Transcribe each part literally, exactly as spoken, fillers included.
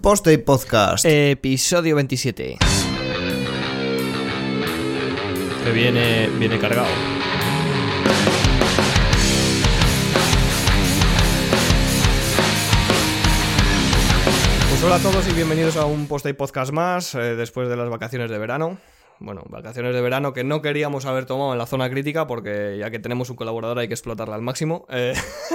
Post y Podcast. Episodio veintisiete. Que viene, viene cargado. Pues hola a todos y bienvenidos a un Post y Podcast más, eh, después de las vacaciones de verano. Bueno, vacaciones de verano que no queríamos haber tomado en la zona crítica porque ya que tenemos un colaborador hay que explotarla al máximo. Eh,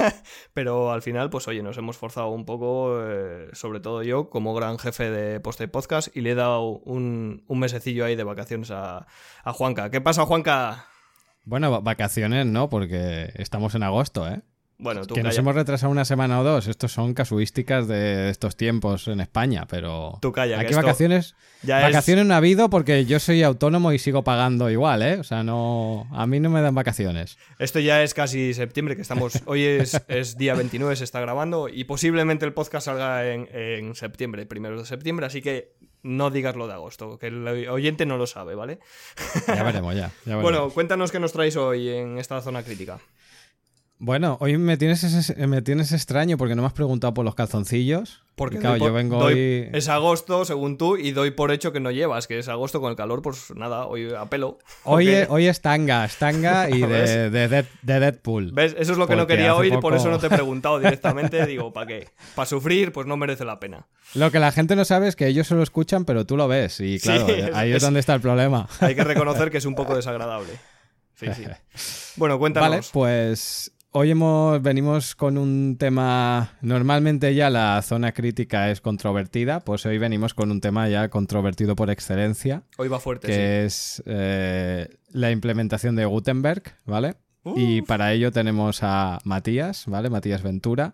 pero al final, pues oye, nos hemos forzado un poco, eh, sobre todo yo, como gran jefe de Post y Podcast, y le he dado un, un mesecillo ahí de vacaciones a, a Juanca. ¿Qué pasa, Juanca? Bueno, vacaciones no, porque estamos en agosto, ¿eh? Bueno, tú que calla. Nos hemos retrasado una semana o dos. Estos son casuísticas de estos tiempos en España, pero Tú calla, aquí que esto vacaciones ya vacaciones es... no ha habido porque yo soy autónomo y sigo pagando igual, ¿eh? O sea, no, a mí no me dan vacaciones. Esto ya es casi septiembre, que estamos... Hoy es, es día veintinueve, se está grabando, y posiblemente el podcast salga en, en septiembre, primeros de septiembre, así que no digas lo de agosto, que el oyente no lo sabe, ¿vale? Ya veremos, ya. ya veremos. Bueno, cuéntanos qué nos traéis hoy en esta zona crítica. Bueno, hoy me tienes, ese, me tienes extraño porque no me has preguntado por los calzoncillos. Porque claro, por, yo vengo doy, hoy... Es agosto, según tú, y doy por hecho que no llevas, que es agosto con el calor, pues nada, hoy a pelo. Hoy, Okay. es, hoy es tanga, es tanga y de, de, de, de Deadpool. ¿Ves? Eso es lo que porque no quería oír, poco... por eso no te he preguntado directamente. Digo, ¿para qué? Para sufrir, pues no merece la pena. Lo que la gente no sabe es que ellos solo escuchan, pero tú lo ves. Y claro, sí, es, ahí es, es donde está el problema. Hay que reconocer que es un poco desagradable. Sí, sí. Bueno, cuéntanos. Vale, pues... Hoy hemos, venimos con un tema, normalmente ya la zona crítica es controvertida, pues hoy venimos con un tema ya controvertido por excelencia. Hoy va fuerte, que sí. es eh, la implementación de Gutenberg, ¿vale? Uf. Y para ello tenemos a Matías, ¿vale? Matías Ventura.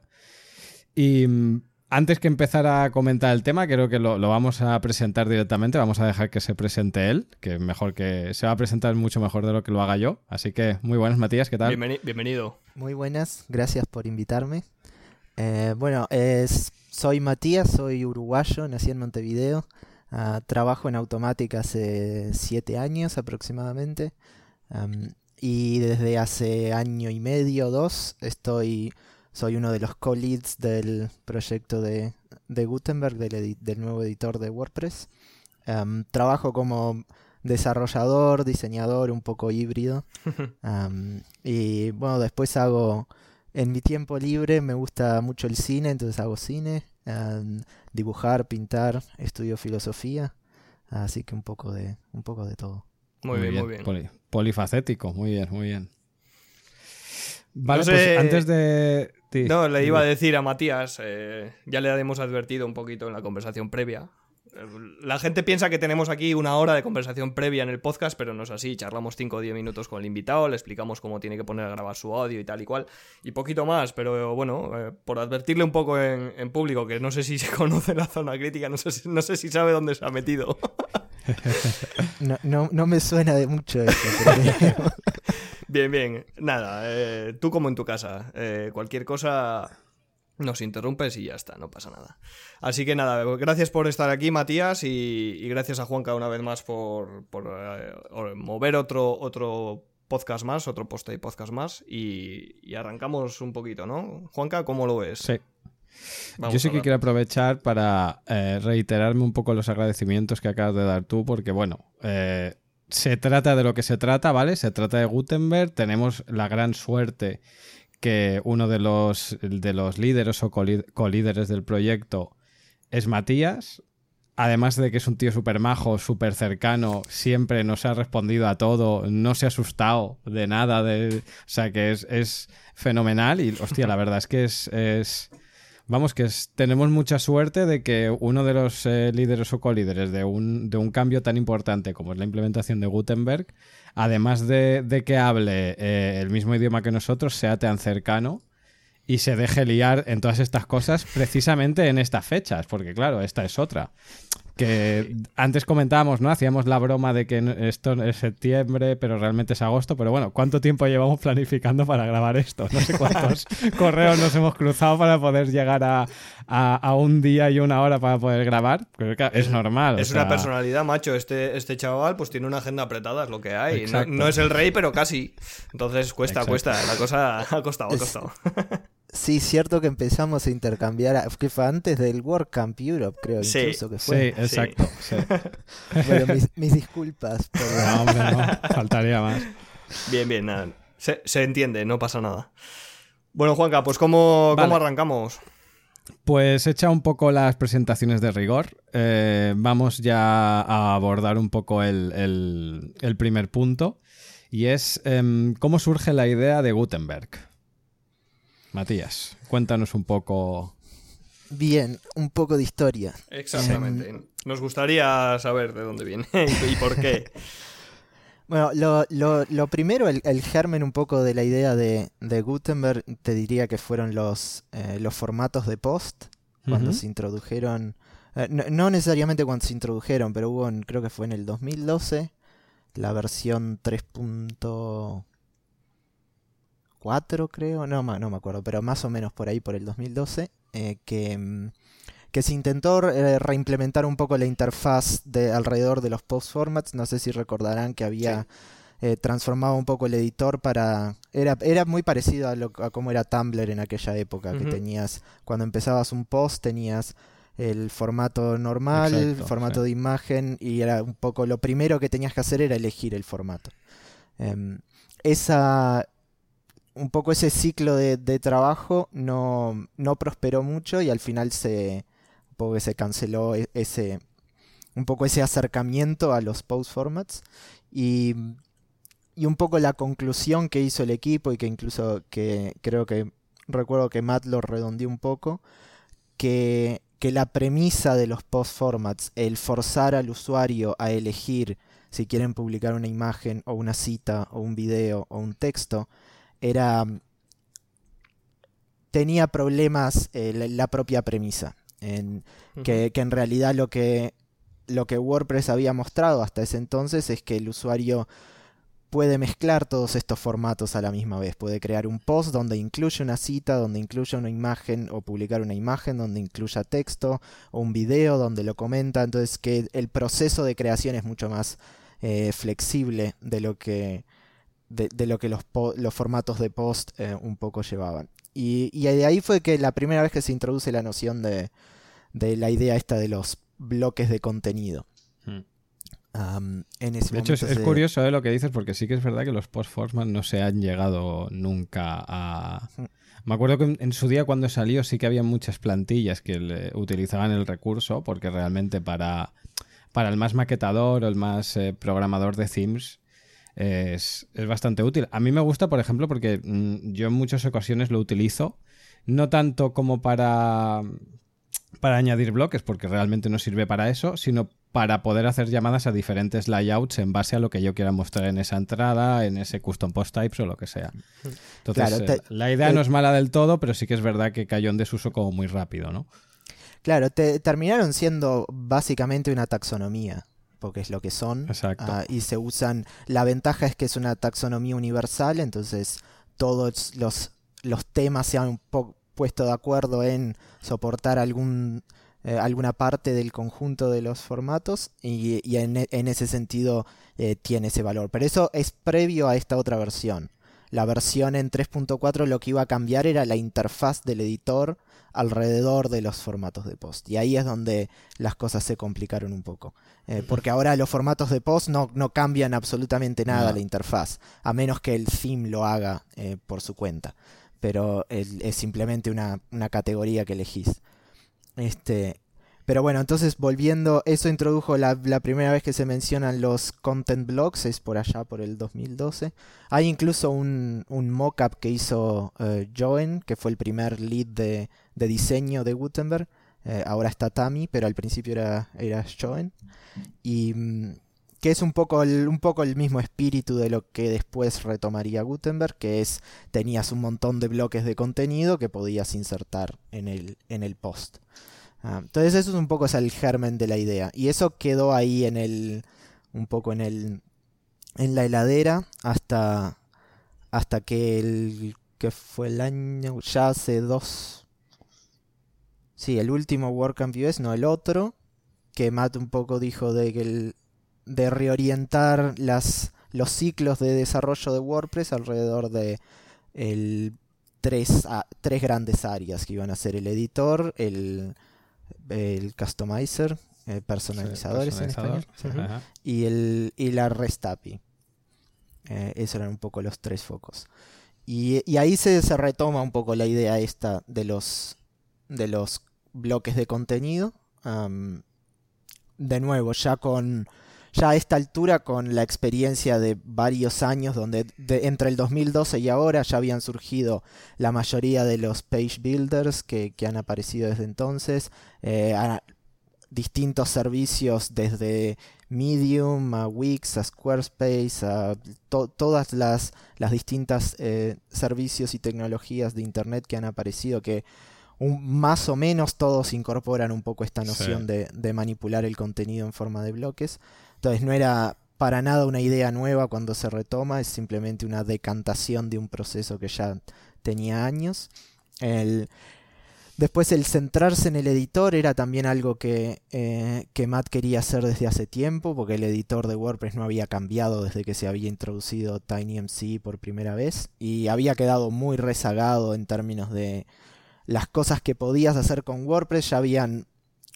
Y antes que empezar a comentar el tema, creo que lo, lo vamos a presentar directamente, vamos a dejar que se presente él, que mejor que se va a presentar mucho mejor de lo que lo haga yo. Así que muy buenas, Matías, ¿qué tal? Bienveni- bienvenido. Muy buenas, gracias por invitarme. Eh, bueno, es, soy Matías, soy uruguayo, nací en Montevideo. Uh, trabajo en Automática hace siete años aproximadamente. Um, y desde hace año y medio, dos, estoy... Soy uno de los co-leads del proyecto de, de Gutenberg, del, edi- del nuevo editor de WordPress. Um, trabajo como desarrollador, diseñador, un poco híbrido. Um, y bueno, después hago, en mi tiempo libre me gusta mucho el cine, entonces hago cine, um, dibujar, pintar, estudio filosofía. Así que un poco de, un poco de todo. Muy, muy bien, bien, muy bien. Poli- polifacético, muy bien, muy bien. Vale, no sé... pues antes de... Sí. No, le iba a decir a Matías, eh, ya le hemos advertido un poquito en la conversación previa. La gente piensa que tenemos aquí una hora de conversación previa en el podcast, pero no es así. Charlamos cinco o diez minutos con el invitado, le explicamos cómo tiene que poner a grabar su audio y tal y cual, y poquito más, pero bueno, eh, por advertirle un poco en, en público, que no sé si se conoce la zona crítica, no sé si, no sé si sabe dónde se ha metido. No, no, no me suena de mucho eso, pero... Bien, bien. Nada, eh, tú como en tu casa. Eh, cualquier cosa nos interrumpes y ya está, no pasa nada. Así que nada, gracias por estar aquí, Matías, y, y gracias a Juanca una vez más por, por eh, mover otro, otro podcast más, otro post y podcast más, y, y arrancamos un poquito, ¿no? Juanca, ¿cómo lo ves? Sí. Vamos Yo sí que quiero aprovechar para eh, reiterarme un poco los agradecimientos que acabas de dar tú, porque bueno... Eh, Se trata de lo que se trata, ¿vale? Se trata de Gutenberg. Tenemos la gran suerte que uno de los, de los líderes o colíderes del proyecto es Matías. Además de que es un tío súper majo, súper cercano, siempre nos ha respondido a todo, no se ha asustado de nada. De... O sea que es, es fenomenal y, hostia, la verdad es que es... es... Vamos, que es, tenemos mucha suerte de que uno de los eh, líderes o colíderes de un, de un cambio tan importante como es la implementación de Gutenberg, además de, de que hable eh, el mismo idioma que nosotros, sea tan cercano y se deje liar en todas estas cosas precisamente en estas fechas, porque claro, esta es otra. Que antes comentábamos, ¿no? Hacíamos la broma de que esto es septiembre, pero realmente es agosto. Pero bueno, ¿cuánto tiempo llevamos planificando para grabar esto? No sé cuántos correos nos hemos cruzado para poder llegar a, a, a un día y una hora para poder grabar. Creo que es normal. Es o sea... una personalidad, macho. Este, este chaval pues tiene una agenda apretada, es lo que hay. No, Exacto. no es el rey, pero casi. Entonces cuesta, Exacto. cuesta. La cosa ha costado, ha costado. Sí, cierto que empezamos a intercambiar, a- que fue antes del WordCamp Europe, creo Sí, incluso que Sí, fue. exacto. Sí. Bueno, mis, mis disculpas por No, hombre, no. Faltaría más. Bien, bien, nada. Se, se entiende, no pasa nada. Bueno, Juanca, pues ¿cómo, Vale. ¿cómo arrancamos? Pues hecha un poco las presentaciones de rigor, eh, vamos ya a abordar un poco el, el- el primer punto, y es em, cómo surge la idea de Gutenberg. Matías, cuéntanos un poco. Bien, un poco de historia. Exactamente. Nos gustaría saber de dónde viene y, y por qué. Bueno, lo, lo, lo primero, el, el germen un poco de la idea de, de Gutenberg, te diría que fueron los, eh, los formatos de post, cuando Ujú. se introdujeron, eh, no, no necesariamente cuando se introdujeron, pero hubo, en- creo que fue en el dos mil doce, la versión tres punto cuatro creo, no, ma- no me acuerdo, pero más o menos por ahí, por el dos mil doce, eh, que, mm, que se intentó eh, reimplementar un poco la interfaz de alrededor de los post formats. No sé si recordarán que había eh, transformado un poco el editor para... Era, era muy parecido a, lo, a cómo era Tumblr en aquella época, que Ujú. tenías, cuando empezabas un post tenías el formato normal, el Exacto, formato sí. de imagen, y era un poco lo primero que tenías que hacer era elegir el formato. Em, esa... Un poco ese ciclo de, de trabajo no, no prosperó mucho y al final se, un poco que se canceló e- ese, un poco ese acercamiento a los post formats, y, y un poco la conclusión que hizo el equipo, y que incluso que creo que recuerdo que Matt lo redondeó un poco, que, que la premisa de los post formats, el forzar al usuario a elegir si quieren publicar una imagen o una cita o un video o un texto, era tenía problemas eh, la, la propia premisa. En, que, que en realidad lo que, lo que WordPress había mostrado hasta ese entonces es que el usuario puede mezclar todos estos formatos a la misma vez. Puede crear un post donde incluye una cita, donde incluye una imagen, o publicar una imagen donde incluya texto, o un video donde lo comenta. Entonces que el proceso de creación es mucho más eh, flexible de lo que, de, de lo que los, po- los formatos de post eh, un poco llevaban. Y, y de ahí fue que la primera vez que se introduce la noción de, de la idea esta de los bloques de contenido. Mm. Um, en ese De hecho, es, momento es se- curioso eh, lo que dices, porque sí que es verdad que los post-formats no se han llegado nunca a... Mm. Me acuerdo que en, en su día cuando salió sí que había muchas plantillas que le- utilizaban el recurso, porque realmente para, para el más maquetador o el más eh, programador de themes es, es bastante útil. A mí me gusta, por ejemplo, porque mm, yo en muchas ocasiones lo utilizo, no tanto como para, para añadir bloques, porque realmente no sirve para eso, sino para poder hacer llamadas a diferentes layouts en base a lo que yo quiera mostrar en esa entrada, en ese custom post types o lo que sea. Entonces, Claro, te- eh, la idea te- no es mala del todo, pero sí que es verdad que cayó en desuso como muy rápido, ¿no? Claro, te, terminaron siendo básicamente una taxonomía, porque es lo que son. Exacto. Ah, y se usan. La ventaja es que es una taxonomía universal, entonces todos los, los temas se han un poco puesto de acuerdo en soportar algún, eh, alguna parte del conjunto de los formatos, y, y en, e- en ese sentido eh, tiene ese valor. Pero eso es previo a esta otra versión. La versión en tres punto cuatro lo que iba a cambiar era la interfaz del editor alrededor de los formatos de post. Y ahí es donde las cosas se complicaron un poco. Eh, porque ahora los formatos de post no, no cambian absolutamente nada No. la interfaz, a menos que el theme lo haga eh, por su cuenta. Pero el- es simplemente una, una categoría que elegís. Este, pero bueno, entonces volviendo, eso introdujo la, la primera vez que se mencionan los content blocks, es por allá por el dos mil doce. Hay incluso un, un mockup que hizo eh, Joen, que fue el primer lead de, de diseño de Gutenberg. Eh, ahora está Tami, pero al principio era, era Joen. Y mm, que es un poco, el, un poco el mismo espíritu de lo que después retomaría Gutenberg, que es, tenías un montón de bloques de contenido que podías insertar en el, en el post. Ah, entonces eso es un poco es el germen de la idea. Y eso quedó ahí en el. Un poco en el. En la heladera. Hasta. Hasta que el. Que fue el año. Ya hace dos. Sí, el último WordCamp U S, no el otro. Que Matt un poco dijo de que el. De reorientar las. Los ciclos de desarrollo de WordPress alrededor de. El tres, a, tres grandes áreas que iban a ser el editor, el, el customizer, el personalizador, Sí, en personalizador. español, Ajá. y, el, y la REST A P I. Eh, esos eran un poco los tres focos. Y, y ahí se, se retoma un poco la idea esta de los, de los bloques de contenido. Um, de nuevo, ya con ya a esta altura, con la experiencia de varios años, donde de, entre el dos mil doce y ahora ya habían surgido la mayoría de los page builders que, que han aparecido desde entonces. Eh, a, distintos servicios desde Medium a Wix a Squarespace a to todas las, las distintas eh, servicios y tecnologías de internet que han aparecido, que un, más o menos todos incorporan un poco esta noción Sí. de, de manipular el contenido en forma de bloques. Entonces no era para nada una idea nueva cuando se retoma, es simplemente una decantación de un proceso que ya tenía años. El Después el centrarse en el editor era también algo que, eh, que Matt quería hacer desde hace tiempo, porque el editor de WordPress no había cambiado desde que se había introducido TinyMC por primera vez, y había quedado muy rezagado en términos de las cosas que podías hacer con WordPress. Ya habían,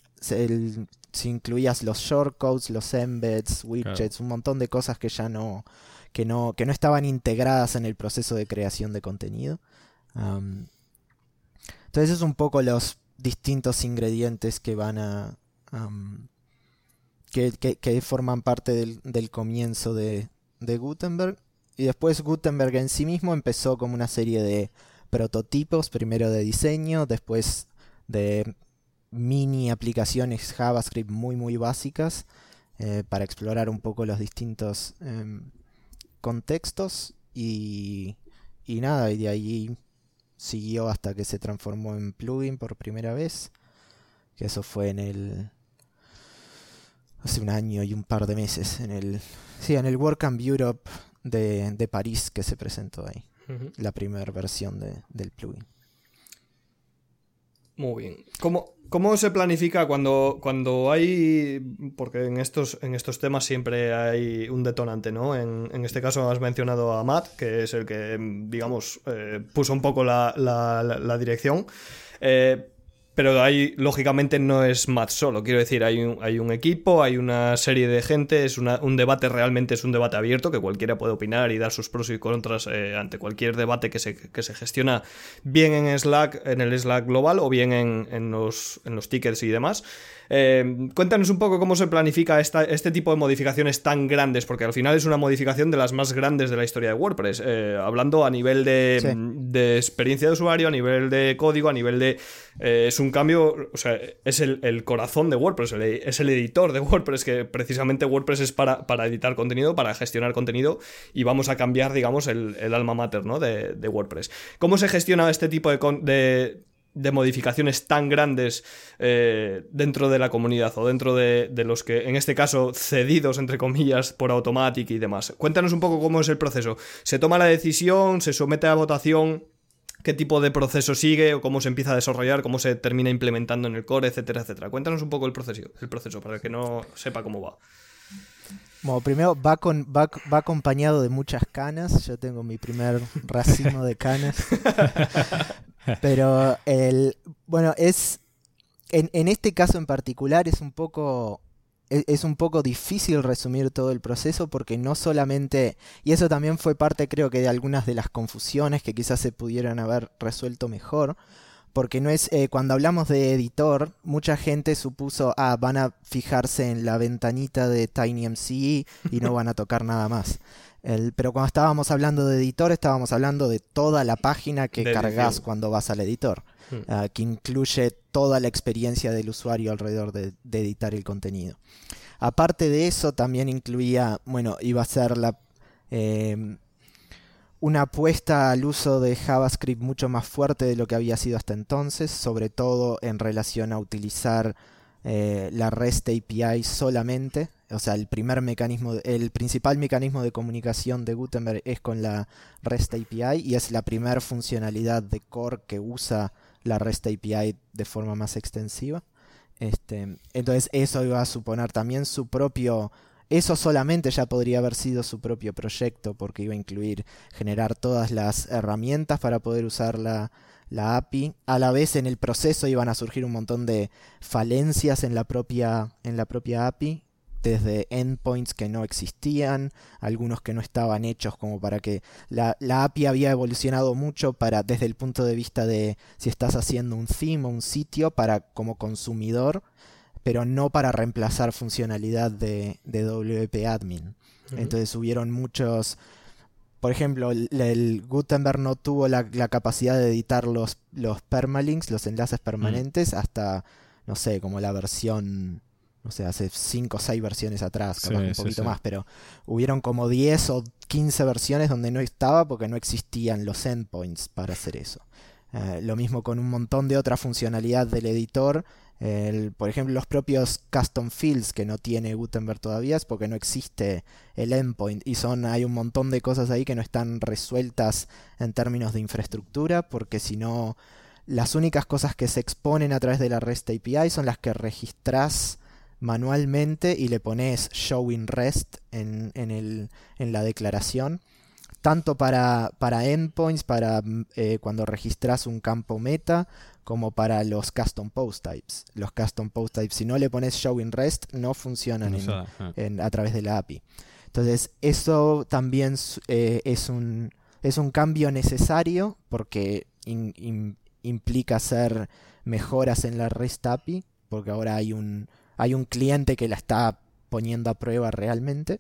el, si incluías los shortcodes, los embeds, widgets, claro, un montón de cosas que ya no, que no, que no estaban integradas en el proceso de creación de contenido. Um, Entonces es un poco los distintos ingredientes que van a um, que, que, que forman parte del, del comienzo de, de Gutenberg. Y después Gutenberg en sí mismo empezó como una serie de prototipos, primero de diseño, después de mini aplicaciones JavaScript muy muy básicas, eh, para explorar un poco los distintos eh, contextos, y, y nada, y de ahí siguió hasta que se transformó en plugin por primera vez, que eso fue en el hace un año y un par de meses, en el sí, en el WordCamp Europe de, de París, que se presentó ahí, uh-huh, la primera versión de, del plugin. Muy bien. ¿Cómo, cómo se planifica cuando, cuando hay... Porque en estos, en estos temas siempre hay un detonante, ¿no? En, en este caso has mencionado a Matt, que es el que, digamos, eh, puso un poco la, la, la, la dirección. Eh, pero ahí, lógicamente, no es Matt solo. Quiero decir, hay un, hay un equipo, hay una serie de gente, es una, un debate, realmente es un debate abierto, que cualquiera puede opinar y dar sus pros y contras eh, ante cualquier debate que se, que se gestiona bien en Slack, en el Slack global, o bien en, en, los, en los tickets y demás. Eh, cuéntanos un poco cómo se planifica esta, este tipo de modificaciones tan grandes, porque al final es una modificación de las más grandes de la historia de WordPress, eh, hablando a nivel de, sí. de experiencia de usuario, a nivel de código, a nivel de... Eh, es un cambio, o sea, es el, el corazón de WordPress, el, es el editor de WordPress, que precisamente WordPress es para, para editar contenido, para gestionar contenido, y vamos a cambiar, digamos, el, el alma mater, ¿no? de, de WordPress. ¿Cómo se gestiona este tipo de... de de modificaciones tan grandes eh, dentro de la comunidad, o dentro de, de los que, en este caso, cedidos, entre comillas, por Automatic y demás? Cuéntanos un poco cómo es el proceso. ¿Se toma la decisión? ¿Se somete a votación? ¿Qué tipo de proceso sigue? ¿O cómo se empieza a desarrollar? ¿Cómo se termina implementando en el core? Etcétera, etcétera. Cuéntanos un poco el proceso, el proceso para el que no sepa cómo va. Bueno, primero va, con, va, va acompañado de muchas canas. Yo tengo mi primer racimo de canas. Pero el bueno, es en, en este caso en particular es un poco es, es un poco difícil resumir todo el proceso, porque no solamente, y eso también fue parte, creo que, de algunas de las confusiones que quizás se pudieran haber resuelto mejor, porque no es eh, cuando hablamos de editor, mucha gente supuso, ah, van a fijarse en la ventanita de TinyMC y no van a tocar nada más. El, pero cuando estábamos hablando de editor, estábamos hablando de toda la página que de cargas edición cuando vas al editor, hmm. uh, que incluye toda la experiencia del usuario alrededor de, de editar el contenido. Aparte de eso, también incluía, bueno, iba a ser la eh, una apuesta al uso de JavaScript mucho más fuerte de lo que había sido hasta entonces, sobre todo en relación a utilizar eh, la REST A P I solamente. O sea, el primer mecanismo, el principal mecanismo de comunicación de Gutenberg es con la REST A P I, y es la primera funcionalidad de core que usa la REST A P I de forma más extensiva. Este, entonces eso iba a suponer también su propio eso solamente ya podría haber sido su propio proyecto, porque iba a incluir generar todas las herramientas para poder usar la, la A P I. A la vez, en el proceso iban a surgir un montón de falencias en la propia, en la propia A P I, desde endpoints que no existían, algunos que no estaban hechos como para que... La, la A P I había evolucionado mucho para, desde el punto de vista de si estás haciendo un theme o un sitio para como consumidor, pero no para reemplazar funcionalidad de, de W P Admin. Uh-huh. Entonces hubieron muchos... Por ejemplo, el, el Gutenberg no tuvo la, la capacidad de editar los, los permalinks, los enlaces permanentes, uh-huh. hasta, no sé, como la versión... No sé, hace cinco o seis versiones atrás, capaz sí, un poquito sí, sí. más, pero hubieron como diez o quince versiones donde no estaba porque no existían los endpoints para hacer eso. Eh, lo mismo con un montón de otra funcionalidad del editor. El, por ejemplo, los propios custom fields que no tiene Gutenberg todavía es porque no existe el endpoint y son hay un montón de cosas ahí que no están resueltas en términos de infraestructura, porque si no, las únicas cosas que se exponen a través de la REST A P I son las que registrás manualmente y le pones showing REST en, en, el, en la declaración, tanto para, para endpoints, para eh, cuando registras un campo meta, como para los custom post types. Los custom post types, si no le pones showing REST, no funcionan en, en, a través de la A P I. Entonces, eso también eh, es, un, es un cambio necesario porque in, in, implica hacer mejoras en la REST A P I, porque ahora hay un Hay un cliente que la está poniendo a prueba realmente,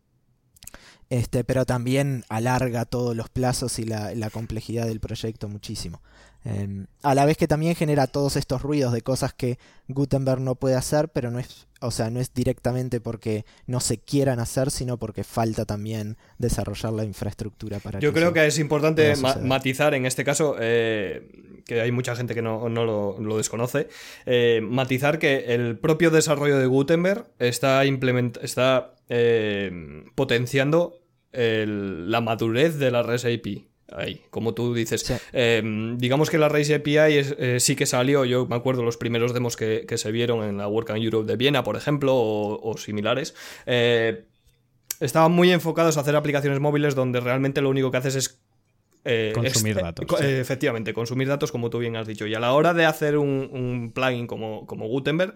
este, pero también alarga todos los plazos y la, la complejidad del proyecto muchísimo. Eh, a la vez que también genera todos estos ruidos de cosas que Gutenberg no puede hacer, pero no es, o sea, no es directamente porque no se quieran hacer, sino porque falta también desarrollar la infraestructura para Yo que creo que es importante ma- matizar en este caso, eh, que hay mucha gente que no, no lo, lo desconoce, eh, matizar que el propio desarrollo de Gutenberg está, implement- está eh, potenciando el, la madurez de la REST A P I. Ahí, como tú dices, sí. eh, digamos que la REST A P I es, eh, sí que salió, yo me acuerdo los primeros demos que, que se vieron en la WordCamp Europe de Viena, por ejemplo, o, o similares, eh, estaban muy enfocados a hacer aplicaciones móviles donde realmente lo único que haces es Eh, consumir ex- datos. Eh, sí. efectivamente, consumir datos, como tú bien has dicho. Y a la hora de hacer un, un plugin como, como Gutenberg,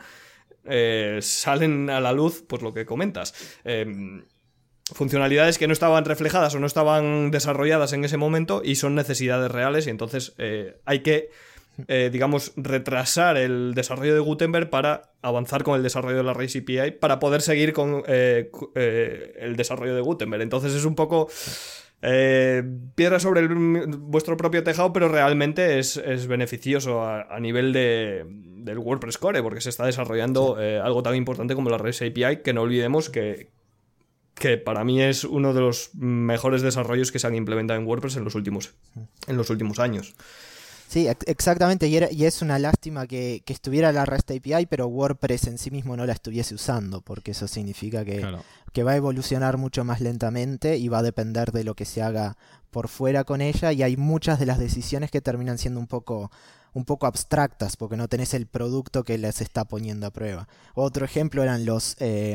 eh, salen a la luz, pues lo que comentas. Eh, funcionalidades que no estaban reflejadas o no estaban desarrolladas en ese momento y son necesidades reales, y entonces eh, hay que, eh, digamos, retrasar el desarrollo de Gutenberg para avanzar con el desarrollo de la REST A P I para poder seguir con eh, eh, el desarrollo de Gutenberg. Entonces es un poco... Eh, piedra sobre el, vuestro propio tejado, pero realmente es, es beneficioso a, a nivel de, del WordPress Core, porque se está desarrollando sí. eh, algo tan importante como la REST A P I, que no olvidemos que, que para mí es uno de los mejores desarrollos que se han implementado en WordPress en los últimos, en los últimos años. Sí, exactamente, y, era, y es una lástima que, que estuviera la REST A P I, pero WordPress en sí mismo no la estuviese usando, porque eso significa que, claro. que va a evolucionar mucho más lentamente y va a depender de lo que se haga por fuera con ella, y hay muchas de las decisiones que terminan siendo un poco, un poco abstractas, porque no tenés el producto que les está poniendo a prueba. Otro ejemplo eran los... Eh,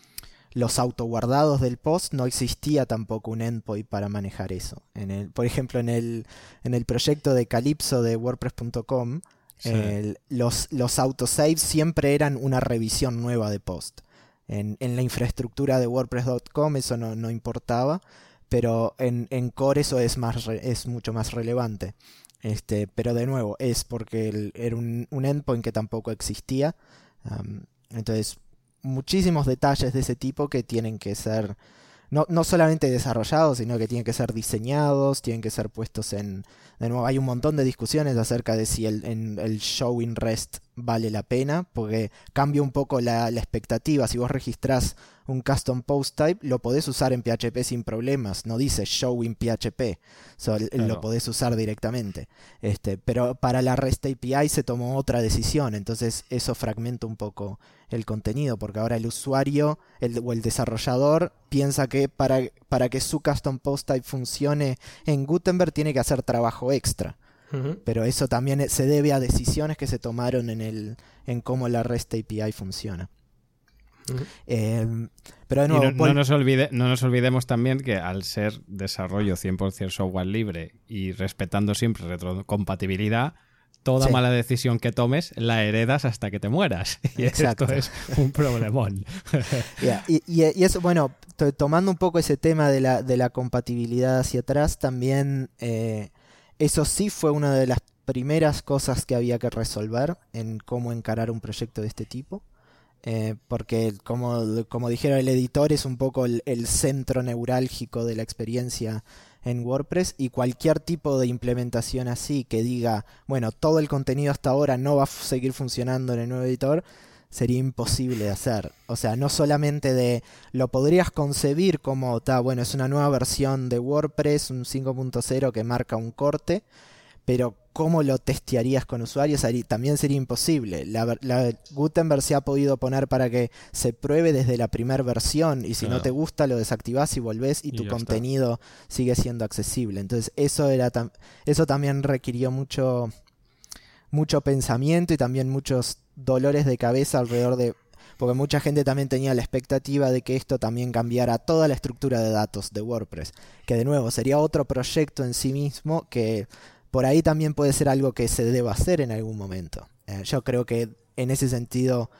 Los autoguardados del post. No existía tampoco un endpoint para manejar eso. En el, por ejemplo, en el, en el proyecto de Calypso de WordPress punto com, sí. el, los, los autosaves siempre eran una revisión nueva de post. En, en la infraestructura de WordPress punto com eso no, no importaba, pero en, en Core eso es, más re, es mucho más relevante. Este, pero de nuevo, es porque el, era un, un endpoint que tampoco existía. Um, entonces... muchísimos detalles de ese tipo que tienen que ser no, no solamente desarrollados, sino que tienen que ser diseñados, tienen que ser puestos en... De nuevo, hay un montón de discusiones acerca de si el, en, el showing REST vale la pena, porque cambia un poco la, la expectativa. Si vos registrás un custom post type, lo podés usar en P H P sin problemas, no dice showing P H P, so, claro. Lo podés usar directamente. Este, pero para la REST A P I se tomó otra decisión, entonces eso fragmenta un poco el contenido, porque ahora el usuario el, o el desarrollador piensa que para, para que su custom post type funcione en Gutenberg tiene que hacer trabajo extra. Uh-huh. Pero eso también se debe a decisiones que se tomaron en el en cómo la REST A P I funciona. Uh-huh. Eh, pero de y nuevo, no, Paul... no, nos olvide, no nos olvidemos también que al ser desarrollo cien por ciento software libre y respetando siempre retrocompatibilidad, toda sí. mala decisión que tomes la heredas hasta que te mueras. Y Exacto. esto es un problemón. Yeah. Y, y, y eso, bueno, to- tomando un poco ese tema de la, de la compatibilidad hacia atrás, también eh, eso sí fue una de las primeras cosas que había que resolver en cómo encarar un proyecto de este tipo. Eh, porque como, como dijeron, el editor es un poco el, el centro neurálgico de la experiencia en WordPress, y cualquier tipo de implementación así que diga, bueno, todo el contenido hasta ahora no va a f- seguir funcionando en el nuevo editor, sería imposible de hacer. O sea, no solamente de, lo podrías concebir como, ta, bueno, es una nueva versión de WordPress, un cinco punto cero que marca un corte, pero ¿cómo lo testearías con usuarios? También sería imposible. La, la Gutenberg se ha podido poner para que se pruebe desde la primera versión, y si claro. no te gusta lo desactivás y volvés y, y tu contenido está. Sigue siendo accesible. Entonces eso era tam eso también requirió mucho, mucho pensamiento y también muchos dolores de cabeza alrededor de... Porque mucha gente también tenía la expectativa de que esto también cambiara toda la estructura de datos de WordPress. Que de nuevo sería otro proyecto en sí mismo que... Por ahí también puede ser algo que se deba hacer en algún momento. Eh, yo creo que en ese sentido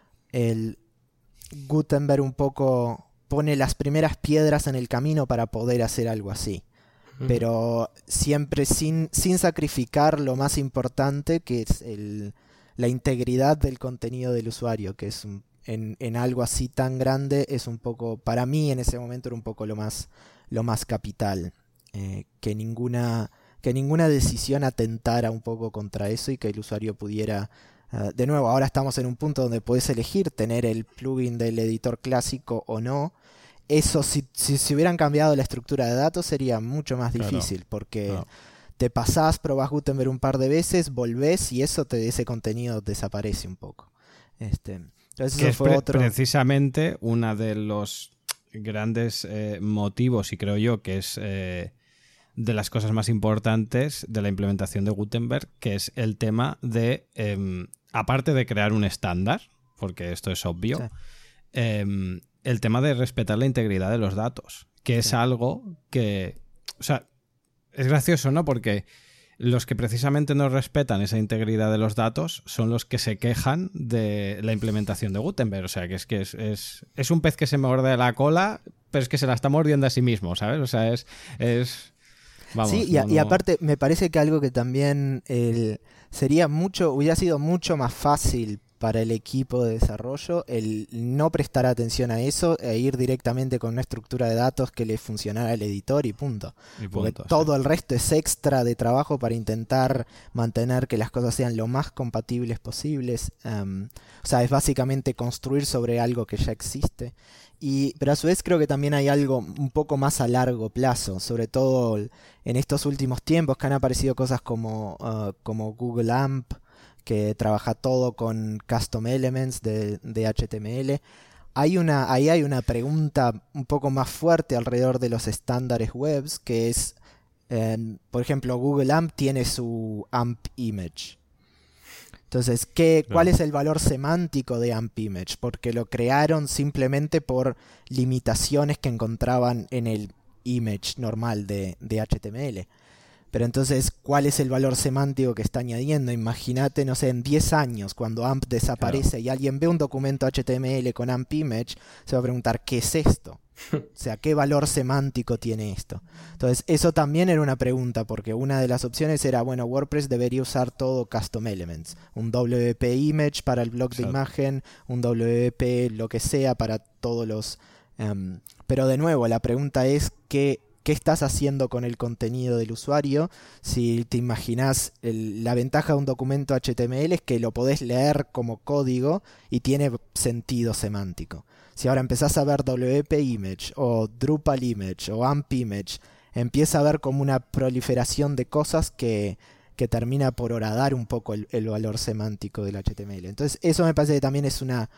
el Gutenberg un poco pone las primeras piedras en el camino para poder hacer algo así. Uh-huh. Pero siempre sin, sin sacrificar lo más importante, que es el, la integridad del contenido del usuario, que es un, en, en algo así tan grande es un poco, para mí en ese momento era un poco lo más, lo más capital. Eh, que ninguna... que ninguna decisión atentara un poco contra eso y que el usuario pudiera... Uh, de nuevo, ahora estamos en un punto donde puedes elegir tener el plugin del editor clásico o no. Eso, si, si, si hubieran cambiado la estructura de datos, sería mucho más difícil, claro. Porque no. Te pasás, probás Gutenberg un par de veces, volvés y eso te, ese contenido desaparece un poco. Este, entonces que eso es fue pre otro... precisamente uno de los grandes eh, motivos, y creo yo que es... Eh, de las cosas más importantes de la implementación de Gutenberg, que es el tema de, eh, aparte de crear un estándar, porque esto es obvio, sí. eh, el tema de respetar la integridad de los datos, que sí. es algo que, o sea, es gracioso, ¿no? Porque los que precisamente no respetan esa integridad de los datos son los que se quejan de la implementación de Gutenberg. O sea, que es que es, es, es un pez que se morde la cola, pero es que se la está mordiendo a sí mismo, ¿sabes? O sea, es... es Vamos, sí, y, no, a, no... y aparte me parece que algo que también el, sería mucho, hubiera sido mucho más fácil para el equipo de desarrollo el no prestar atención a eso e ir directamente con una estructura de datos que le funcionara al editor y punto. Y punto Porque sí. todo el resto es extra de trabajo para intentar mantener que las cosas sean lo más compatibles posibles. Um, o sea, es básicamente construir sobre algo que ya existe. Y, pero a su vez creo que también hay algo un poco más a largo plazo, sobre todo en estos últimos tiempos que han aparecido cosas como, uh, como Google A M P, que trabaja todo con Custom Elements de, de H T M L. Hay una, ahí hay una pregunta un poco más fuerte alrededor de los estándares webs, que es, eh, por ejemplo, Google A M P tiene su A M P Image. Entonces, ¿qué, ¿cuál es el valor semántico de A M P Image? Porque lo crearon simplemente por limitaciones que encontraban en el image normal de, de H T M L. Pero entonces, ¿cuál es el valor semántico que está añadiendo? Imagínate, no sé, en diez años, cuando A M P desaparece claro. y alguien ve un documento H T M L con A M P Image, se va a preguntar, ¿qué es esto? O sea, ¿qué valor semántico tiene esto? Entonces, eso también era una pregunta, porque una de las opciones era, bueno, WordPress debería usar todo Custom Elements. Un W P Image para el blog de claro. imagen, un W P lo que sea para todos los... Um, pero de nuevo, la pregunta es, ¿qué, ¿qué estás haciendo con el contenido del usuario? Si te imaginas, el, la ventaja de un documento H T M L es que lo podés leer como código y tiene sentido semántico. Si ahora empezás a ver W P Image o Drupal Image o A M P Image, empieza a ver como una proliferación de cosas que, que termina por horadar un poco el, el valor semántico del H T M L. Entonces eso me parece que también es una,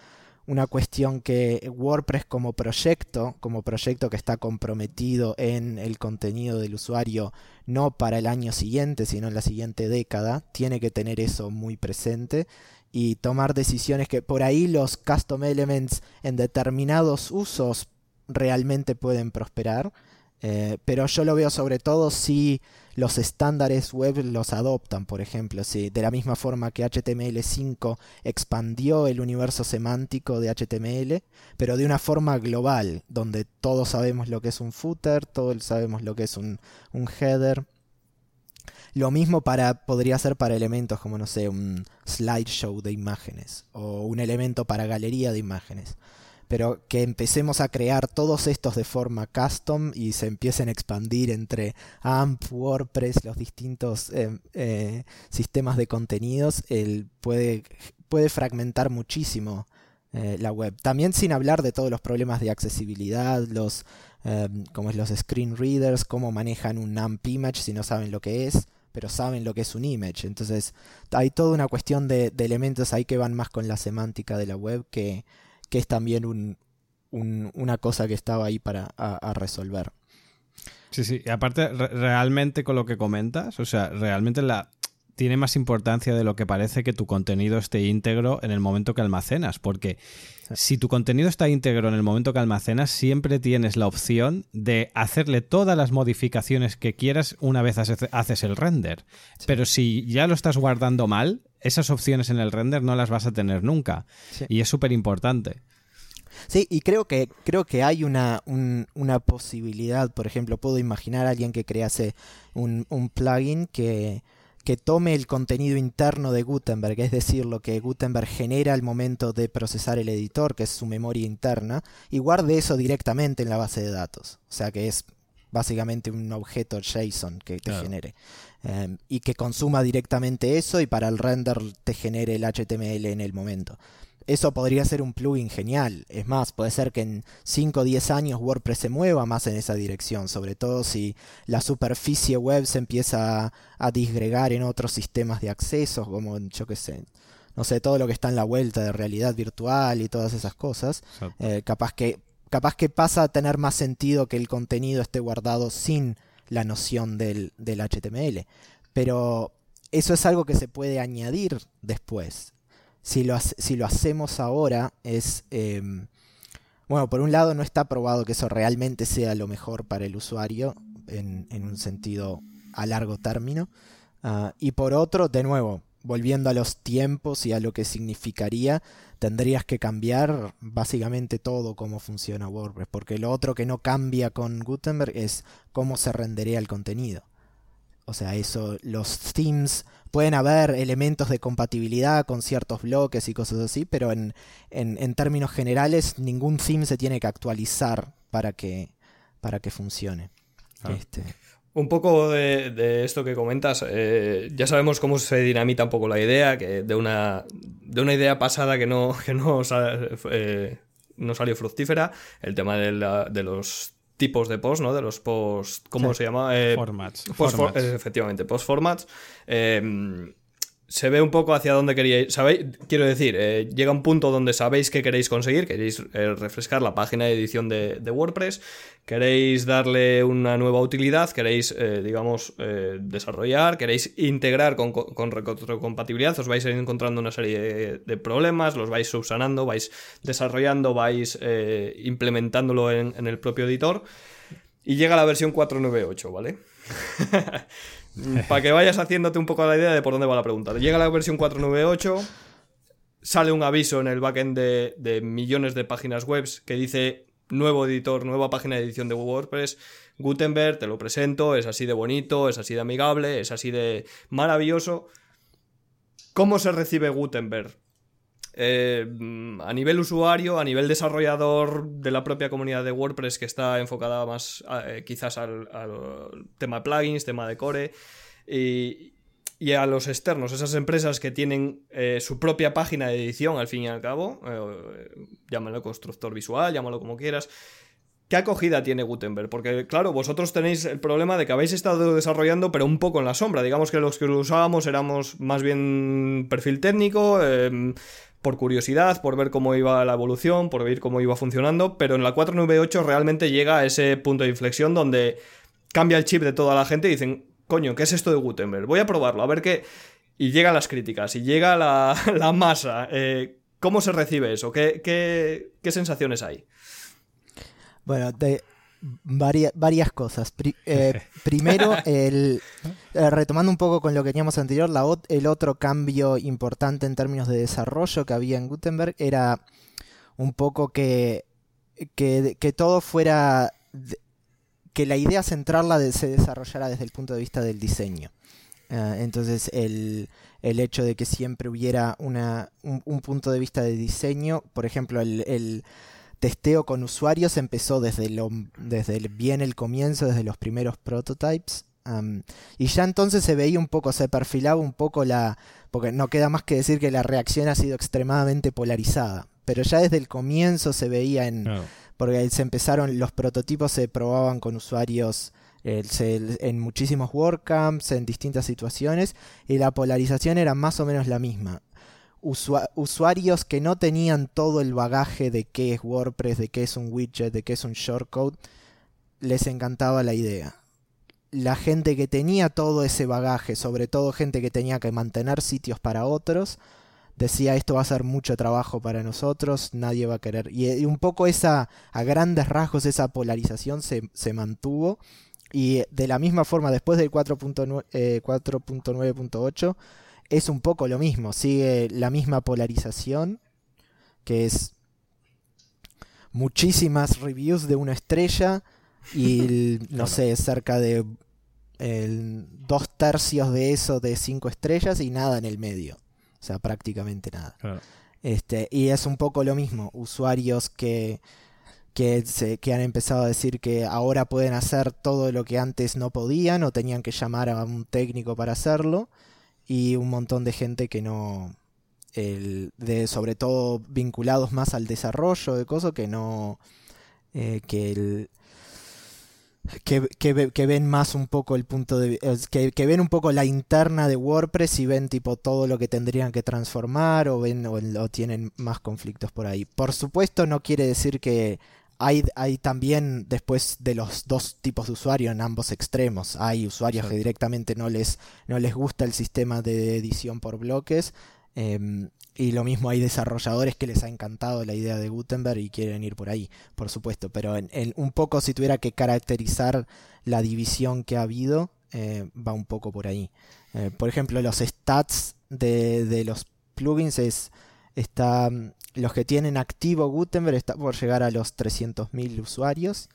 una cuestión que WordPress como proyecto, como proyecto que está comprometido en el contenido del usuario, no para el año siguiente, sino en la siguiente década, tiene que tener eso muy presente y tomar decisiones que por ahí los custom elements en determinados usos realmente pueden prosperar. Eh, pero yo lo veo sobre todo si los estándares web los adoptan, por ejemplo, si de la misma forma que H T M L cinco expandió el universo semántico de H T M L, pero de una forma global, donde todos sabemos lo que es un footer, todos sabemos lo que es un, un header. Lo mismo para, podría ser para elementos como, no sé, un slideshow de imágenes o un elemento para galería de imágenes. Pero que empecemos a crear todos estos de forma custom y se empiecen a expandir entre A M P, WordPress, los distintos eh, eh, sistemas de contenidos, el puede, puede fragmentar muchísimo eh, la web. También sin hablar de todos los problemas de accesibilidad, los, eh, como es los screen readers, cómo manejan un A M P image si no saben lo que es, pero saben lo que es un image. Entonces hay toda una cuestión de, de elementos ahí que van más con la semántica de la web que... que es también un, un, una cosa que estaba ahí para a, a resolver. Sí, sí, y aparte re- realmente con lo que comentas, o sea, realmente la tiene más importancia de lo que parece que tu contenido esté íntegro en el momento que almacenas, porque sí. Si tu contenido está íntegro en el momento que almacenas, siempre tienes la opción de hacerle todas las modificaciones que quieras una vez haces el render. Sí. Pero si ya lo estás guardando mal, esas opciones en el render no las vas a tener nunca. Sí. Y es súper importante. Sí, y creo que creo que hay una, un, una posibilidad. Por ejemplo, puedo imaginar a alguien que crease un, un plugin que, que tome el contenido interno de Gutenberg, es decir, lo que Gutenberg genera al momento de procesar el editor, que es su memoria interna, y guarde eso directamente en la base de datos. O sea que es básicamente un objeto JSON que te claro. genere. Um, y que consuma directamente eso y para el render te genere el H T M L en el momento. Eso podría ser un plugin genial. Es más, puede ser que en cinco o diez años WordPress se mueva más en esa dirección, sobre todo si la superficie web se empieza a, a disgregar en otros sistemas de acceso, como yo qué sé, no sé, todo lo que está en la vuelta de realidad virtual y todas esas cosas. Eh, capaz que capaz que pasa a tener más sentido que el contenido esté guardado sin la noción del, del H T M L. Pero eso es algo que se puede añadir después. Si lo, si lo hacemos ahora es... Eh, bueno, por un lado no está probado que eso realmente sea lo mejor para el usuario en, en un sentido a largo término. Uh, y por otro, de nuevo, volviendo a los tiempos y a lo que significaría, tendrías que cambiar básicamente todo cómo funciona WordPress. Porque lo otro que no cambia con Gutenberg es cómo se renderea el contenido. O sea, eso, los themes, pueden haber elementos de compatibilidad con ciertos bloques y cosas así, pero en, en, en términos generales ningún theme se tiene que actualizar para que, para que funcione. Ah. Este... Un poco de, de esto que comentas, eh, ya sabemos cómo se dinamita un poco la idea, que de una, de una idea pasada que no, que no, eh, no salió fructífera, el tema de, la, de los tipos de post, ¿no? De los post... ¿Cómo sí. se llama? Eh, formats. Post formats. For, efectivamente, post formats. Eh, se ve un poco hacia dónde queríais... ¿Sabéis? Quiero decir, eh, llega un punto donde sabéis qué queréis conseguir, queréis eh, refrescar la página de edición de, de WordPress, queréis darle una nueva utilidad, queréis, eh, digamos, eh, desarrollar, queréis integrar con, con retrocompatibilidad, os vais a ir encontrando una serie de, de problemas, los vais subsanando, vais desarrollando, vais eh, implementándolo en, en el propio editor, y llega la versión cuatro punto nueve punto ocho, ¿vale? Para que vayas haciéndote un poco la idea de por dónde va la pregunta. Llega la versión cuatro punto nueve punto ocho, sale un aviso en el backend de, de millones de páginas web que dice nuevo editor, nueva página de edición de WordPress, Gutenberg, te lo presento, es así de bonito, es así de amigable, es así de maravilloso. ¿Cómo se recibe Gutenberg? Eh, a nivel usuario, a nivel desarrollador de la propia comunidad de WordPress, que está enfocada más eh, quizás al, al tema de plugins, tema de core, y, y a los externos, esas empresas que tienen eh, su propia página de edición al fin y al cabo, eh, llámalo constructor visual, llámalo como quieras. ¿Qué acogida tiene Gutenberg? Porque, claro, vosotros tenéis el problema de que habéis estado desarrollando, pero un poco en la sombra. Digamos que los que lo usábamos éramos más bien perfil técnico, eh, por curiosidad, por ver cómo iba la evolución, por ver cómo iba funcionando, pero en la cuatro punto nueve punto ocho realmente llega a ese punto de inflexión donde cambia el chip de toda la gente y dicen, coño, ¿qué es esto de Gutenberg? Voy a probarlo, a ver qué... Y llegan las críticas, y llega la, la masa. Eh, ¿Cómo se recibe eso? ¿Qué, qué, qué sensaciones hay? Bueno, de varias, varias cosas. Pri, eh, primero, el, eh, retomando un poco con lo que teníamos anterior, la, el otro cambio importante en términos de desarrollo que había en Gutenberg era un poco que, que, que todo fuera... De, que la idea central la de, se desarrollara desde el punto de vista del diseño. Uh, entonces el, el hecho de que siempre hubiera una, un, un punto de vista de diseño, por ejemplo el, el testeo con usuarios empezó desde, lo, desde el, bien el comienzo, desde los primeros prototypes, um, y ya entonces se veía un poco, se perfilaba un poco la, porque no queda más que decir que la reacción ha sido extremadamente polarizada, pero ya desde el comienzo se veía en... Claro. Porque se empezaron, los prototipos se probaban con usuarios eh, se, en muchísimos WordCamps, en distintas situaciones, y la polarización era más o menos la misma. Usua- usuarios que no tenían todo el bagaje de qué es WordPress, de qué es un widget, de qué es un shortcode, les encantaba la idea. La gente que tenía todo ese bagaje, sobre todo gente que tenía que mantener sitios para otros, decía, esto va a ser mucho trabajo para nosotros, nadie va a querer. Y, y un poco esa, a grandes rasgos, esa polarización se, se mantuvo. Y de la misma forma, después del cuatro punto nueve punto ocho, es un poco lo mismo. Sigue la misma polarización, que es muchísimas reviews de una estrella y, no claro. sé, cerca de el, dos tercios de eso de cinco estrellas y nada en el medio. O sea, prácticamente nada. Claro. Este, y es un poco lo mismo. Usuarios que, que, se, que han empezado a decir que ahora pueden hacer todo lo que antes no podían o tenían que llamar a un técnico para hacerlo. Y un montón de gente que no... El, de, sobre todo vinculados más al desarrollo de cosas que no... Eh, que el... Que, que, que ven más un poco el punto de que, que ven un poco la interna de WordPress y ven tipo todo lo que tendrían que transformar o ven o, o tienen más conflictos por ahí. Por supuesto no quiere decir que hay, hay también después de los dos tipos de usuarios en ambos extremos. Hay usuarios sí. que directamente no les, no les gusta el sistema de edición por bloques. Eh, y lo mismo hay desarrolladores que les ha encantado la idea de Gutenberg y quieren ir por ahí, por supuesto. Pero en, en un poco, si tuviera que caracterizar la división que ha habido, eh, va un poco por ahí. Eh, por ejemplo, los stats de, de los plugins es está los que tienen activo Gutenberg está por llegar a los trescientos mil usuarios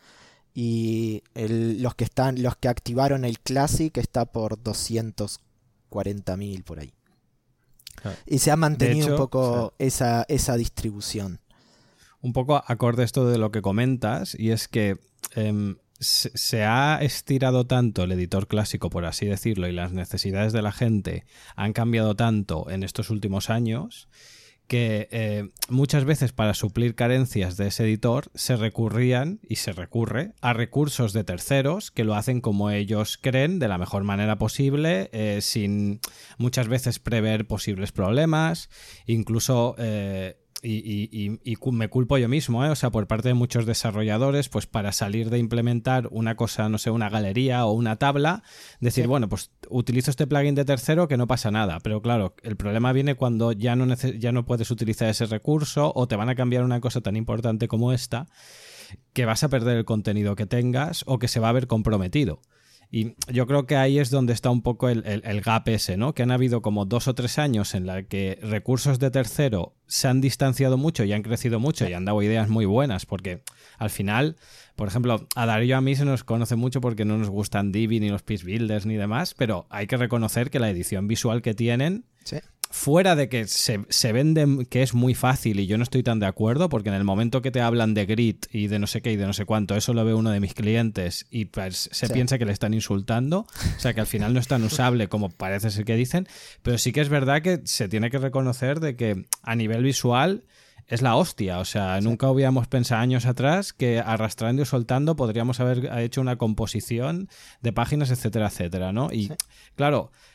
y el, los que están los que activaron el Classic está por doscientos cuarenta mil por ahí. Claro. Y se ha mantenido hecho, un poco o sea, esa, esa distribución. Un poco acorde esto de lo que comentas, y es que eh, se, se ha estirado tanto el editor clásico, por así decirlo, y las necesidades de la gente han cambiado tanto en estos últimos años que eh, muchas veces para suplir carencias de ese editor se recurrían y se recurre a recursos de terceros que lo hacen como ellos creen, de la mejor manera posible, eh, sin muchas veces prever posibles problemas, incluso... Eh, Y, y, y, y me culpo yo mismo, ¿eh? O sea, por parte de muchos desarrolladores, pues para salir de implementar una cosa, no sé, una galería o una tabla, decir, sí. bueno, pues utilizo este plugin de tercero que no pasa nada. Pero claro, el problema viene cuando ya no, neces- ya no puedes utilizar ese recurso o te van a cambiar una cosa tan importante como esta que vas a perder el contenido que tengas o que se va a ver comprometido. Y yo creo que ahí es donde está un poco el, el, el gap ese, ¿no? Que han habido como dos o tres años en la que recursos de tercero se han distanciado mucho y han crecido mucho y han dado ideas muy buenas, porque al final, por ejemplo, a Darío y a mí se nos conoce mucho porque no nos gustan Divi ni los Piece Builders ni demás, pero hay que reconocer que la edición visual que tienen... Sí. Fuera de que se, se vende que es muy fácil y yo no estoy tan de acuerdo, porque en el momento que te hablan de grid y de no sé qué y de no sé cuánto, eso lo ve uno de mis clientes y pues se sí. piensa que le están insultando, o sea que al final no es tan usable como parece ser que dicen, pero sí que es verdad que se tiene que reconocer de que a nivel visual es la hostia, o sea, sí. nunca hubiéramos pensado años atrás que arrastrando y soltando podríamos haber hecho una composición de páginas, etcétera, etcétera, ¿no? Y sí. claro...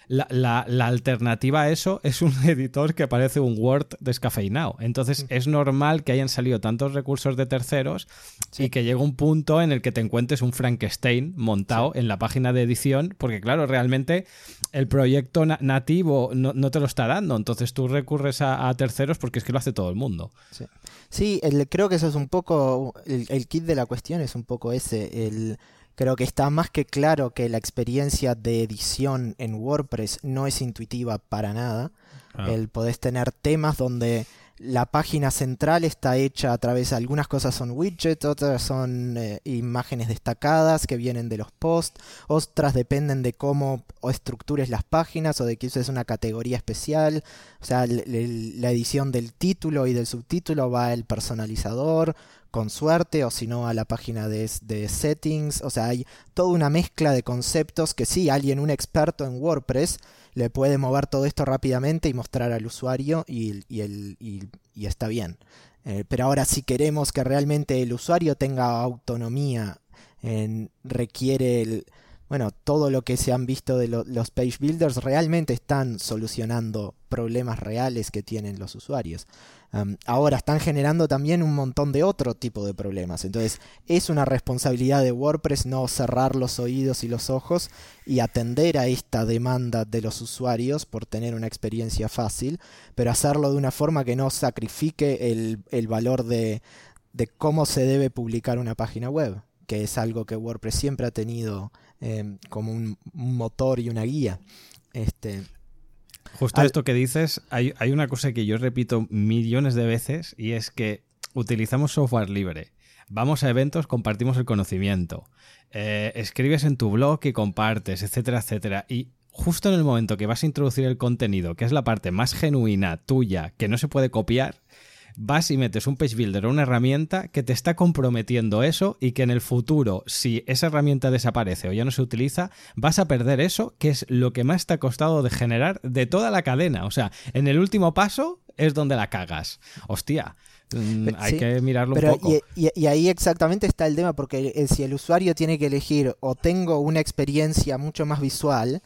la, la, la alternativa a eso es un editor que parece un Word descafeinado. Entonces mm. es normal que hayan salido tantos recursos de terceros sí. y que llegue un punto en el que te encuentres un Frankenstein montado sí. en la página de edición, porque claro, realmente el proyecto na- nativo no, no te lo está dando, entonces tú recurres a, a terceros porque es que lo hace todo el mundo. Sí, sí el, creo que eso es un poco, el, el kit de la cuestión es un poco ese, el... Creo que está más que claro que la experiencia de edición en WordPress no es intuitiva para nada. Ah. El podés tener temas donde la página central está hecha a través de algunas cosas son widgets, otras son eh, imágenes destacadas que vienen de los posts, otras dependen de cómo o estructures las páginas o de que uses una categoría especial. O sea, l- l- la edición del título y del subtítulo va el personalizador con suerte, o si no a la página de, de settings. O sea, hay toda una mezcla de conceptos que sí, alguien, un experto en WordPress, le puede mover todo esto rápidamente y mostrar al usuario y, y, el, y, y está bien. Eh, pero ahora si queremos que realmente el usuario tenga autonomía, eh, requiere el... Bueno, todo lo que se han visto de lo, los page builders realmente están solucionando problemas reales que tienen los usuarios. Um, ahora están generando también un montón de otro tipo de problemas. Entonces es una responsabilidad de WordPress no cerrar los oídos y los ojos y atender a esta demanda de los usuarios por tener una experiencia fácil, pero hacerlo de una forma que no sacrifique el, el valor de, de cómo se debe publicar una página web, que es algo que WordPress siempre ha tenido eh, como un, un motor y una guía. Este... Justo Al... esto que dices, hay, hay una cosa que yo repito millones de veces y es que utilizamos software libre. Vamos a eventos, compartimos el conocimiento. Eh, escribes en tu blog y compartes, etcétera, etcétera. Y justo en el momento que vas a introducir el contenido, que es la parte más genuina tuya, que no se puede copiar, vas y metes un page builder o una herramienta que te está comprometiendo eso y que en el futuro, si esa herramienta desaparece o ya no se utiliza, vas a perder eso, que es lo que más te ha costado de generar de toda la cadena. O sea, en el último paso es donde la cagas. Hostia, mmm, hay sí, que mirarlo pero un poco. Y, y, y ahí exactamente está el tema, porque el, si el usuario tiene que elegir o tengo una experiencia mucho más visual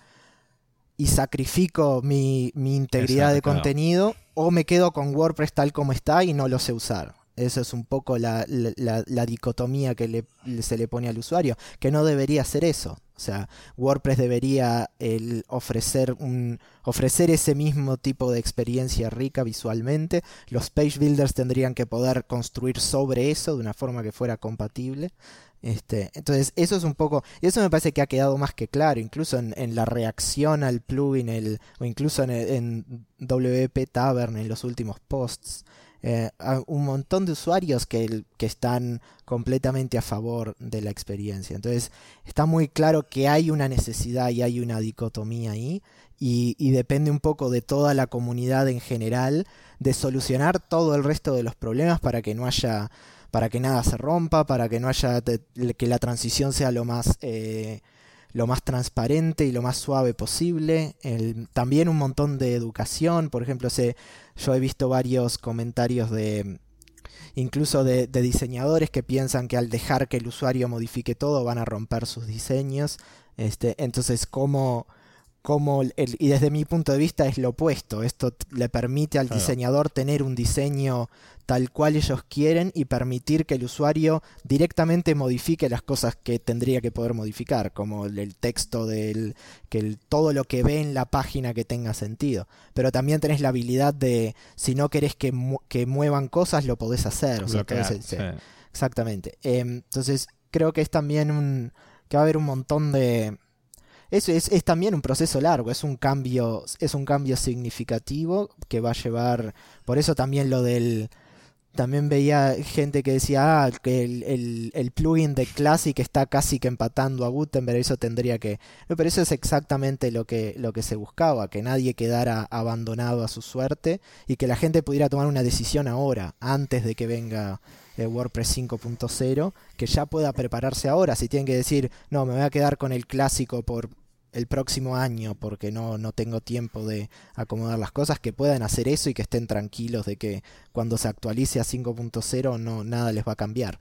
y sacrifico mi, mi integridad Exacto, de contenido, claro. O me quedo con WordPress tal como está y no lo sé usar. Eso es un poco la, la, la dicotomía que le, se le pone al usuario, que no debería ser eso. O sea, WordPress debería el ofrecer, un, ofrecer ese mismo tipo de experiencia rica visualmente. Los page builders tendrían que poder construir sobre eso de una forma que fuera compatible. Este, entonces eso es un poco, y eso me parece que ha quedado más que claro, incluso en, en la reacción al plugin, el, o incluso en, en W P Tavern en los últimos posts. Eh, un montón de usuarios que, que están completamente a favor de la experiencia. Entonces está muy claro que hay una necesidad y hay una dicotomía ahí, y, y depende un poco de toda la comunidad en general de solucionar todo el resto de los problemas para que no haya, para que nada se rompa, para que no haya, que la transición sea lo más eh, lo más transparente y lo más suave posible. El, también un montón de educación. Por ejemplo, se, yo he visto varios comentarios de incluso de, de diseñadores que piensan que al dejar que el usuario modifique todo van a romper sus diseños. Este, entonces, ¿cómo, cómo el, y desde mi punto de vista es lo opuesto? Esto le permite al claro. diseñador tener un diseño tal cual ellos quieren y permitir que el usuario directamente modifique las cosas que tendría que poder modificar, como el, el texto, del que el, todo lo que ve en la página que tenga sentido. Pero también tenés la habilidad de, si no querés que, mu que muevan cosas, lo podés hacer. O sea, entonces, sí. Sí, exactamente. Eh, entonces creo que es también un, que va a haber un montón de... Eso es, es también un proceso largo, es un cambio, es un cambio significativo que va a llevar, por eso también lo del... También veía gente que decía ah, que el, el, el plugin de Classic está casi que empatando a Gutenberg, eso tendría que... No, pero eso es exactamente lo que, lo que se buscaba, que nadie quedara abandonado a su suerte y que la gente pudiera tomar una decisión ahora, antes de que venga eh, WordPress cinco punto cero, que ya pueda prepararse ahora. Si tienen que decir, no, me voy a quedar con el clásico por el próximo año porque no, no tengo tiempo de acomodar las cosas, que puedan hacer eso y que estén tranquilos de que cuando se actualice a cinco punto cero no, nada les va a cambiar.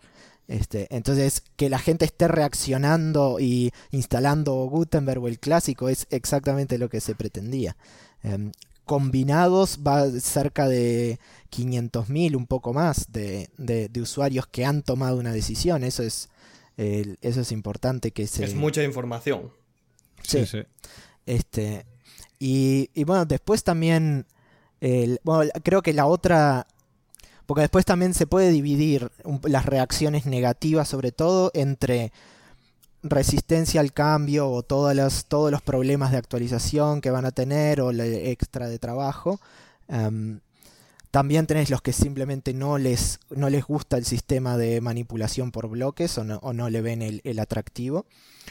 Este, entonces, que la gente esté reaccionando y instalando Gutenberg o el clásico es exactamente lo que se pretendía. Eh, combinados va cerca de quinientos mil, un poco más, de, de, de usuarios que han tomado una decisión. Eso es, eh, eso es importante que se... Es mucha información. Sí, sí. sí. Este, y, y bueno, después también... El, bueno, creo que la otra... Porque después también se puede dividir un, las reacciones negativas, sobre todo, entre resistencia al cambio o todas las, todos los problemas de actualización que van a tener o el extra de trabajo. Um, también tenés los que simplemente no les, no les gusta el sistema de manipulación por bloques o no, o no le ven el, el atractivo.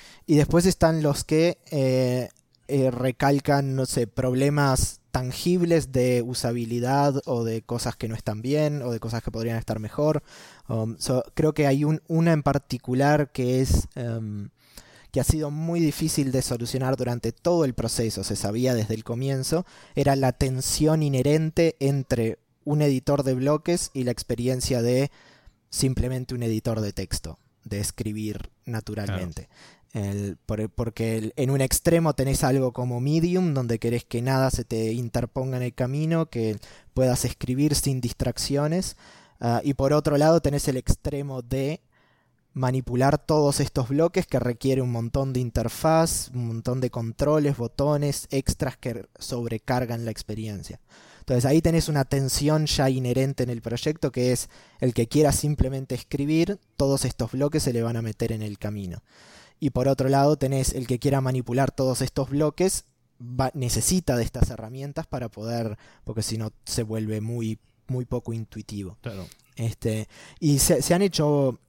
Y después están los que eh, eh, recalcan, no sé, problemas tangibles de usabilidad o de cosas que no están bien o de cosas que podrían estar mejor. Um, so, creo que hay un, una en particular que es um, que ha sido muy difícil de solucionar durante todo el proceso, se sabía desde el comienzo, era la tensión inherente entre un editor de bloques y la experiencia de simplemente un editor de texto, de escribir naturalmente. Claro. El, por, porque el, en un extremo tenés algo como Medium, donde querés que nada se te interponga en el camino, que puedas escribir sin distracciones, uh, y por otro lado tenés el extremo de manipular todos estos bloques que requiere un montón de interfaz, un montón de controles, botones, extras que sobrecargan la experiencia. Entonces ahí tenés una tensión ya inherente en el proyecto, que es el que quiera simplemente escribir, todos estos bloques se le van a meter en el camino. Y por otro lado tenés el que quiera manipular todos estos bloques, va, necesita de estas herramientas para poder, porque si no se vuelve muy, muy poco intuitivo. Claro. Este, y se, se han hecho,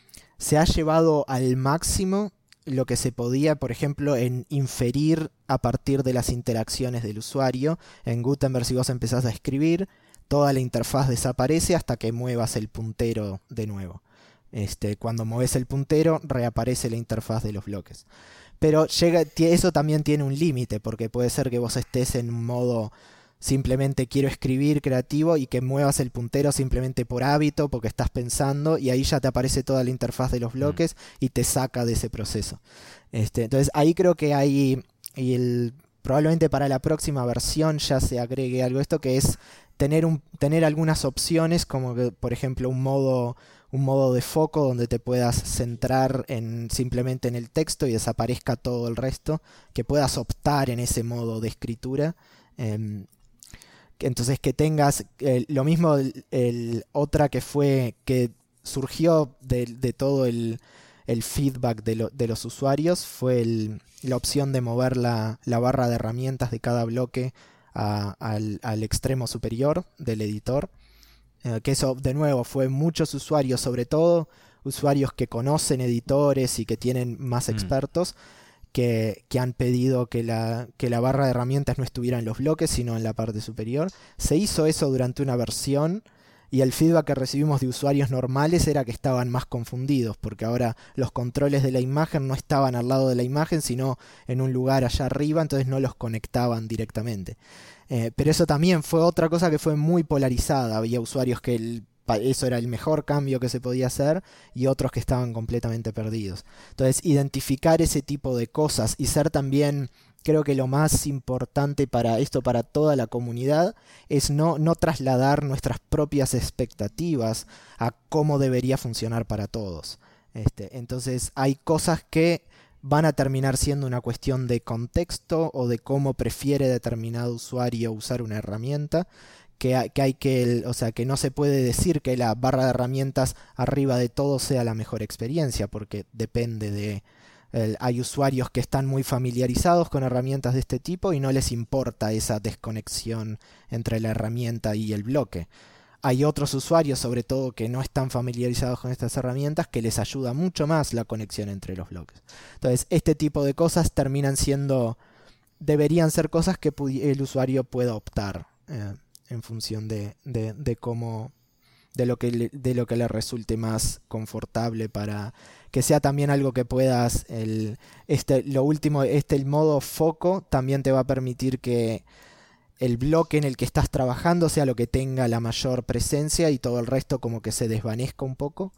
se ha llevado al máximo lo que se podía, por ejemplo, en inferir a partir de las interacciones del usuario. En Gutenberg, si vos empezás a escribir, toda la interfaz desaparece hasta que muevas el puntero de nuevo. Este, cuando mueves el puntero, reaparece la interfaz de los bloques. Pero llega, eso también tiene un límite, porque puede ser que vos estés en un modo simplemente quiero escribir creativo y que muevas el puntero simplemente por hábito, porque estás pensando, y ahí ya te aparece toda la interfaz de los bloques y te saca de ese proceso. Este, entonces ahí creo que hay, y el, probablemente para la próxima versión ya se agregue algo esto, que es tener, un, tener algunas opciones, como que, por ejemplo un modo... un modo de foco donde te puedas centrar en simplemente en el texto y desaparezca todo el resto, que puedas optar en ese modo de escritura. Eh, entonces que tengas eh, lo mismo, el, el otra que fue que surgió de, de todo el, el feedback de, lo, de los usuarios fue el, la opción de mover la, la barra de herramientas de cada bloque a, al, al extremo superior del editor. Uh, que eso, de nuevo, fue muchos usuarios, sobre todo usuarios que conocen editores y que tienen más expertos, mm. que, que han pedido que la, que la barra de herramientas no estuviera en los bloques, sino en la parte superior. Se hizo eso durante una versión y el feedback que recibimos de usuarios normales era que estaban más confundidos, porque ahora los controles de la imagen no estaban al lado de la imagen, sino en un lugar allá arriba, entonces no los conectaban directamente. Eh, pero eso también fue otra cosa que fue muy polarizada. Había usuarios que el, eso era el mejor cambio que se podía hacer y otros que estaban completamente perdidos. Entonces, identificar ese tipo de cosas y ser también, creo que lo más importante para esto, para toda la comunidad, es no, no trasladar nuestras propias expectativas a cómo debería funcionar para todos. Este, entonces, hay cosas que van a terminar siendo una cuestión de contexto o de cómo prefiere determinado usuario usar una herramienta, que hay que, hay que o sea, que no se puede decir que la barra de herramientas arriba de todo sea la mejor experiencia, porque depende de... El, hay usuarios que están muy familiarizados con herramientas de este tipo y no les importa esa desconexión entre la herramienta y el bloque. Hay otros usuarios, sobre todo, que no están familiarizados con estas herramientas, que les ayuda mucho más la conexión entre los bloques. Entonces, este tipo de cosas terminan siendo, deberían ser cosas que el usuario pueda optar eh, en función de, de, de cómo, de lo que le, de lo que le resulte más confortable, para que sea también algo que puedas, el, este, lo último, este el modo foco también te va a permitir que el bloque en el que estás trabajando sea lo que tenga la mayor presencia y todo el resto como que se desvanezca un poco.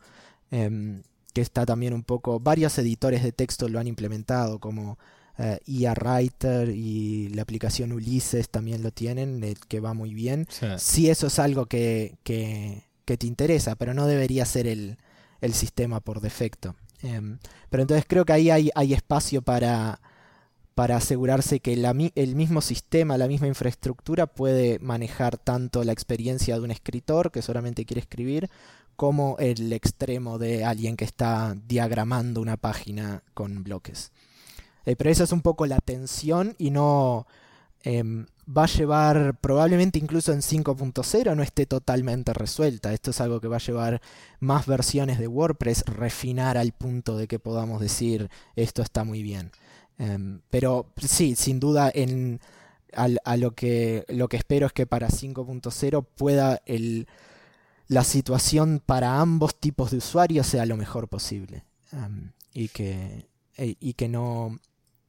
eh, que está también un poco... Varios editores de texto lo han implementado, como eh, E A Writer, y la aplicación Ulysses también lo tienen, eh, que va muy bien. Sí. Si eso es algo que, que, que te interesa, pero no debería ser el, el sistema por defecto. Eh, pero entonces creo que ahí hay, hay espacio para, para asegurarse que la, el mismo sistema, la misma infraestructura puede manejar tanto la experiencia de un escritor que solamente quiere escribir, como el extremo de alguien que está diagramando una página con bloques. Eh, pero esa es un poco la tensión, y no eh, va a llevar, probablemente incluso en cinco punto cero no esté totalmente resuelta. Esto es algo que va a llevar más versiones de WordPress, refinar al punto de que podamos decir esto está muy bien. Eh, pero sí, sin duda, en, a, a lo, que, lo que espero es que para cinco punto cero pueda el... la situación para ambos tipos de usuarios sea lo mejor posible, um, y que y que no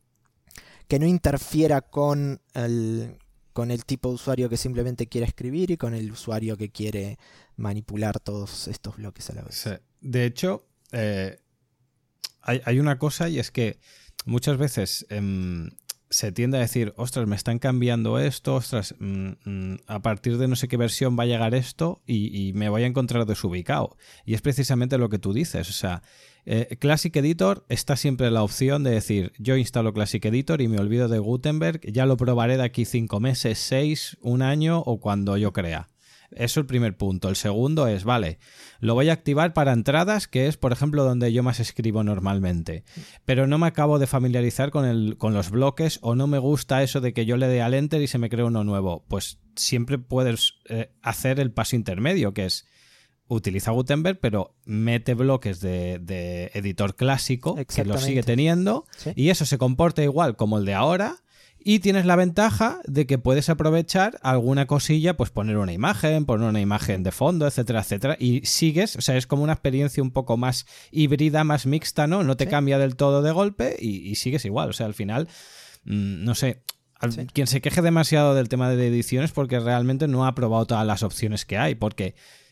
que no interfiera con el con el tipo de usuario que simplemente quiere escribir y con el usuario que quiere manipular todos estos bloques a la vez. Sí. De hecho, eh, hay, hay una cosa, y es que muchas veces eh, se tiende a decir, ostras, me están cambiando esto, ostras, mmm, mmm, a partir de no sé qué versión va a llegar esto y, y me voy a encontrar desubicado. Y es precisamente lo que tú dices. O sea, eh, Classic Editor está siempre la opción de decir, yo instalo Classic Editor y me olvido de Gutenberg, ya lo probaré de aquí cinco meses, seis, un año o cuando yo crea. Eso es el primer punto. El segundo es, vale, lo voy a activar para entradas, que es, por ejemplo, donde yo más escribo normalmente. Pero no me acabo de familiarizar con, el, con los bloques, o no me gusta eso de que yo le dé al enter y se me crea uno nuevo. Pues siempre puedes eh, hacer el paso intermedio, que es utiliza Gutenberg, pero mete bloques de, de editor clásico, que lo sigue teniendo, ¿sí? Y eso se comporta igual como el de ahora. Y tienes la ventaja de que puedes aprovechar alguna cosilla, pues poner una imagen, poner una imagen de fondo, etcétera, etcétera. Y sigues, o sea, es como una experiencia un poco más híbrida, más mixta, ¿no? No te ¿Sí? cambia del todo de golpe y, y sigues igual. O sea, al final, mmm, no sé, al, ¿Sí? quien se queje demasiado del tema de ediciones porque realmente no ha probado todas las opciones que hay, porque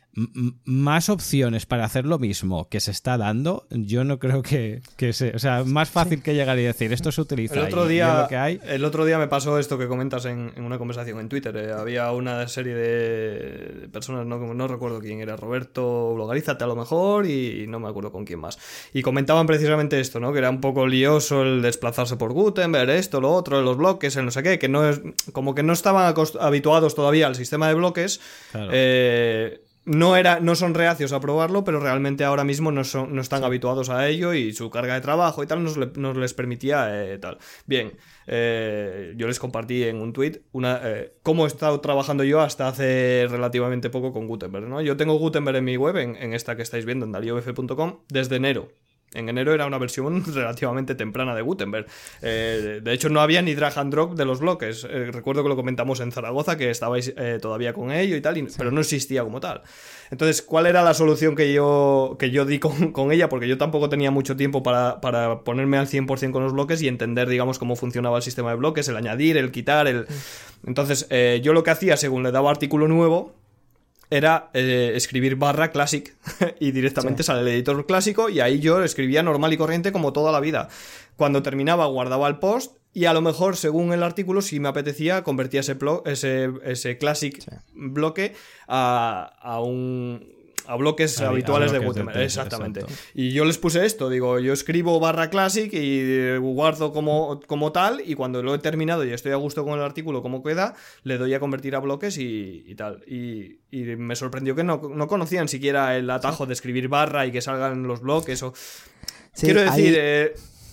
más opciones para hacer lo mismo que se está dando, yo no creo que, que sea, o sea, más fácil sí. que llegar y decir esto se utiliza. El otro y, día, y lo que hay. El otro día me pasó esto que comentas en, en una conversación en Twitter. Eh, había una serie de personas, no, no recuerdo quién era, Roberto Blogarízate a lo mejor, y no me acuerdo con quién más. Y comentaban precisamente esto, ¿no? Que era un poco lioso el desplazarse por Gutenberg, esto, lo otro, los bloques, el no sé qué, que no es, como que no estaban habituados todavía al sistema de bloques. Claro. Eh, No, era, no son reacios a probarlo, pero realmente ahora mismo no, son, no están sí. habituados a ello, y su carga de trabajo y tal nos, le, nos les permitía eh, tal. Bien, eh, yo les compartí en un tweet una, eh, cómo he estado trabajando yo hasta hace relativamente poco con Gutenberg, ¿no? Yo tengo Gutenberg en mi web, en, en esta que estáis viendo, en dalio f punto com, desde enero. En enero era una versión relativamente temprana de Gutenberg. Eh, de hecho, no había ni drag and drop de los bloques. Eh, recuerdo que lo comentamos en Zaragoza, que estabais eh, todavía con ello y tal, y, sí. pero no existía como tal. Entonces, ¿cuál era la solución que yo, que yo di con, con ella? Porque yo tampoco tenía mucho tiempo para, para ponerme al cien por ciento con los bloques y entender, digamos, cómo funcionaba el sistema de bloques, el añadir, el quitar, el... Entonces, eh, yo lo que hacía, según le daba artículo nuevo, era eh, escribir barra classic y directamente sí. sale el editor clásico, y ahí yo escribía normal y corriente como toda la vida. Cuando terminaba guardaba el post, y a lo mejor según el artículo, si me apetecía, convertía ese, plo- ese, ese classic sí. bloque a, a un... a bloques a, habituales a bloques de Gutenberg, de exactamente. Exacto. Y yo les puse esto, digo, yo escribo barra classic y guardo como, como tal, y cuando lo he terminado y estoy a gusto con el artículo como queda, le doy a convertir a bloques y, y tal. Y, y me sorprendió que no, no conocían siquiera el atajo de escribir barra y que salgan los bloques. O... Sí, quiero decir... Hay... Eh,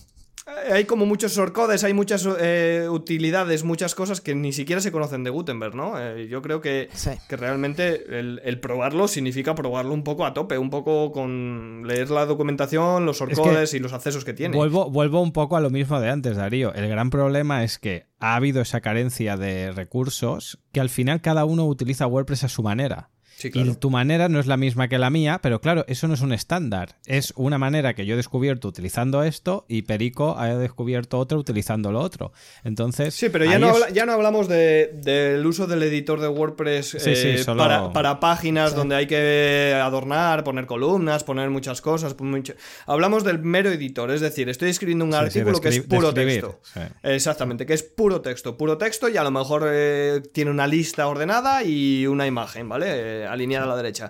hay como muchos shortcodes, hay muchas eh, utilidades, muchas cosas que ni siquiera se conocen de Gutenberg, ¿no? Eh, yo creo que, sí. que realmente el, el probarlo significa probarlo un poco a tope, un poco con leer la documentación, los shortcodes es que y los accesos que tiene. Vuelvo, vuelvo un poco a lo mismo de antes, Darío. El gran problema es que ha habido esa carencia de recursos que al final cada uno utiliza WordPress a su manera. Sí, claro. Y tu manera no es la misma que la mía, pero claro, eso no es un estándar. Es una manera que yo he descubierto utilizando esto y Perico ha descubierto otra utilizando lo otro. Entonces, sí, pero ya no, es... habla, ya no hablamos de, del uso del editor de WordPress sí, eh, sí, solo... para, para páginas sí. donde hay que adornar, poner columnas, poner muchas cosas. Mucho... Hablamos del mero editor, es decir, estoy escribiendo un sí, artículo sí, que es puro texto. Sí. Exactamente, que es puro texto. Puro texto y a lo mejor eh, tiene una lista ordenada y una imagen, ¿vale? Eh, alineada a la derecha.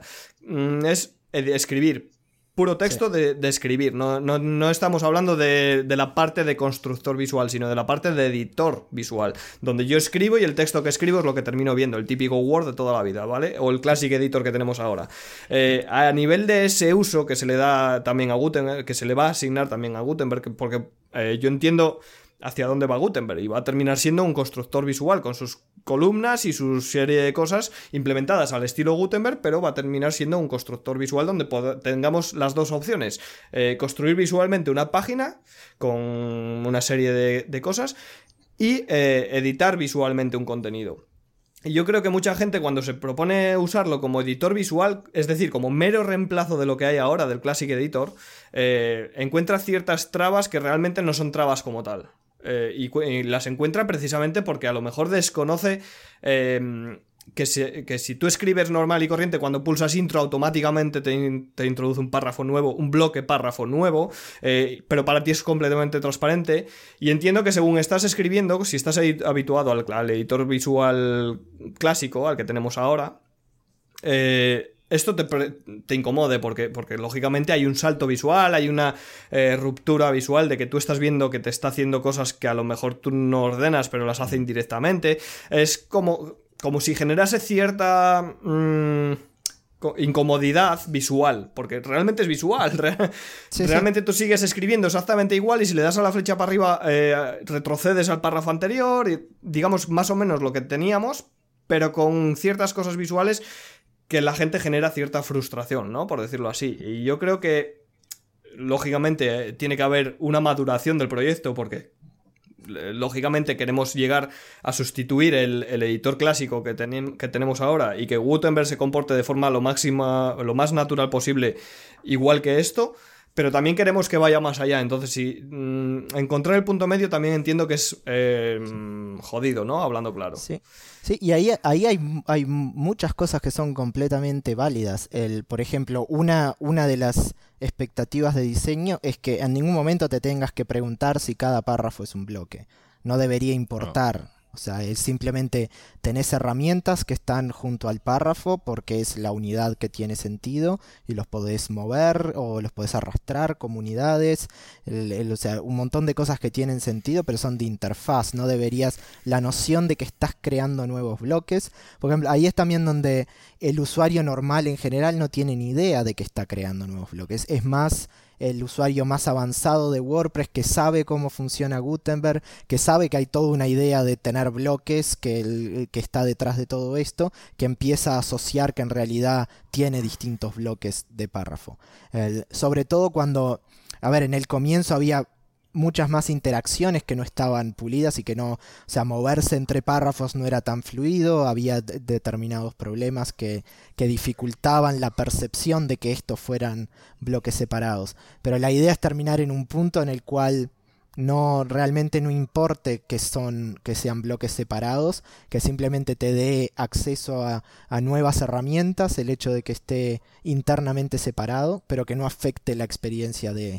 Es escribir puro texto sí. de, de escribir. No, no, no estamos hablando de, de la parte de constructor visual, sino de la parte de editor visual, donde yo escribo y el texto que escribo es lo que termino viendo, el típico Word de toda la vida, ¿vale? O el Classic Editor que tenemos ahora. Eh, a nivel de ese uso que se le da también a Gutenberg, que se le va a asignar también a Gutenberg, porque eh, yo entiendo hacia dónde va Gutenberg y va a terminar siendo un constructor visual con sus columnas y su serie de cosas implementadas al estilo Gutenberg, pero va a terminar siendo un constructor visual donde tengamos las dos opciones, eh, construir visualmente una página con una serie de, de cosas y eh, editar visualmente un contenido. Y yo creo que mucha gente cuando se propone usarlo como editor visual, es decir, como mero reemplazo de lo que hay ahora del Classic Editor, eh, encuentra ciertas trabas que realmente no son trabas como tal. Eh, y, y las encuentra precisamente porque a lo mejor desconoce eh, que, si, que si tú escribes normal y corriente, cuando pulsas intro automáticamente te, in, te introduce un párrafo nuevo, un bloque párrafo nuevo, eh, pero para ti es completamente transparente. Y entiendo que según estás escribiendo, si estás habituado al, al editor visual clásico, al que tenemos ahora, eh, esto te, te incomode porque, porque lógicamente hay un salto visual, hay una eh, ruptura visual de que tú estás viendo que te está haciendo cosas que a lo mejor tú no ordenas pero las hace indirectamente. Es como, como si generase cierta mmm, incomodidad visual, porque realmente es visual. Sí, realmente sí. Tú sigues escribiendo exactamente igual y si le das a la flecha para arriba eh, retrocedes al párrafo anterior y digamos más o menos lo que teníamos, pero con ciertas cosas visuales que la gente genera cierta frustración, ¿no? Por decirlo así. Y yo creo que, lógicamente, eh, tiene que haber una maduración del proyecto porque, eh, lógicamente, queremos llegar a sustituir el, el editor clásico que, ten, que tenemos ahora y que Gutenberg se comporte de forma lo, máxima, lo más natural posible, igual que esto, pero también queremos que vaya más allá. Entonces, si mmm, encontrar el punto medio también entiendo que es eh, jodido, ¿no? Hablando claro. Sí. Sí, y ahí, ahí hay, hay muchas cosas que son completamente válidas. El, por ejemplo, una, una de las expectativas de diseño es que en ningún momento te tengas que preguntar si cada párrafo es un bloque. No debería importar. No. O sea, es simplemente tenés herramientas que están junto al párrafo porque es la unidad que tiene sentido y los podés mover o los podés arrastrar como unidades. El, el, o sea, un montón de cosas que tienen sentido pero son de interfaz. No deberías... La noción de que estás creando nuevos bloques. Por ejemplo, ahí es también donde el usuario normal en general no tiene ni idea de que está creando nuevos bloques. Es más... el usuario más avanzado de WordPress que sabe cómo funciona Gutenberg, que sabe que hay toda una idea de tener bloques que, el, que está detrás de todo esto, que empieza a asociar que en realidad tiene distintos bloques de párrafo. El, sobre todo cuando, a ver, en el comienzo había muchas más interacciones que no estaban pulidas y que no, o sea, moverse entre párrafos no era tan fluido, había de- determinados problemas que, que dificultaban la percepción de que estos fueran bloques separados. Pero la idea es terminar en un punto en el cual no realmente no importe que son que sean bloques separados, que simplemente te dé acceso a, a nuevas herramientas, el hecho de que esté internamente separado, pero que no afecte la experiencia de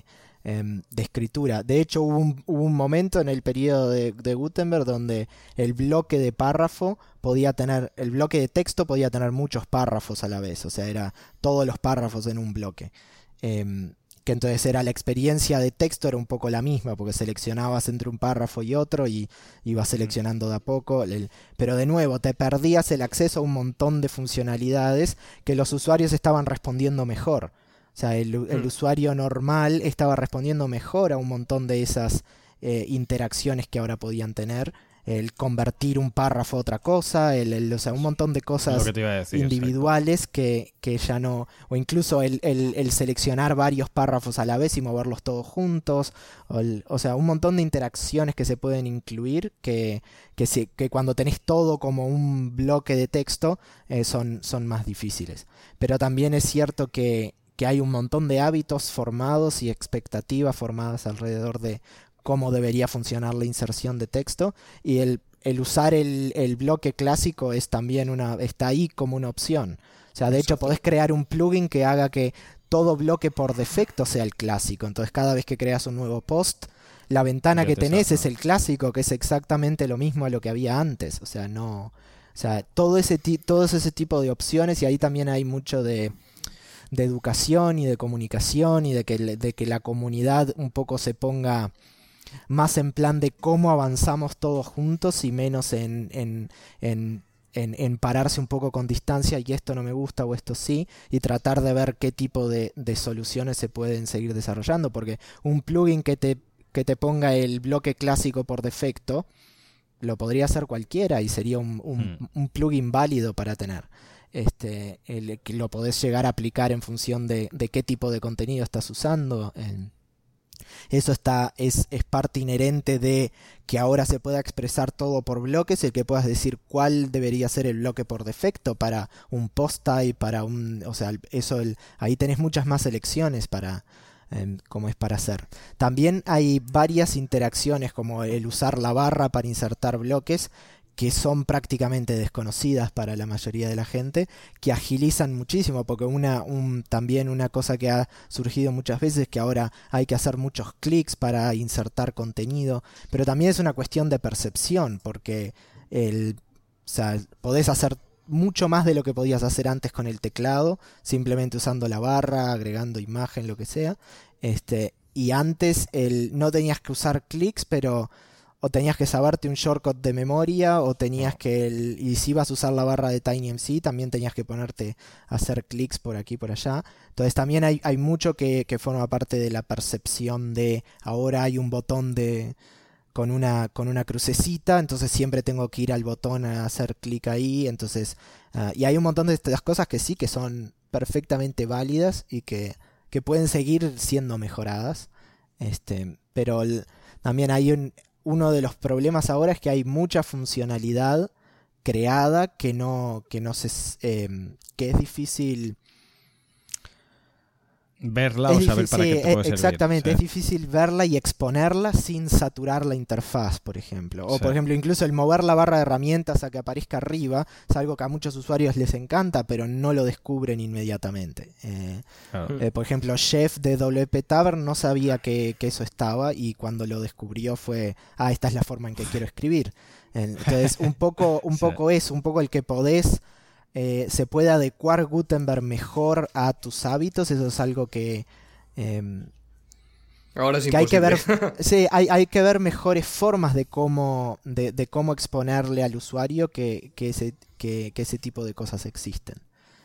de escritura. De hecho hubo un, hubo un momento en el periodo de, de Gutenberg donde el bloque de párrafo podía tener, el bloque de texto podía tener muchos párrafos a la vez, o sea, era todos los párrafos en un bloque. Eh, que entonces era la experiencia de texto era un poco la misma, porque seleccionabas entre un párrafo y otro y ibas seleccionando de a poco, el, pero de nuevo te perdías el acceso a un montón de funcionalidades que los usuarios estaban respondiendo mejor. O sea, el, el mm. usuario normal estaba respondiendo mejor a un montón de esas eh, interacciones que ahora podían tener. el convertir un párrafo a otra cosa, el, el, o sea, un montón de cosas Lo que te iba a decir, individuales que, que ya no, o incluso el, el, el seleccionar varios párrafos a la vez y moverlos todos juntos, o, el, o sea, un montón de interacciones que se pueden incluir que, que, si, que cuando tenés todo como un bloque de texto eh, son, son más difíciles. Pero también es cierto que, que hay un montón de hábitos formados y expectativas formadas alrededor de cómo debería funcionar la inserción de texto, y el, el usar el, el bloque clásico es también una, está ahí como una opción. O sea, de hecho podés crear un plugin que haga que todo bloque por defecto sea el clásico. Entonces cada vez que creas un nuevo post, la ventana que tenés es el clásico, que es exactamente lo mismo a lo que había antes. O sea, no, o sea, todo ese ti- todo ese tipo de opciones, y ahí también hay mucho de de educación y de comunicación y de que, de que la comunidad un poco se ponga más en plan de cómo avanzamos todos juntos y menos en, en, en, en, en pararse un poco con distancia y esto no me gusta o esto sí, y tratar de ver qué tipo de, de soluciones se pueden seguir desarrollando, porque un plugin que te, que te ponga el bloque clásico por defecto lo podría hacer cualquiera y sería un, un, hmm. un plugin válido para tener. Este, el, que lo podés llegar a aplicar en función de, de qué tipo de contenido estás usando. En, Eso está es, es parte inherente de que ahora se pueda expresar todo por bloques, el que puedas decir cuál debería ser el bloque por defecto para un post type, para un, o sea, eso el, ahí tenés muchas más elecciones para eh, como es para hacer. También hay varias interacciones como el usar la barra para insertar bloques que son prácticamente desconocidas para la mayoría de la gente, que agilizan muchísimo, porque una un, también una cosa que ha surgido muchas veces es que ahora hay que hacer muchos clics para insertar contenido, pero también es una cuestión de percepción, porque el, o sea, podés hacer mucho más de lo que podías hacer antes con el teclado, simplemente usando la barra, agregando imagen, lo que sea, este, y antes el, no tenías que usar clics, pero o tenías que saberte un shortcut de memoria, o tenías que, el, y si ibas a usar la barra de TinyMC, también tenías que ponerte a hacer clics por aquí y por allá. Entonces también hay, hay mucho que, que forma parte de la percepción de, ahora hay un botón de con una, con una crucecita, entonces siempre tengo que ir al botón a hacer clic ahí, entonces, uh, y hay un montón de estas cosas que sí, que son perfectamente válidas y que, que pueden seguir siendo mejoradas, este, pero el, también hay un... Uno de los problemas ahora es que hay mucha funcionalidad creada que no, que no se, eh, que es difícil verla es o saber difícil, para qué te puede sí, servir. Exactamente, Sí. Es difícil verla y exponerla sin saturar la interfaz, por ejemplo. O Sí. por ejemplo, incluso el mover la barra de herramientas a que aparezca arriba es algo que a muchos usuarios les encanta, pero no lo descubren inmediatamente. Eh, Claro. eh, por ejemplo, Jeff de W P Tavern no sabía que, que eso estaba, y cuando lo descubrió fue, ah, esta es la forma en que quiero escribir. Entonces, un poco, un Sí. poco es, un poco el que podés Eh, se puede adecuar Gutenberg mejor a tus hábitos. Eso es algo que eh, ahora es que hay que ver. imposible. Sí, hay, hay que ver mejores formas de cómo de, de cómo exponerle al usuario que, que, ese, que, que ese tipo de cosas existen.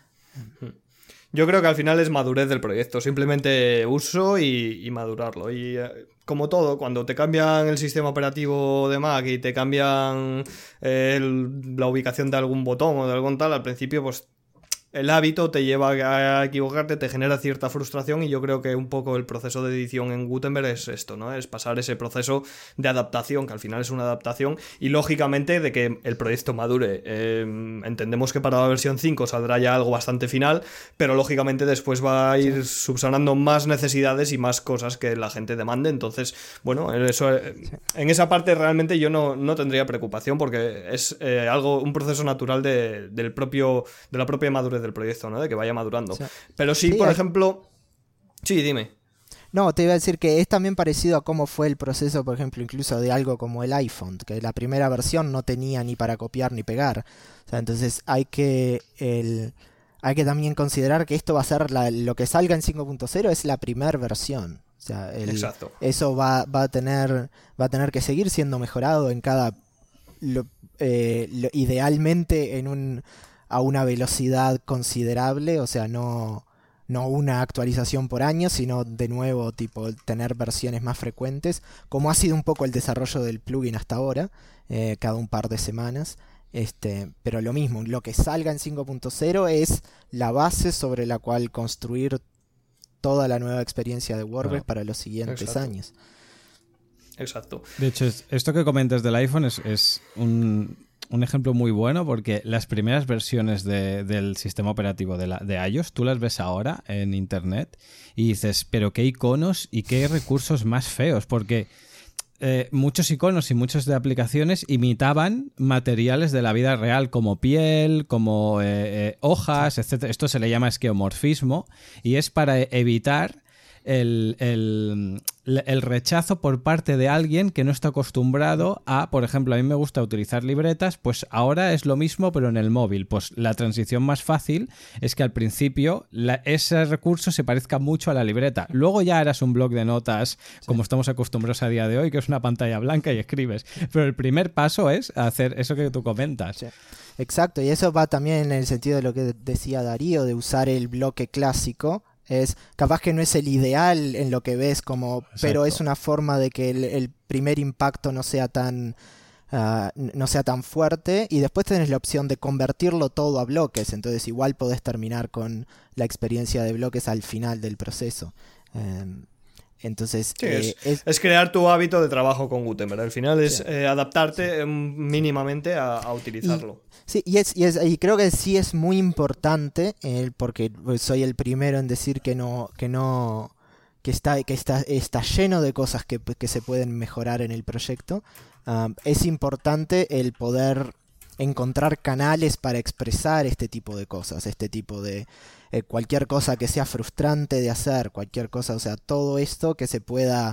Yo creo que al final es madurez del proyecto, simplemente uso y, y madurarlo. Y eh, como todo, cuando te cambian el sistema operativo de Mac y te cambian eh, el, la ubicación de algún botón o de algún tal, al principio pues el hábito te lleva a equivocarte, te genera cierta frustración, y yo creo que un poco el proceso de edición en Gutenberg es esto, ¿no? Es pasar ese proceso de adaptación, que al final es una adaptación, y lógicamente de que el proyecto madure. Eh, entendemos que para la versión cinco saldrá ya algo bastante final, pero lógicamente después va a ir subsanando más necesidades y más cosas que la gente demande. Entonces, bueno, eso, en esa parte realmente yo no, no tendría preocupación, porque es eh, algo, un proceso natural de, del propio, de la propia madurez del proyecto, ¿no? De que vaya madurando. Sí. Pero sí, sí, por hay... ejemplo... Sí, dime. No, te iba a decir que es también parecido a cómo fue el proceso, por ejemplo, incluso de algo como el iPhone, que la primera versión no tenía ni para copiar ni pegar. O sea, entonces hay que... El... Hay que también considerar que esto va a ser la, lo que salga en cinco punto cero es la primera versión. O sea, el, Exacto. Eso va, va a tener va a tener que seguir siendo mejorado en cada lo, eh, lo, idealmente en un a una velocidad considerable, o sea, no no una actualización por año, sino de nuevo tipo tener versiones más frecuentes, como ha sido un poco el desarrollo del plugin hasta ahora, eh, cada un par de semanas. Este, pero lo mismo, lo que salga en cinco punto cero es la base sobre la cual construir toda la nueva experiencia de WordPress, claro, para los siguientes Exacto. años. Exacto. De hecho, es, esto que comentas del iPhone es, es un, un ejemplo muy bueno, porque las primeras versiones de, del sistema operativo de, la, de iOS, tú las ves ahora en internet y dices, pero qué iconos y qué recursos más feos, porque eh, muchos iconos y muchas de aplicaciones imitaban materiales de la vida real, como piel, como eh, eh, hojas, etcétera. Esto se le llama esqueomorfismo y es para evitar El, el, el rechazo por parte de alguien que no está acostumbrado a, por ejemplo, a mí me gusta utilizar libretas, pues ahora es lo mismo pero en el móvil. Pues la transición más fácil es que al principio la, ese recurso se parezca mucho a la libreta. Luego ya harás un bloc de notas, sí, como estamos acostumbrados a día de hoy, que es una pantalla blanca y escribes. Pero el primer paso es hacer eso que tú comentas. Sí. Exacto, y eso va también en el sentido de lo que decía Darío, de usar el bloque clásico. Es capaz que no es el ideal en lo que ves, como, pero es una forma de que el, el primer impacto no sea tan uh, no sea tan fuerte, y después tenés la opción de convertirlo todo a bloques, entonces igual podés terminar con la experiencia de bloques al final del proceso. Um, Entonces sí, eh, es, es, es crear tu hábito de trabajo con Gutenberg. Al final es sí, eh, adaptarte sí. mínimamente a, a utilizarlo. Y, sí, y, es, y, es, y creo que sí es muy importante, eh, porque soy el primero en decir que no, que no, que está, que está, está lleno de cosas que, que se pueden mejorar en el proyecto. Um, es importante el poder encontrar canales para expresar este tipo de cosas, este tipo de eh, cualquier cosa que sea frustrante de hacer, cualquier cosa, o sea, todo esto que se pueda,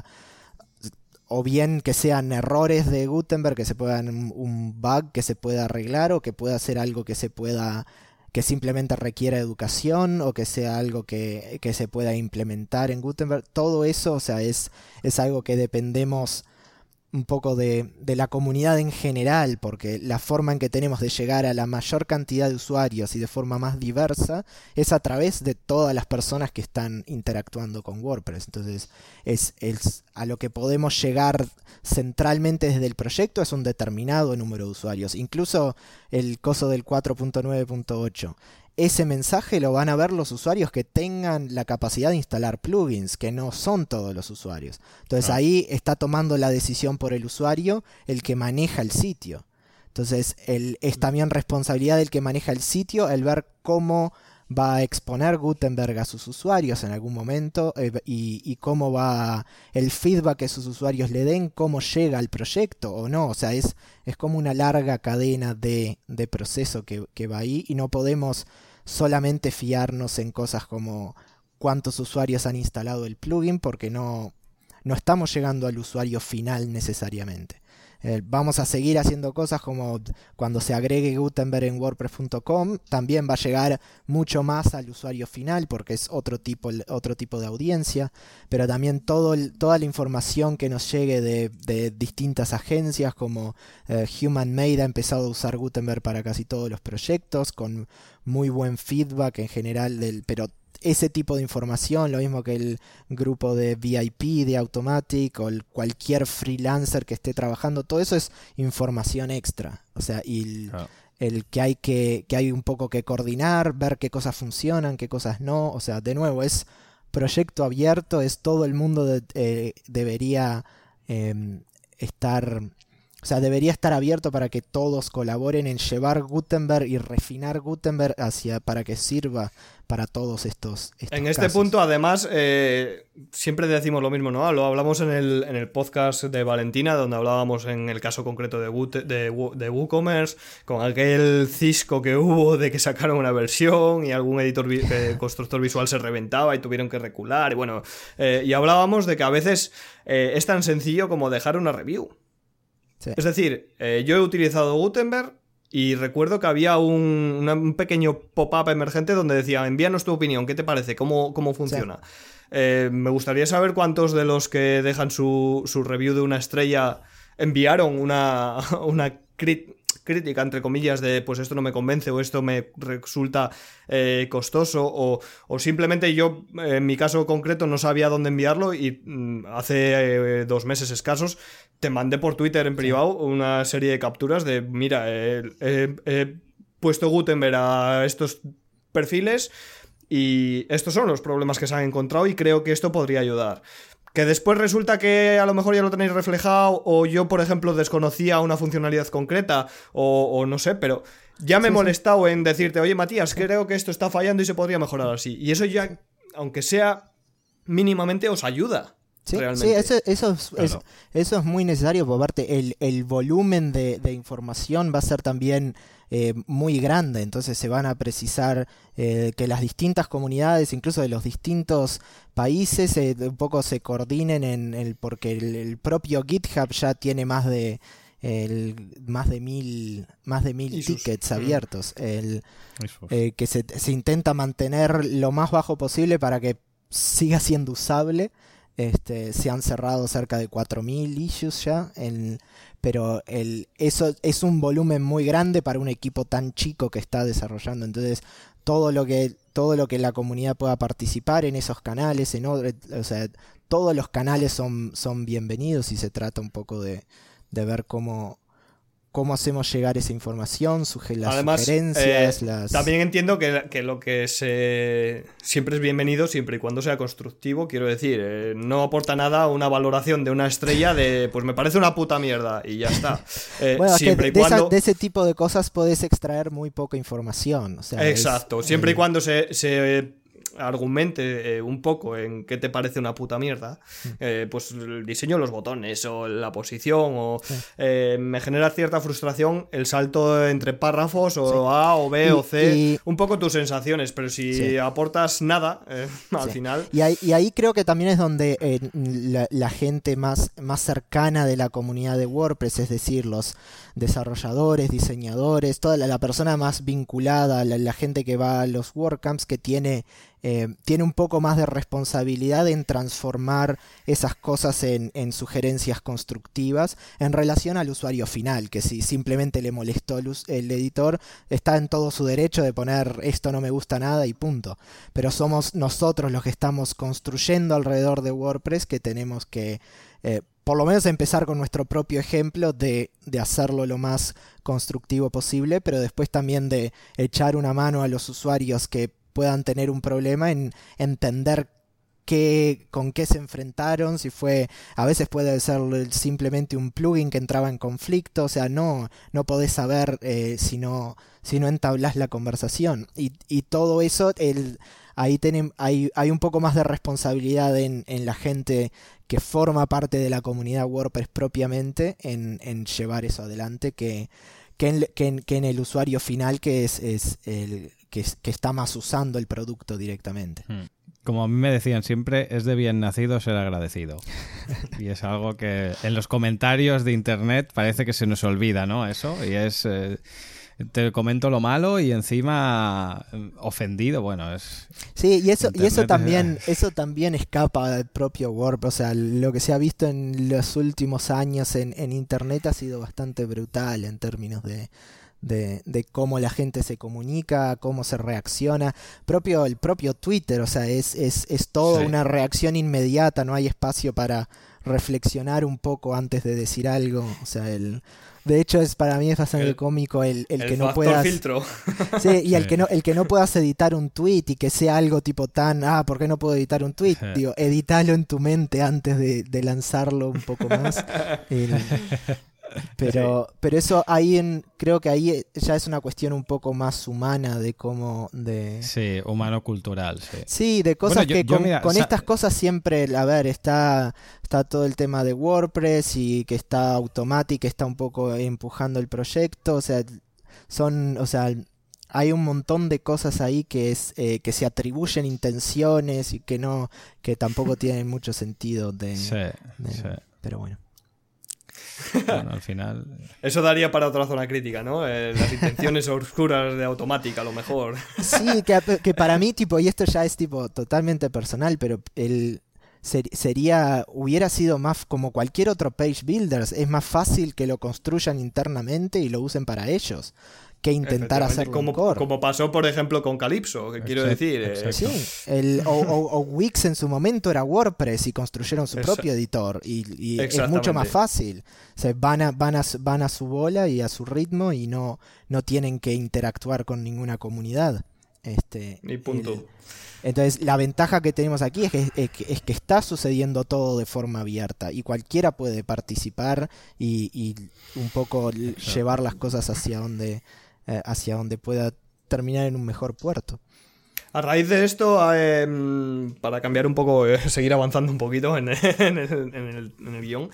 o bien que sean errores de Gutenberg, que se puedan un, un bug que se pueda arreglar, o que pueda ser algo que se pueda, que simplemente requiera educación, o que sea algo que, que se pueda implementar en Gutenberg. Todo eso, o sea, es, es algo que dependemos un poco de, de la comunidad en general, porque la forma en que tenemos de llegar a la mayor cantidad de usuarios y de forma más diversa es a través de todas las personas que están interactuando con WordPress. Entonces es, es a lo que podemos llegar centralmente desde el proyecto es un determinado número de usuarios. Incluso el coso del cuatro punto nueve punto ocho, ese mensaje lo van a ver los usuarios que tengan la capacidad de instalar plugins, que no son todos los usuarios. Entonces ah. ahí está tomando la decisión por el usuario el que maneja el sitio. Entonces el, es también responsabilidad del que maneja el sitio el ver cómo va a exponer Gutenberg a sus usuarios en algún momento, eh, y, y cómo va el feedback que sus usuarios le den, cómo llega al proyecto o no. O sea, es, es como una larga cadena de, de proceso que, que va ahí, y no podemos solamente fiarnos en cosas como cuántos usuarios han instalado el plugin, porque no, no estamos llegando al usuario final necesariamente. Eh, vamos a seguir haciendo cosas como cuando se agregue Gutenberg en WordPress punto com, también va a llegar mucho más al usuario final, porque es otro tipo, otro tipo de audiencia, pero también todo el, toda la información que nos llegue de, de distintas agencias como eh, Human Made ha empezado a usar Gutenberg para casi todos los proyectos, con muy buen feedback en general, del, pero ese tipo de información, lo mismo que el grupo de V I P de Automattic o el, cualquier freelancer que esté trabajando, todo eso es información extra. O sea, y el, oh. el que hay que, que hay un poco que coordinar, ver qué cosas funcionan, qué cosas no. O sea, de nuevo, es proyecto abierto, es todo el mundo de, eh, debería eh, estar... O sea, debería estar abierto para que todos colaboren en llevar Gutenberg y refinar Gutenberg hacia, para que sirva para todos estos, estos En este casos. punto, además, eh, siempre decimos lo mismo, ¿no? Lo hablamos en el, en el podcast de Valentina, donde hablábamos en el caso concreto de, Woot, de, de WooCommerce, con aquel cisco que hubo de que sacaron una versión y algún editor eh, constructor visual se reventaba y tuvieron que recular. Y bueno, eh, y hablábamos de que a veces eh, es tan sencillo como dejar una review. Sí. Es decir, eh, yo he utilizado Gutenberg y recuerdo que había un, una, un pequeño pop-up emergente donde decía, envíanos tu opinión, ¿qué te parece? ¿Cómo, cómo funciona? Sí. Eh, me gustaría saber cuántos de los que dejan su, su review de una estrella enviaron una, una crit crítica, entre comillas, de pues esto no me convence o esto me resulta eh, costoso o, o simplemente yo, en mi caso concreto, no sabía dónde enviarlo y mm, hace eh, dos meses escasos te mandé por Twitter en privado sí. una serie de capturas de, mira, eh, eh, he puesto Gutenberg a estos perfiles y estos son los problemas que se han encontrado y creo que esto podría ayudar. Que después resulta que a lo mejor ya lo tenéis reflejado o yo, por ejemplo, desconocía una funcionalidad concreta o, o no sé, pero ya me he sí, molestado sí. en decirte, oye, Matías, creo que esto está fallando y se podría mejorar así. Y eso ya, aunque sea mínimamente, os ayuda. Sí, realmente. sí, eso, eso, es, claro. es, eso es muy necesario, por parte el, el volumen de, de información va a ser también eh, muy grande, entonces se van a precisar eh, que las distintas comunidades, incluso de los distintos países, eh, un poco se coordinen en el, porque el, el propio GitHub ya tiene más de el, más de mil más de mil Isus. tickets abiertos, el, eh, que se, se intenta mantener lo más bajo posible para que siga siendo usable. Este, se han cerrado cerca de cuatro mil issues ya, el, pero el, eso es un volumen muy grande para un equipo tan chico que está desarrollando. Entonces, todo lo que todo lo que la comunidad pueda participar en esos canales, en, o sea, todos los canales son, son bienvenidos y se trata un poco de, de ver cómo... cómo hacemos llegar esa información, suge las Además, sugerencias, eh, las... También entiendo que, que lo que se siempre es bienvenido siempre y cuando sea constructivo, quiero decir, eh, no aporta nada una valoración de una estrella de, pues me parece una puta mierda y ya está. Eh, bueno, siempre es que y de, cuando... esa, de ese tipo de cosas podés extraer muy poca información. O sea, exacto, es, siempre eh... y cuando se... se argumente eh, un poco en qué te parece una puta mierda, eh, pues el diseño de los botones o la posición o sí. eh, me genera cierta frustración el salto entre párrafos o sí. A o B y, o C, y... un poco tus sensaciones, pero si sí. aportas nada eh, al sí. final... Y ahí, y ahí creo que también es donde eh, la, la gente más, más cercana de la comunidad de WordPress, es decir, los desarrolladores, diseñadores, toda la, la persona más vinculada, la, la gente que va a los WordCamps, que tiene... Eh, tiene un poco más de responsabilidad en transformar esas cosas en, en sugerencias constructivas en relación al usuario final, que si simplemente le molestó el, el editor, está en todo su derecho de poner esto no me gusta nada y punto. Pero somos nosotros los que estamos construyendo alrededor de WordPress que tenemos que... Eh, por lo menos empezar con nuestro propio ejemplo de, de hacerlo lo más constructivo posible, pero después también de echar una mano a los usuarios que puedan tener un problema en entender qué, con qué se enfrentaron, si fue, a veces puede ser simplemente un plugin que entraba en conflicto, o sea, no, no podés saber eh, si no, si no entablás la conversación. Y, y todo eso, el, ahí tenem, hay, hay un poco más de responsabilidad en, en la gente que forma parte de la comunidad WordPress propiamente en, en llevar eso adelante que, que, en, que, en, que en el usuario final, que es, es el Que, que está más usando el producto directamente. Como a mí me decían siempre, es de bien nacido ser agradecido. Y es algo que en los comentarios de internet parece que se nos olvida, ¿no? Eso, y es... Eh, te comento lo malo y encima ofendido, bueno, es... Sí, y eso, y eso también eso también escapa del propio WordPress, o sea, lo que se ha visto en los últimos años en, en internet ha sido bastante brutal en términos de... De, de cómo la gente se comunica, cómo se reacciona, propio el propio Twitter, o sea, es, es, es todo sí. una reacción inmediata, no hay espacio para reflexionar un poco antes de decir algo, o sea, el de hecho es para mí es bastante el, cómico el, el, el que no puedas filtro. Sí, y sí. el que no el que no puedas editar un tweet y que sea algo tipo tan, ah, ¿por qué no puedo editar un tweet? Digo, editalo en tu mente antes de, de lanzarlo un poco más. el, Pero, sí. pero eso ahí en, creo que ahí ya es una cuestión un poco más humana de cómo de sí, humano-cultural, sí. Sí, de cosas bueno, yo, que yo, con, mira, con estas cosas siempre, a ver, está está todo el tema de WordPress y que está Automatic, que está un poco empujando el proyecto, o sea, son, o sea, hay un montón de cosas ahí que es eh, que se atribuyen intenciones y que no, que tampoco tienen mucho sentido de, sí, de sí. Pero bueno. Bueno, al final... Eso daría para otra zona crítica, ¿no? Eh, las intenciones oscuras de Automatic, a lo mejor. Sí, que, que para mí, tipo, y esto ya es tipo totalmente personal, pero el ser, sería, hubiera sido más como cualquier otro page builder, es más fácil que lo construyan internamente y lo usen para ellos que intentar hacerlo como, en core. Como pasó, por ejemplo, con Calypso, que quiero Exacto, decir... Eh, sí, el, o, o, o Wix en su momento era WordPress y construyeron su propio editor y, y es mucho más fácil. O sea, van, a, van, a, van a su bola y a su ritmo y no, no tienen que interactuar con ninguna comunidad. Este, y punto. El, entonces, la ventaja que tenemos aquí es que, es, que, es que está sucediendo todo de forma abierta y cualquiera puede participar y, y un poco Exacto. llevar las cosas hacia donde... hacia donde pueda terminar en un mejor puerto. A raíz de esto, eh, para cambiar un poco, eh, seguir avanzando un poquito en, en, el, en, el, en el guión,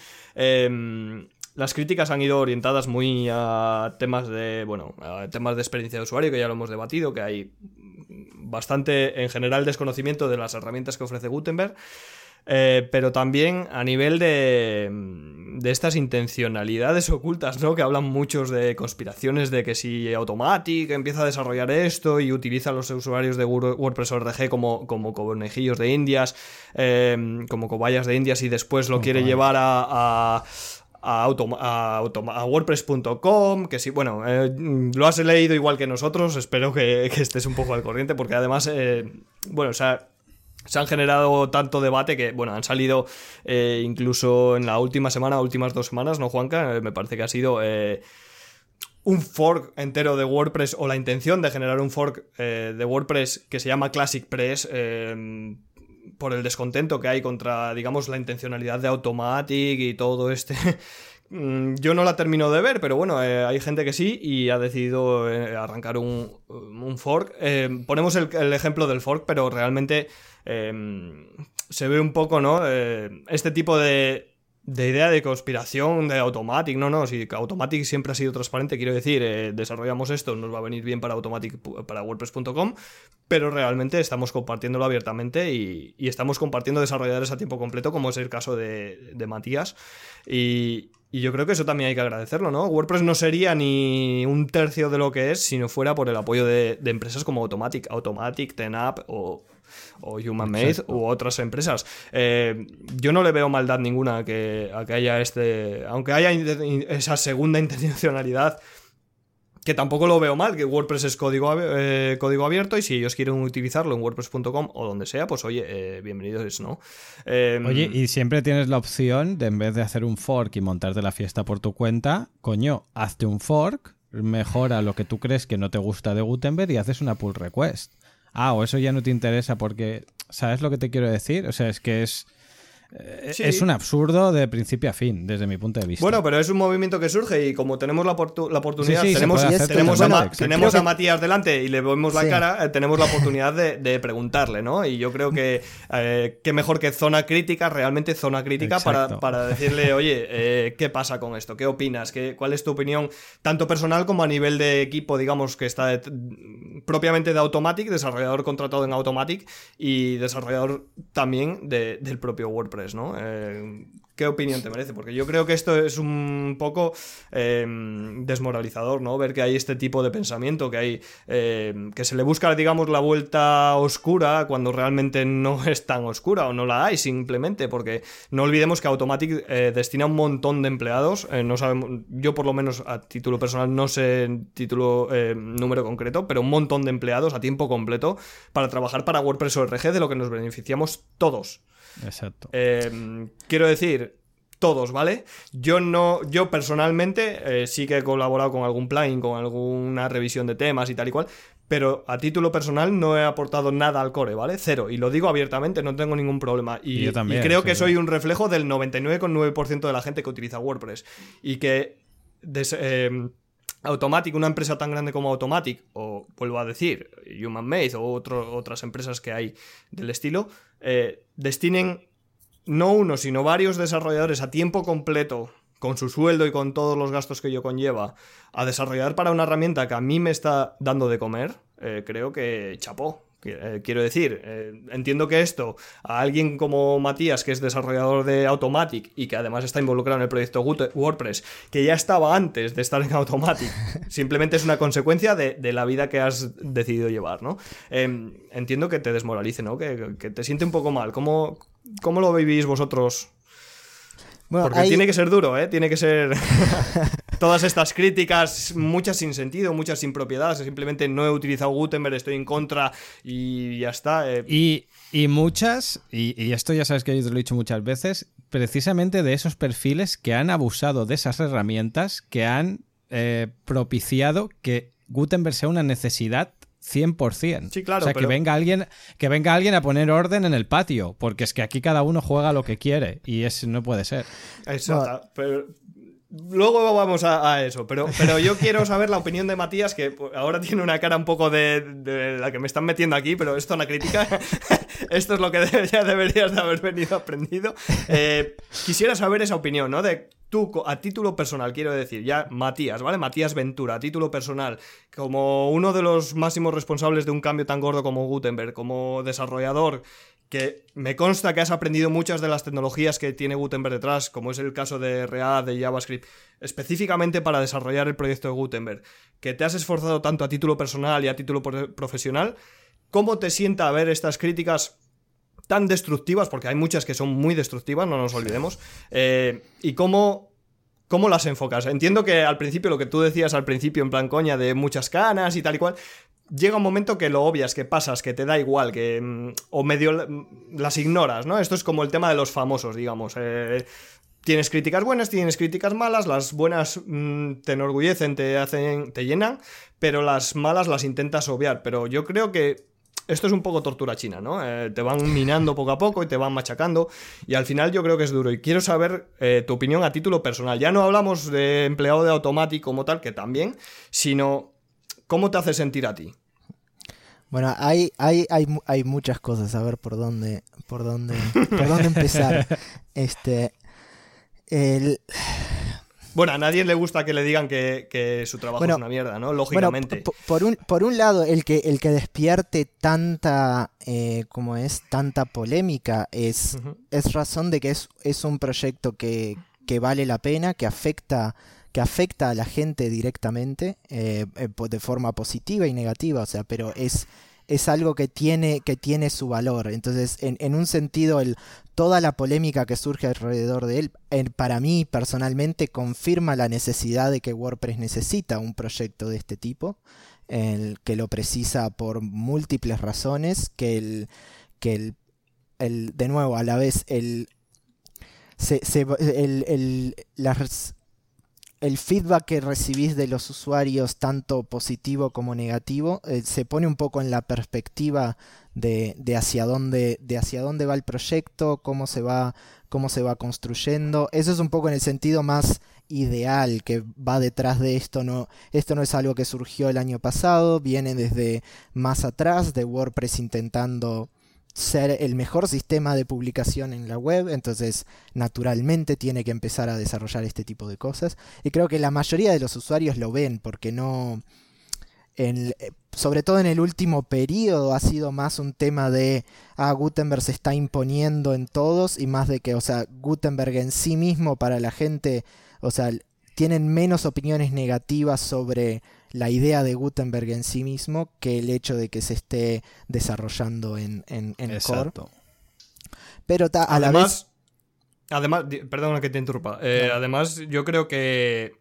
eh, las críticas han ido orientadas muy a temas de, bueno, a temas de experiencia de usuario, que ya lo hemos debatido, que hay bastante, en general, desconocimiento de las herramientas que ofrece Gutenberg. Eh, pero también a nivel de, de estas intencionalidades ocultas, ¿no? Que hablan muchos de conspiraciones de que si Automattic empieza a desarrollar esto y utiliza a los usuarios de WordPress punto org como, como conejillos de indias, eh, como cobayas de indias y después lo quiere llevar a... a A, auto, a, auto, a WordPress punto com, que sí, bueno, eh, lo has leído igual que nosotros, espero que, que estés un poco al corriente, porque además, eh, bueno, o sea, se han generado tanto debate que, bueno, han salido eh, incluso en la última semana, últimas dos semanas, ¿no, Juanca? Eh, me parece que ha sido eh, un fork entero de WordPress, o la intención de generar un fork eh, de WordPress que se llama Classic Press, eh, por el descontento que hay contra, digamos, la intencionalidad de Automattic y todo este... Yo no la termino de ver, pero bueno, eh, hay gente que sí y ha decidido eh, arrancar un, un fork. Eh, ponemos el, el ejemplo del fork, pero realmente eh, se ve un poco, ¿no? Eh, este tipo de, de idea de conspiración de Automattic. No, no, si Automattic siempre ha sido transparente, quiero decir, eh, desarrollamos esto, nos va a venir bien para Automattic, para WordPress punto com, pero realmente estamos compartiéndolo abiertamente y, y estamos compartiendo desarrolladores a tiempo completo, como es el caso de, de Matías. Y... Y yo creo que eso también hay que agradecerlo, ¿no? WordPress no sería ni un tercio de lo que es si no fuera por el apoyo de, de empresas como Automattic, Automattic, TenApp o, o HumanMade Exacto. u otras empresas. Eh, yo no le veo maldad ninguna a que, a que haya este... Aunque haya esa segunda intencionalidad, que tampoco lo veo mal, que WordPress es código, eh, código abierto y si ellos quieren utilizarlo en WordPress punto com o donde sea, pues oye, eh, bienvenidos, ¿no? Eh, oye, y siempre tienes la opción de, en vez de hacer un fork y montarte la fiesta por tu cuenta, coño, hazte un fork, mejora lo que tú crees que no te gusta de Gutenberg y haces una pull request. Ah, o eso ya no te interesa porque... ¿Sabes lo que te quiero decir? O sea, es que es... Sí. Es un absurdo de principio a fin, desde mi punto de vista. Bueno, pero es un movimiento que surge y como tenemos la, oportu- la oportunidad, sí, sí, tenemos, tenemos, a, Ma- tenemos que... a Matías delante y le vemos la sí. cara, eh, tenemos la oportunidad de, de preguntarle, ¿no? Y yo creo que eh, qué mejor que Zona Crítica, realmente Zona Crítica, para, para decirle, oye, eh, ¿qué pasa con esto? ¿Qué opinas? ¿Qué, ¿Cuál es tu opinión, tanto personal como a nivel de equipo, digamos, que está de, propiamente de Automattic, desarrollador contratado en Automattic y desarrollador también de, del propio WordPress, ¿no? Eh, ¿Qué opinión te merece? Porque yo creo que esto es un poco eh, desmoralizador, ¿no? Ver que hay este tipo de pensamiento, que hay eh, que se le busca, digamos, la vuelta oscura cuando realmente no es tan oscura o no la hay simplemente, porque no olvidemos que Automattic eh, destina un montón de empleados, eh, no sabemos, yo por lo menos a título personal no sé título eh, número concreto, pero un montón de empleados a tiempo completo para trabajar para WordPress punto org, de lo que nos beneficiamos todos. Exacto. Eh, quiero decir, todos, ¿vale? Yo no, yo personalmente eh, sí que he colaborado con algún plugin, con alguna revisión de temas y tal y cual, pero a título personal no he aportado nada al core, ¿vale? Cero. Y lo digo abiertamente, no tengo ningún problema. Y, y, yo también, y creo sí, que sí. soy un reflejo del noventa y nueve coma nueve por ciento de la gente que utiliza WordPress. Y que... Des, eh, Automattic, una empresa tan grande como Automattic, o vuelvo a decir, HumanMade o otro, otras empresas que hay del estilo, eh, destinen no uno, sino varios desarrolladores a tiempo completo, con su sueldo y con todos los gastos que ello conlleva, a desarrollar para una herramienta que a mí me está dando de comer, eh, creo que chapó. Quiero decir, eh, entiendo que esto a alguien como Matías, que es desarrollador de Automattic y que además está involucrado en el proyecto WordPress, que ya estaba antes de estar en Automattic, simplemente es una consecuencia de, de la vida que has decidido llevar, ¿no? Eh, entiendo que te desmoralice, ¿no? Que, que te siente un poco mal. ¿Cómo, ¿cómo lo vivís vosotros? Bueno, Porque hay... tiene que ser duro, ¿eh? Tiene que ser todas estas críticas, muchas sin sentido, muchas sin propiedad. Simplemente no he utilizado Gutenberg, estoy en contra y ya está. Eh. Y, y muchas, y, y esto ya sabes que yo te lo he dicho muchas veces, precisamente de esos perfiles que han abusado de esas herramientas, que han eh, propiciado que Gutenberg sea una necesidad cien por ciento. Sí, claro, o sea, pero... que venga alguien, que venga alguien a poner orden en el patio, porque es que aquí cada uno juega lo que quiere y eso no puede ser. Exacto, bueno. Pero luego vamos a, a eso, pero, pero yo quiero saber la opinión de Matías, que ahora tiene una cara un poco de, de la que me están metiendo aquí, pero esto es una crítica. Esto es lo que de, ya deberías de haber venido aprendido. Eh, quisiera saber esa opinión, ¿no? De tú, a título personal, quiero decir, ya Matías, ¿vale? Matías Ventura, a título personal, como uno de los máximos responsables de un cambio tan gordo como Gutenberg, como desarrollador, que me consta que has aprendido muchas de las tecnologías que tiene Gutenberg detrás, como es el caso de React, de JavaScript, específicamente para desarrollar el proyecto de Gutenberg, que te has esforzado tanto a título personal y a título profesional. ¿Cómo te sienta ver estas críticas tan destructivas? Porque hay muchas que son muy destructivas, no nos olvidemos. Eh, ¿Y cómo, cómo las enfocas? Entiendo que al principio, lo que tú decías al principio, en plan coña, de muchas canas y tal y cual, llega un momento que lo obvias, que pasas, que te da igual, que o medio las ignoras, ¿no? Esto es como el tema de los famosos, digamos. Eh, tienes críticas buenas, tienes críticas malas, las buenas mmm, te enorgullecen, te hacen, te llenan, pero las malas las intentas obviar. Pero yo creo que esto es un poco tortura china, ¿no? Eh, te van minando poco a poco y te van machacando y al final yo creo que es duro. Y quiero saber eh, tu opinión a título personal. Ya no hablamos de empleado de Automattic como tal, que también, sino cómo te hace sentir a ti. Bueno, hay, hay, hay, hay muchas cosas, a ver por dónde, por dónde, por dónde empezar. Este, el... Bueno, a nadie le gusta que le digan que, que su trabajo bueno, es una mierda, ¿no? Lógicamente. Bueno, por, un, por un lado, el que, el que despierte tanta, eh, como es, tanta polémica es, uh-huh. es razón de que es, es un proyecto que, que vale la pena, que afecta... que afecta a la gente directamente, eh, de forma positiva y negativa, o sea, pero es, es algo que tiene, que tiene su valor. Entonces, en, en un sentido, el, toda la polémica que surge alrededor de él, eh, para mí personalmente, confirma la necesidad de que WordPress necesita un proyecto de este tipo, el, que lo precisa por múltiples razones, que el, que el, el de nuevo, a la vez, el, se, se, el, el las el feedback que recibís de los usuarios, tanto positivo como negativo, eh, se pone un poco en la perspectiva de, de hacia dónde, de hacia dónde va el proyecto, cómo se va, cómo se va construyendo. Eso es un poco en el sentido más ideal que va detrás de esto. No, esto no es algo que surgió el año pasado, viene desde más atrás, de WordPress intentando ser el mejor sistema de publicación en la web, entonces naturalmente tiene que empezar a desarrollar este tipo de cosas, y creo que la mayoría de los usuarios lo ven, porque no, en, sobre todo en el último periodo ha sido más un tema de ah, Gutenberg se está imponiendo en todos, y más de que, o sea, Gutenberg en sí mismo para la gente, o sea, tienen menos opiniones negativas sobre la idea de Gutenberg en sí mismo que el hecho de que se esté desarrollando en, en, en Core. Pero ta, a además, la vez... Además, perdona que te interrumpa. Eh, no. Además, yo creo que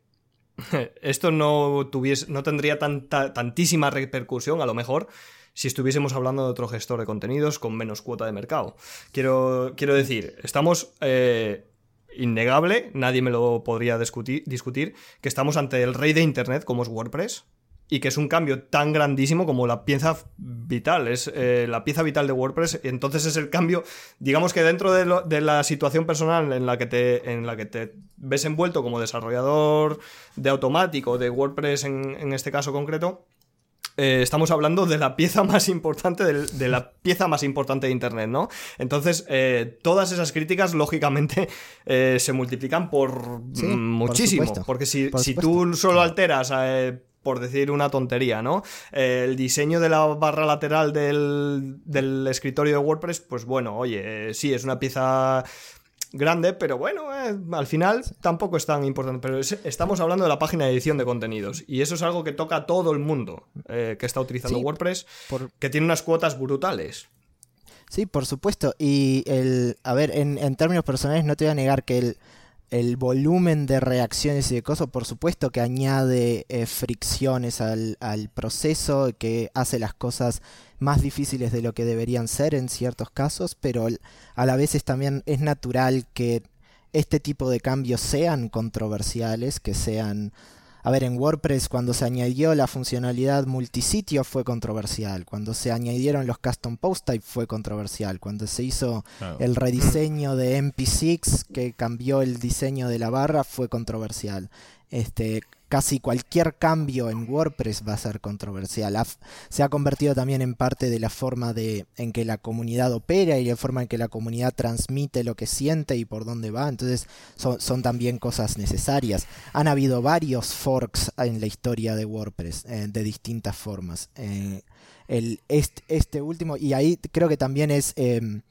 esto no, tuviese, no tendría tanta, tantísima repercusión, a lo mejor, si estuviésemos hablando de otro gestor de contenidos con menos cuota de mercado. Quiero, quiero decir, estamos... Eh, innegable, nadie me lo podría discutir, discutir, que estamos ante el rey de Internet como es WordPress y que es un cambio tan grandísimo como la pieza vital, es eh, la pieza vital de WordPress. Entonces es el cambio, digamos que dentro de, lo, de la situación personal en la que te, en la que te ves envuelto como desarrollador de Automattic o de WordPress en, en este caso concreto, Eh, estamos hablando de la pieza más importante de, de la pieza más importante de Internet, ¿no? Entonces, eh, todas esas críticas, lógicamente, eh, se multiplican por sí, muchísimo. Por porque si, por si tú solo alteras, eh, por decir una tontería, ¿no? Eh, el diseño de la barra lateral del, del escritorio de WordPress, pues bueno, oye, eh, sí, es una pieza grande, pero bueno, eh, al final sí. Tampoco es tan importante. Pero es, estamos hablando de la página de edición de contenidos y eso es algo que toca a todo el mundo eh, que está utilizando sí, WordPress, por... que tiene unas cuotas brutales. Sí, por supuesto. Y el, a ver, en, en términos personales no te voy a negar que el, el volumen de reacciones y de cosas, por supuesto que añade eh, fricciones al, al proceso, que hace las cosas más difíciles de lo que deberían ser en ciertos casos, pero a la vez es también es natural que este tipo de cambios sean controversiales, que sean... A ver, en WordPress cuando se añadió la funcionalidad multisitio fue controversial, cuando se añadieron los custom post type fue controversial, cuando se hizo claro. el rediseño de M P seis que cambió el diseño de la barra fue controversial. Este, casi cualquier cambio en WordPress va a ser controversial. Ha, se ha convertido también en parte de la forma de, en que la comunidad opera y la forma en que la comunidad transmite lo que siente y por dónde va. Entonces son, son también cosas necesarias. Han habido varios forks en la historia de WordPress eh, de distintas formas. Eh, el, este, este último, y ahí creo que también es... Eh,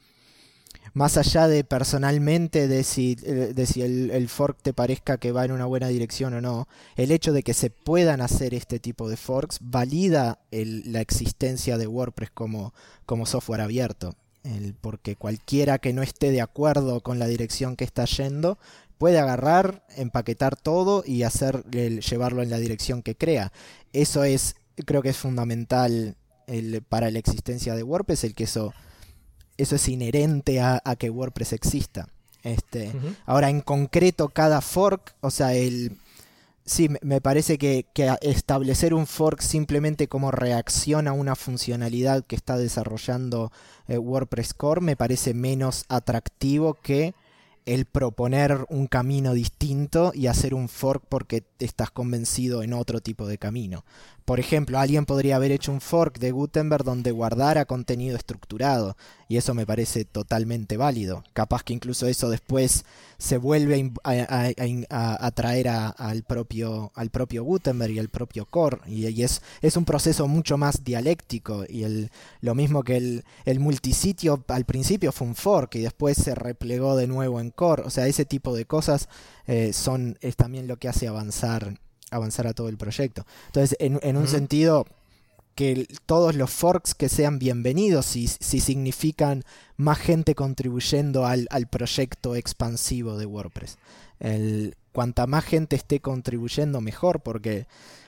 más allá de personalmente de si, de si el, el fork te parezca que va en una buena dirección o no, el hecho de que se puedan hacer este tipo de forks valida el, la existencia de WordPress como, como software abierto. El, porque cualquiera que no esté de acuerdo con la dirección que está yendo puede agarrar, empaquetar todo y hacer el, llevarlo en la dirección que crea. Eso es, creo que es fundamental el, para la existencia de WordPress, el que eso... Eso es inherente a, a que WordPress exista. Este, uh-huh. Ahora, en concreto, cada fork, o sea, el sí, me parece que, que establecer un fork simplemente como reacción a una funcionalidad que está desarrollando eh, WordPress Core me parece menos atractivo que el proponer un camino distinto y hacer un fork porque estás convencido en otro tipo de camino. Por ejemplo, alguien podría haber hecho un fork de Gutenberg donde guardara contenido estructurado y eso me parece totalmente válido. Capaz que incluso eso después se vuelve a, a, a, a traer a, al, propio, al propio Gutenberg y al propio Core y, y es, es un proceso mucho más dialéctico y el, lo mismo que el, el multisitio al principio fue un fork y después se replegó de nuevo en Core. O sea, ese tipo de cosas eh, son, es también lo que hace avanzar avanzar a todo el proyecto. Entonces, en, en un uh-huh. sentido, que el, todos los forks que sean bienvenidos, si, si significan más gente contribuyendo al, al proyecto expansivo de WordPress. El, cuanta más gente esté contribuyendo, mejor, porque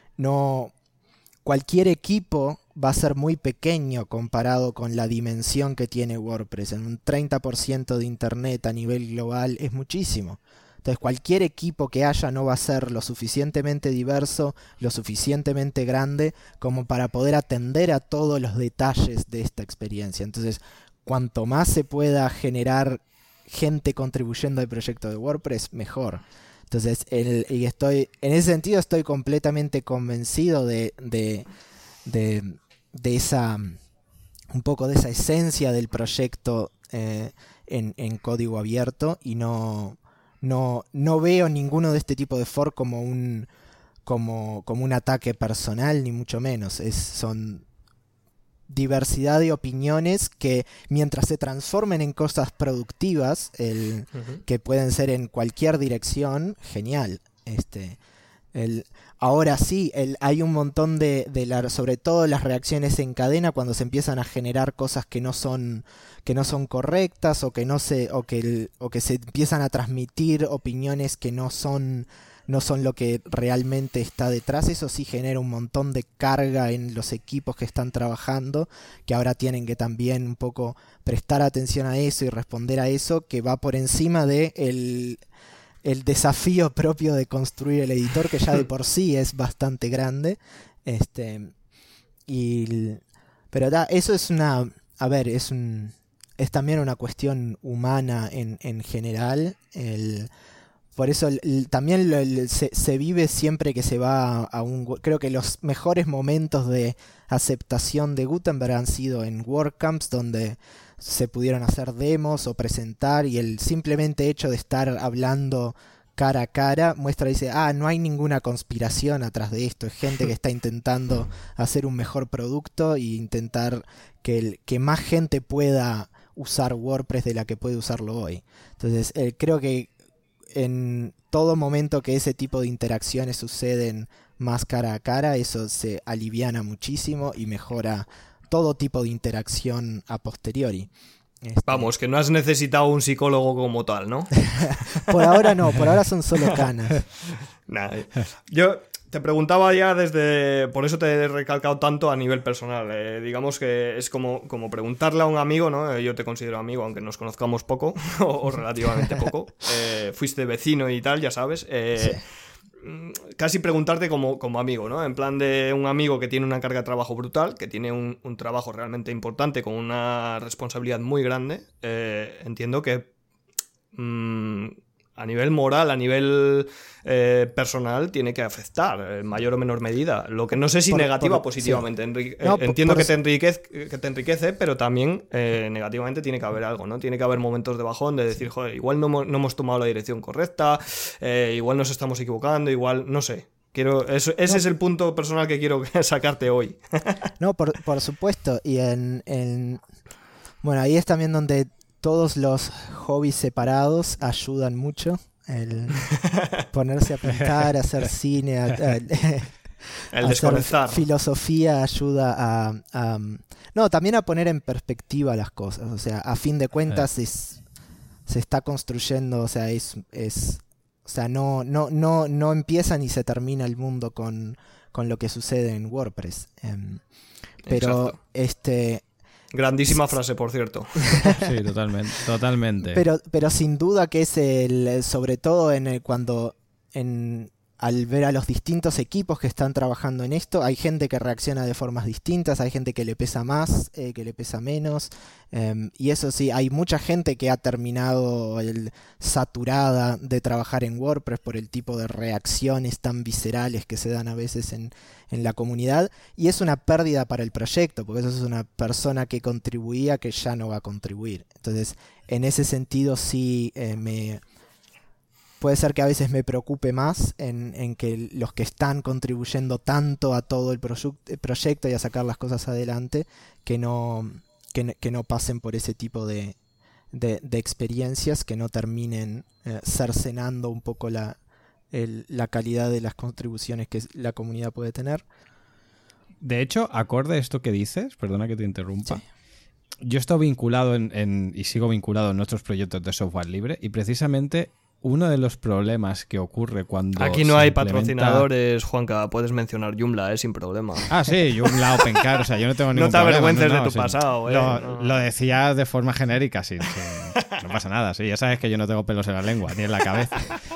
no cualquier equipo va a ser muy pequeño comparado con la dimensión que tiene WordPress. En un treinta por ciento de internet a nivel global es muchísimo. Entonces cualquier equipo que haya no va a ser lo suficientemente diverso, lo suficientemente grande como para poder atender a todos los detalles de esta experiencia. Entonces, cuanto más se pueda generar gente contribuyendo al proyecto de WordPress, mejor. Entonces, el, y estoy, en ese sentido estoy completamente convencido de, de, de, de esa, un poco de esa esencia del proyecto eh, en, en código abierto y no... No, no veo ninguno de este tipo de fork como un como, como un ataque personal, ni mucho menos. Es, son diversidad de opiniones que mientras se transformen en cosas productivas, el, uh-huh. que pueden ser en cualquier dirección, genial. Este, el, ahora sí, el, hay un montón de, de la, sobre todo las reacciones en cadena cuando se empiezan a generar cosas que no son que no son correctas o que no se o que el, o que se empiezan a transmitir opiniones que no son no son lo que realmente está detrás. Eso sí genera un montón de carga en los equipos que están trabajando, que ahora tienen que también un poco prestar atención a eso y responder a eso, que va por encima de el el desafío propio de construir el editor, que ya de por sí es bastante grande. Este y pero da, eso es una a ver, es un es también una cuestión humana en, en general. El, por eso el, el, también el, se, se vive siempre que se va a, a un... Creo que los mejores momentos de aceptación de Gutenberg han sido en WordCamps, donde se pudieron hacer demos o presentar, y el simplemente hecho de estar hablando cara a cara muestra, dice, ah, no hay ninguna conspiración atrás de esto, es gente que está intentando hacer un mejor producto e intentar que, el, que más gente pueda usar WordPress de la que puede usarlo hoy. Entonces eh, creo que en todo momento que ese tipo de interacciones suceden más cara a cara, eso se aliviana muchísimo y mejora todo tipo de interacción a posteriori. Este... Vamos, que no has necesitado un psicólogo como tal, ¿no? Por ahora no, por ahora son solo canas. Nah, yo te preguntaba ya desde... Por eso te he recalcado tanto a nivel personal. Eh, digamos que es como, como preguntarle a un amigo, ¿no? Yo te considero amigo, aunque nos conozcamos poco, o, o relativamente poco. Eh, fuiste vecino y tal, ya sabes. Eh, sí. Casi preguntarte como, como amigo, ¿no? En plan de un amigo que tiene una carga de trabajo brutal, que tiene un, un trabajo realmente importante, con una responsabilidad muy grande. Eh, entiendo que... Mmm, a nivel moral, a nivel eh, personal, tiene que afectar en mayor o menor medida. Lo que no sé si por, negativa o positivamente. Sí. Enrique, no, eh, entiendo por, por... que, te enriquez, que te enriquece, pero también eh, negativamente tiene que haber algo, ¿no? Tiene que haber momentos de bajón, de decir, joder, igual no, no hemos tomado la dirección correcta, eh, igual nos estamos equivocando, igual, no sé. Quiero, eso, ese no. es el punto personal que quiero sacarte hoy. No, por, por supuesto. Y en, en... Bueno, ahí es también donde... Todos los hobbies separados ayudan mucho. El ponerse a pintar, hacer cine, a, a, el desconectar. Hacer filosofía ayuda a, a... No, también a poner en perspectiva las cosas. O sea, a fin de cuentas es, se está construyendo, o sea, es... es o sea, no, no, no, no empieza ni se termina el mundo con, con lo que sucede en WordPress. Um, pero Exacto. este... Grandísima frase, por cierto. Sí, totalmente, totalmente. Pero, pero sin duda que es el, sobre todo en el, cuando en, al ver a los distintos equipos que están trabajando en esto, hay gente que reacciona de formas distintas, hay gente que le pesa más, eh, que le pesa menos, eh, y eso sí, hay mucha gente que ha terminado el, saturada de trabajar en WordPress por el tipo de reacciones tan viscerales que se dan a veces en, en la comunidad, y es una pérdida para el proyecto, porque eso es una persona que contribuía que ya no va a contribuir. Entonces, en ese sentido sí eh, me... Puede ser que a veces me preocupe más en, en que los que están contribuyendo tanto a todo el proyu- proyecto y a sacar las cosas adelante, que no, que, que no pasen por ese tipo de, de, de experiencias, que no terminen eh, cercenando un poco la, el, la calidad de las contribuciones que la comunidad puede tener. De hecho, acorde a esto que dices, perdona que te interrumpa, sí. Yo he estado vinculado en, en, y sigo vinculado en otros proyectos de software libre, y precisamente... Uno de los problemas que ocurre cuando... Aquí no hay implementa... patrocinadores, Juanca, puedes mencionar Joomla, eh, sin problema. Ah, sí, Joomla, OpenCar, o sea, yo no tengo ningún problema. No te avergüences no, no, de tu sí, pasado, eh. Lo, no. lo decía de forma genérica, sí, sí, no pasa nada, sí, ya sabes que yo no tengo pelos en la lengua, ni en la cabeza.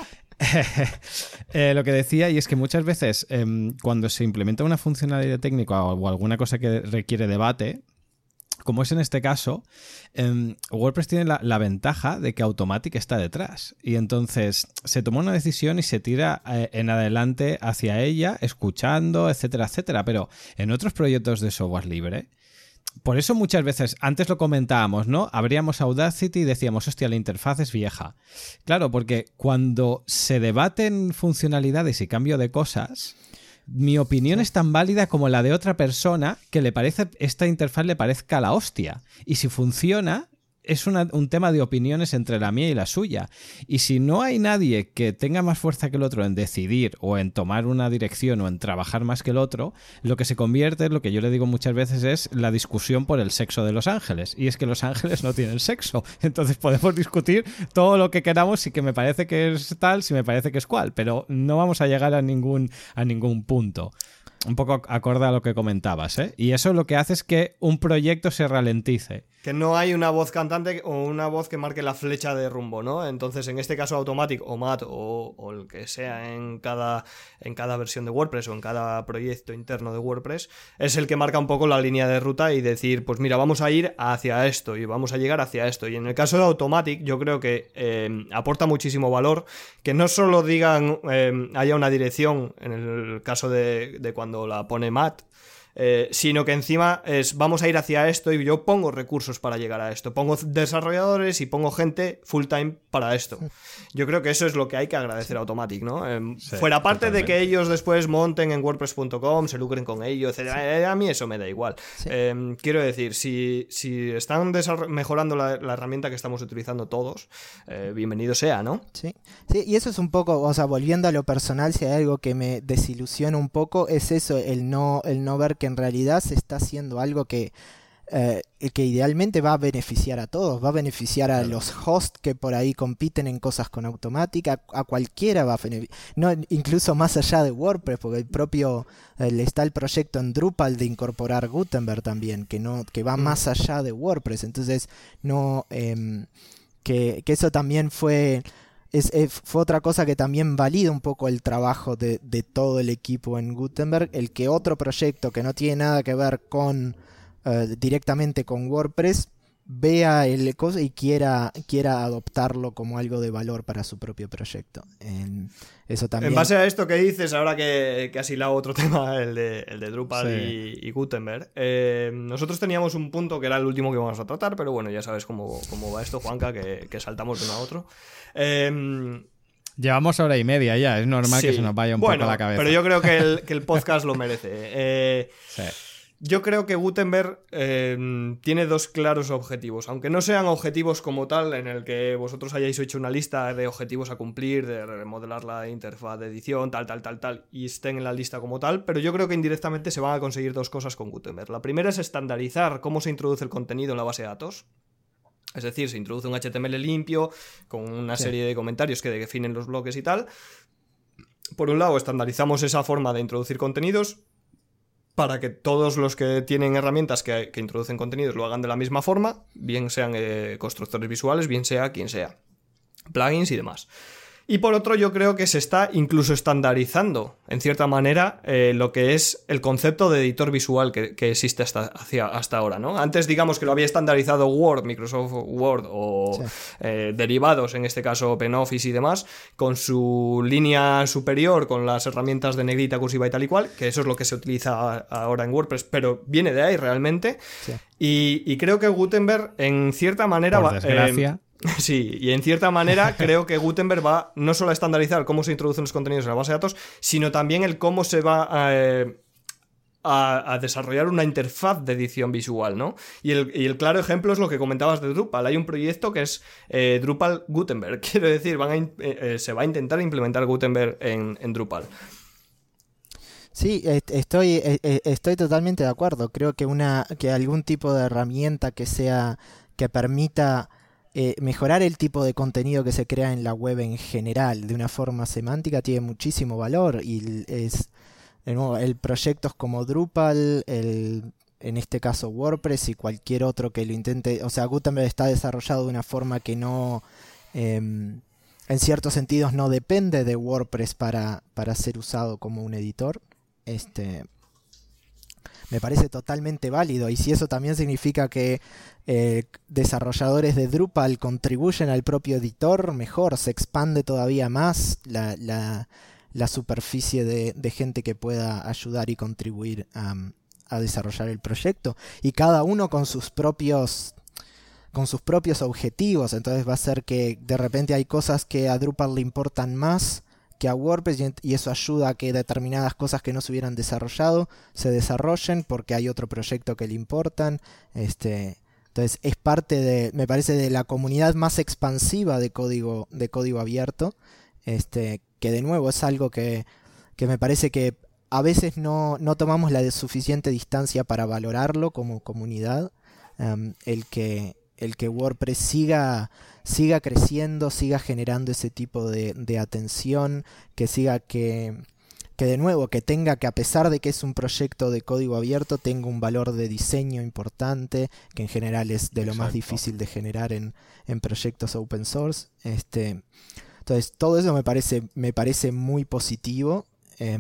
eh, lo que decía, y es que muchas veces eh, cuando se implementa una funcionalidad técnica o, o alguna cosa que requiere debate, como es en este caso, eh, WordPress tiene la, la ventaja de que Automattic está detrás. Y entonces se toma una decisión y se tira eh, en adelante hacia ella, escuchando, etcétera, etcétera. Pero en otros proyectos de software libre, por eso muchas veces, antes lo comentábamos, ¿no? Abríamos Audacity y decíamos, hostia, la interfaz es vieja. Claro, porque cuando se debaten funcionalidades y cambio de cosas... Mi opinión es tan válida como la de otra persona que le parece esta interfaz le parezca la hostia. Y si funciona, es una, un tema de opiniones entre la mía y la suya. Y si no hay nadie que tenga más fuerza que el otro en decidir o en tomar una dirección o en trabajar más que el otro, lo que se convierte, lo que yo le digo muchas veces, es la discusión por el sexo de los ángeles. Y es que los ángeles no tienen sexo. Entonces podemos discutir todo lo que queramos, si que me parece que es tal, si me parece que es cual, pero no vamos a llegar a ningún, a ningún punto. Un poco acorde a lo que comentabas, ¿eh? Y eso lo que hace es que un proyecto se ralentice. Que no hay una voz cantante o una voz que marque la flecha de rumbo, ¿no? Entonces, en este caso, Automattic o Mat o, o el que sea en cada, en cada versión de WordPress o en cada proyecto interno de WordPress, es el que marca un poco la línea de ruta y decir, pues mira, vamos a ir hacia esto y vamos a llegar hacia esto. Y en el caso de Automattic, yo creo que eh, aporta muchísimo valor que no solo digan, eh, haya una dirección, en el caso de, de cuando la pone Mat, Eh, sino que encima es vamos a ir hacia esto y yo pongo recursos para llegar a esto, pongo desarrolladores y pongo gente full time para esto. Yo creo que eso es lo que hay que agradecer a Automattic, ¿no? Eh, sí, fuera parte totalmente. De que ellos después monten en WordPress punto com, se lucren con ello, etcétera. Sí. Eh, a mí eso me da igual. Sí. Eh, quiero decir, si, si están mejorando la, la herramienta que estamos utilizando todos, eh, bienvenido sea, ¿no? Sí. Sí, y eso es un poco, o sea, volviendo a lo personal, si hay algo que me desilusiona un poco, es eso, el no, el no ver que en realidad se está haciendo algo que eh, que idealmente va a beneficiar a todos, va a beneficiar a los hosts que por ahí compiten en cosas con automática, a cualquiera va a beneficiar, no, incluso más allá de WordPress, porque el propio eh, está el proyecto en Drupal de incorporar Gutenberg también, que no que va mm. más allá de WordPress, entonces no eh, que, que eso también fue Es, es, fue otra cosa que también valida un poco el trabajo de, de todo el equipo en Gutenberg, el que otro proyecto que no tiene nada que ver con uh, directamente con WordPress vea el cosa y quiera, quiera adoptarlo como algo de valor para su propio proyecto. En, eso también... en base a esto que dices, ahora que, que has hilado otro tema, el de, el de Drupal sí. y, y Gutenberg, eh, nosotros teníamos un punto que era el último que íbamos a tratar, pero bueno, ya sabes cómo, cómo va esto, Juanca, que, que saltamos de uno a otro. Eh, Llevamos hora y media ya, es normal sí. que se nos vaya un bueno, poco la cabeza. Pero yo creo que el, que el podcast lo merece. Eh, sí. Yo creo que Gutenberg eh, tiene dos claros objetivos, aunque no sean objetivos como tal, en el que vosotros hayáis hecho una lista de objetivos a cumplir, de remodelar la interfaz de edición, tal, tal, tal, tal, y estén en la lista como tal, pero yo creo que indirectamente se van a conseguir dos cosas con Gutenberg. La primera es estandarizar cómo se introduce el contenido en la base de datos. Es decir, se introduce un H T M L limpio, con una sí. serie de comentarios que definen los bloques y tal. Por un lado, estandarizamos esa forma de introducir contenidos para que todos los que tienen herramientas que, que introducen contenidos lo hagan de la misma forma, bien sean eh, constructores visuales, bien sea quien sea, plugins y demás. Y por otro, yo creo que se está incluso estandarizando, en cierta manera, eh, lo que es el concepto de editor visual que, que existe hasta, hacia, hasta ahora, ¿no? Antes, digamos que lo había estandarizado Word, Microsoft Word o sí. eh, derivados, en este caso OpenOffice y demás, con su línea superior, con las herramientas de negrita, cursiva y tal y cual, que eso es lo que se utiliza ahora en WordPress, pero viene de ahí realmente. Sí. Y, y creo que Gutenberg, en cierta manera... Por desgracia... Eh, Sí, y en cierta manera creo que Gutenberg va no solo a estandarizar cómo se introducen los contenidos en la base de datos, sino también el cómo se va a, a, a desarrollar una interfaz de edición visual, ¿no? Y el, y el claro ejemplo es lo que comentabas de Drupal. Hay un proyecto que es eh, Drupal Gutenberg, quiero decir, van a, eh, eh, se va a intentar implementar Gutenberg en, en Drupal. Sí, estoy, estoy totalmente de acuerdo. Creo que una que algún tipo de herramienta que sea que permita Eh, mejorar el tipo de contenido que se crea en la web en general de una forma semántica tiene muchísimo valor y es de nuevo el proyectos como Drupal, el, en este caso WordPress y cualquier otro que lo intente, o sea, Gutenberg está desarrollado de una forma que no eh, en ciertos sentidos no depende de WordPress para, para ser usado como un editor. Este me parece totalmente válido, y si eso también significa que eh, desarrolladores de Drupal contribuyen al propio editor, mejor, se expande todavía más la, la, la superficie de, de gente que pueda ayudar y contribuir a, a desarrollar el proyecto, y cada uno con sus propios con sus propios objetivos. Entonces va a ser que de repente hay cosas que a Drupal le importan más que a WordPress, y eso ayuda a que determinadas cosas que no se hubieran desarrollado se desarrollen porque hay otro proyecto que le importan. Este, entonces es parte de, me parece, de la comunidad más expansiva de código, de código abierto, este, que de nuevo es algo que, que me parece que a veces no, no tomamos la suficiente distancia para valorarlo como comunidad. Um, el que el que WordPress siga siga creciendo, siga generando ese tipo de, de atención, que siga que, que de nuevo, que tenga, que a pesar de que es un proyecto de código abierto, tenga un valor de diseño importante, que en general es de lo Exacto. más difícil de generar en, en proyectos open source. Este, entonces, todo eso me parece, me parece muy positivo. Eh,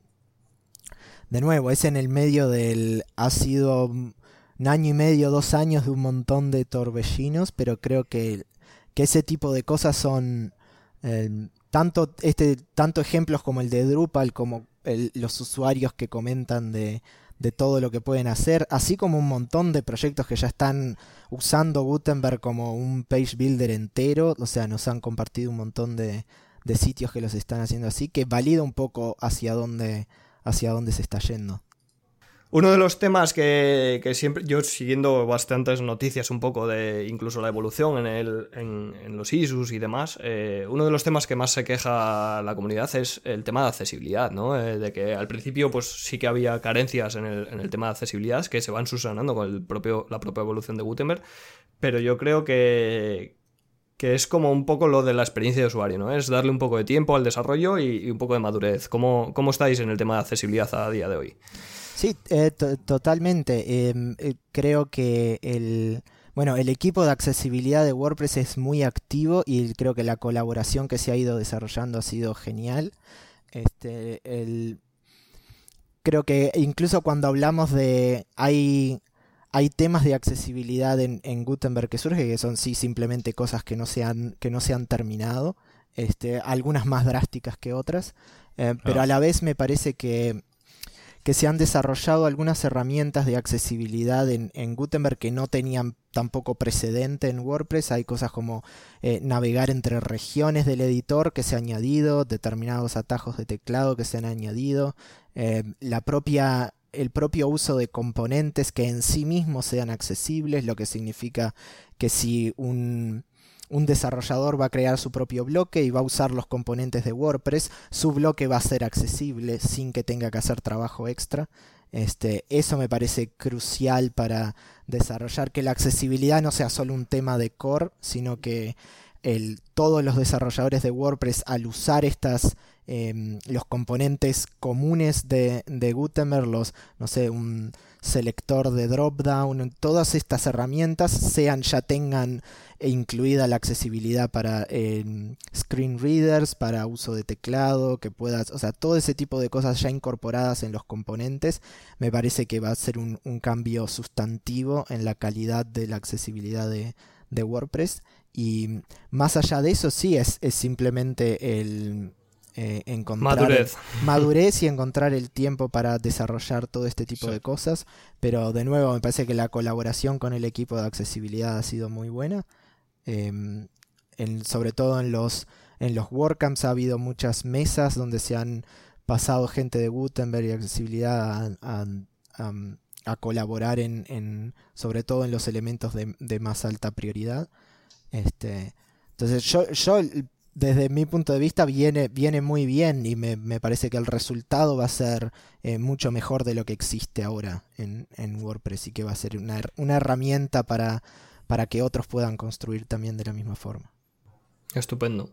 de nuevo, es en el medio del... ha sido un año y medio, dos años de un montón de torbellinos, pero creo que, que ese tipo de cosas son eh, tanto, este, tanto ejemplos como el de Drupal, como el, los usuarios que comentan de, de todo lo que pueden hacer, así como un montón de proyectos que ya están usando Gutenberg como un page builder entero. O sea, nos han compartido un montón de, de sitios que los están haciendo así, que valida un poco hacia dónde, hacia dónde se está yendo. Uno de los temas que, que siempre, yo siguiendo bastantes noticias un poco de incluso la evolución en, el, en, en los issues y demás, eh, uno de los temas que más se queja la comunidad es el tema de accesibilidad, ¿no? Eh, de que al principio pues sí que había carencias en el, en el tema de accesibilidad que se van subsanando con el propio, la propia evolución de Gutenberg, pero yo creo que, que es como un poco lo de la experiencia de usuario, ¿no? Es darle un poco de tiempo al desarrollo y, y un poco de madurez. ¿Cómo, cómo estáis en el tema de accesibilidad a día de hoy? Sí, eh, to- totalmente. Eh, eh, creo que el, bueno, el equipo de accesibilidad de WordPress es muy activo y creo que la colaboración que se ha ido desarrollando ha sido genial. Este, el, creo que incluso cuando hablamos de... Hay, hay temas de accesibilidad en, en Gutenberg que surgen, que son sí simplemente cosas que no se han, que no se han terminado, este, algunas más drásticas que otras, eh, pero Ah. a la vez me parece que que se han desarrollado algunas herramientas de accesibilidad en, en Gutenberg que no tenían tampoco precedente en WordPress. Hay cosas como eh, navegar entre regiones del editor que se ha añadido, determinados atajos de teclado que se han añadido, eh, la propia, el propio uso de componentes que en sí mismos sean accesibles, lo que significa que si un... un desarrollador va a crear su propio bloque y va a usar los componentes de WordPress, su bloque va a ser accesible sin que tenga que hacer trabajo extra. Este, eso me parece crucial para desarrollar que la accesibilidad no sea solo un tema de core, sino que el, todos los desarrolladores de WordPress al usar estas eh, los componentes comunes de, de Gutenberg, los, no sé, un selector de dropdown, todas estas herramientas sean, ya tengan incluida la accesibilidad para eh, screen readers, para uso de teclado, que puedas, o sea, todo ese tipo de cosas ya incorporadas en los componentes, me parece que va a ser un, un cambio sustantivo en la calidad de la accesibilidad de, de WordPress. Y más allá de eso, sí, es, es simplemente el... Eh, encontrar Madurez. El, madurez y encontrar el tiempo para desarrollar todo este tipo Sí. de cosas, pero de nuevo me parece que la colaboración con el equipo de accesibilidad ha sido muy buena. Eh, en, sobre todo en los en los WordCamps ha habido muchas mesas donde se han pasado gente de Gutenberg y accesibilidad a, a, a, a colaborar en, en sobre todo en los elementos de, de más alta prioridad. Este, entonces yo, yo desde mi punto de vista viene, viene muy bien y me, me parece que el resultado va a ser eh, mucho mejor de lo que existe ahora en, en WordPress y que va a ser una, una herramienta para, para que otros puedan construir también de la misma forma. Estupendo.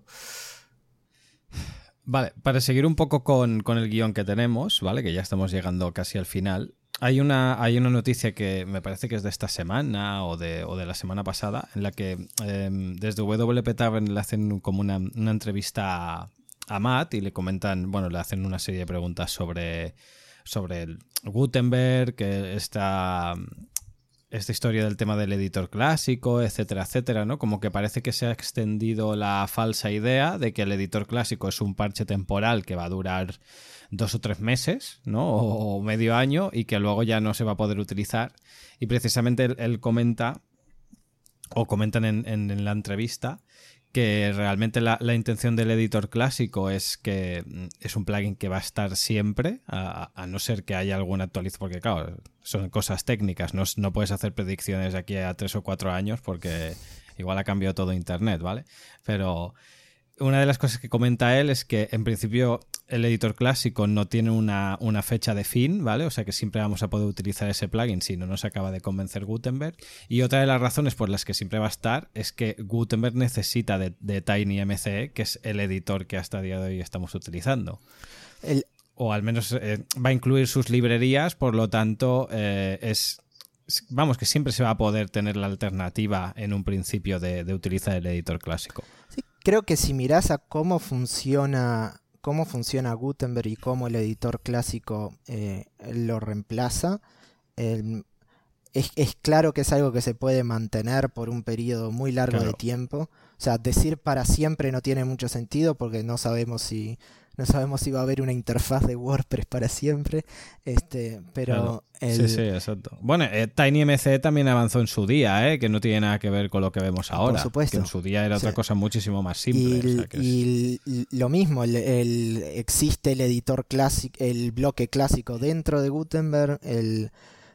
Vale, para seguir un poco con, con el guión que tenemos, ¿vale? Que ya estamos llegando casi al final. Hay una, hay una noticia que me parece que es de esta semana o de, o de la semana pasada, en la que eh, desde W P Tavern le hacen como una, una entrevista a, a Matt y le comentan, bueno, le hacen una serie de preguntas sobre, sobre el Gutenberg, que esta, esta historia del tema del editor clásico, etcétera, etcétera, ¿no? Como que parece que se ha extendido la falsa idea de que el editor clásico es un parche temporal que va a durar dos o tres meses, ¿no? O, o medio año y que luego ya no se va a poder utilizar. Y precisamente él, él comenta, o comentan en, en, en la entrevista, que realmente la, la intención del editor clásico es que es un plugin que va a estar siempre, a, a no ser que haya alguna actualización, porque claro, son cosas técnicas, no, no puedes hacer predicciones de aquí a tres o cuatro años porque igual ha cambiado todo Internet, ¿vale? Pero una de las cosas que comenta él es que en principio el editor clásico no tiene una, una fecha de fin, ¿vale? O sea que siempre vamos a poder utilizar ese plugin si no nos acaba de convencer Gutenberg. Y otra de las razones por las que siempre va a estar es que Gutenberg necesita de, de TinyMCE, que es el editor que hasta el día de hoy estamos utilizando. El... O al menos eh, va a incluir sus librerías, por lo tanto eh, es... Vamos, que siempre se va a poder tener la alternativa en un principio de, de utilizar el editor clásico. Sí, creo que si mirás a cómo funciona, cómo funciona Gutenberg y cómo el editor clásico eh, lo reemplaza, el, es, es claro que es algo que se puede mantener por un periodo muy largo Claro. de tiempo. O sea, decir para siempre no tiene mucho sentido porque no sabemos si no sabemos si va a haber una interfaz de WordPress para siempre. Este, pero Claro. el, Sí, sí, exacto. Bueno, eh, TinyMC también avanzó en su día, ¿eh? Que no tiene nada que ver con lo que vemos ahora. Por supuesto. Que en su día era otra Sí. cosa muchísimo más simple. Y, o sea, que es- y l- lo mismo, el, el- existe el editor clásico, el bloque clásico dentro de Gutenberg. El,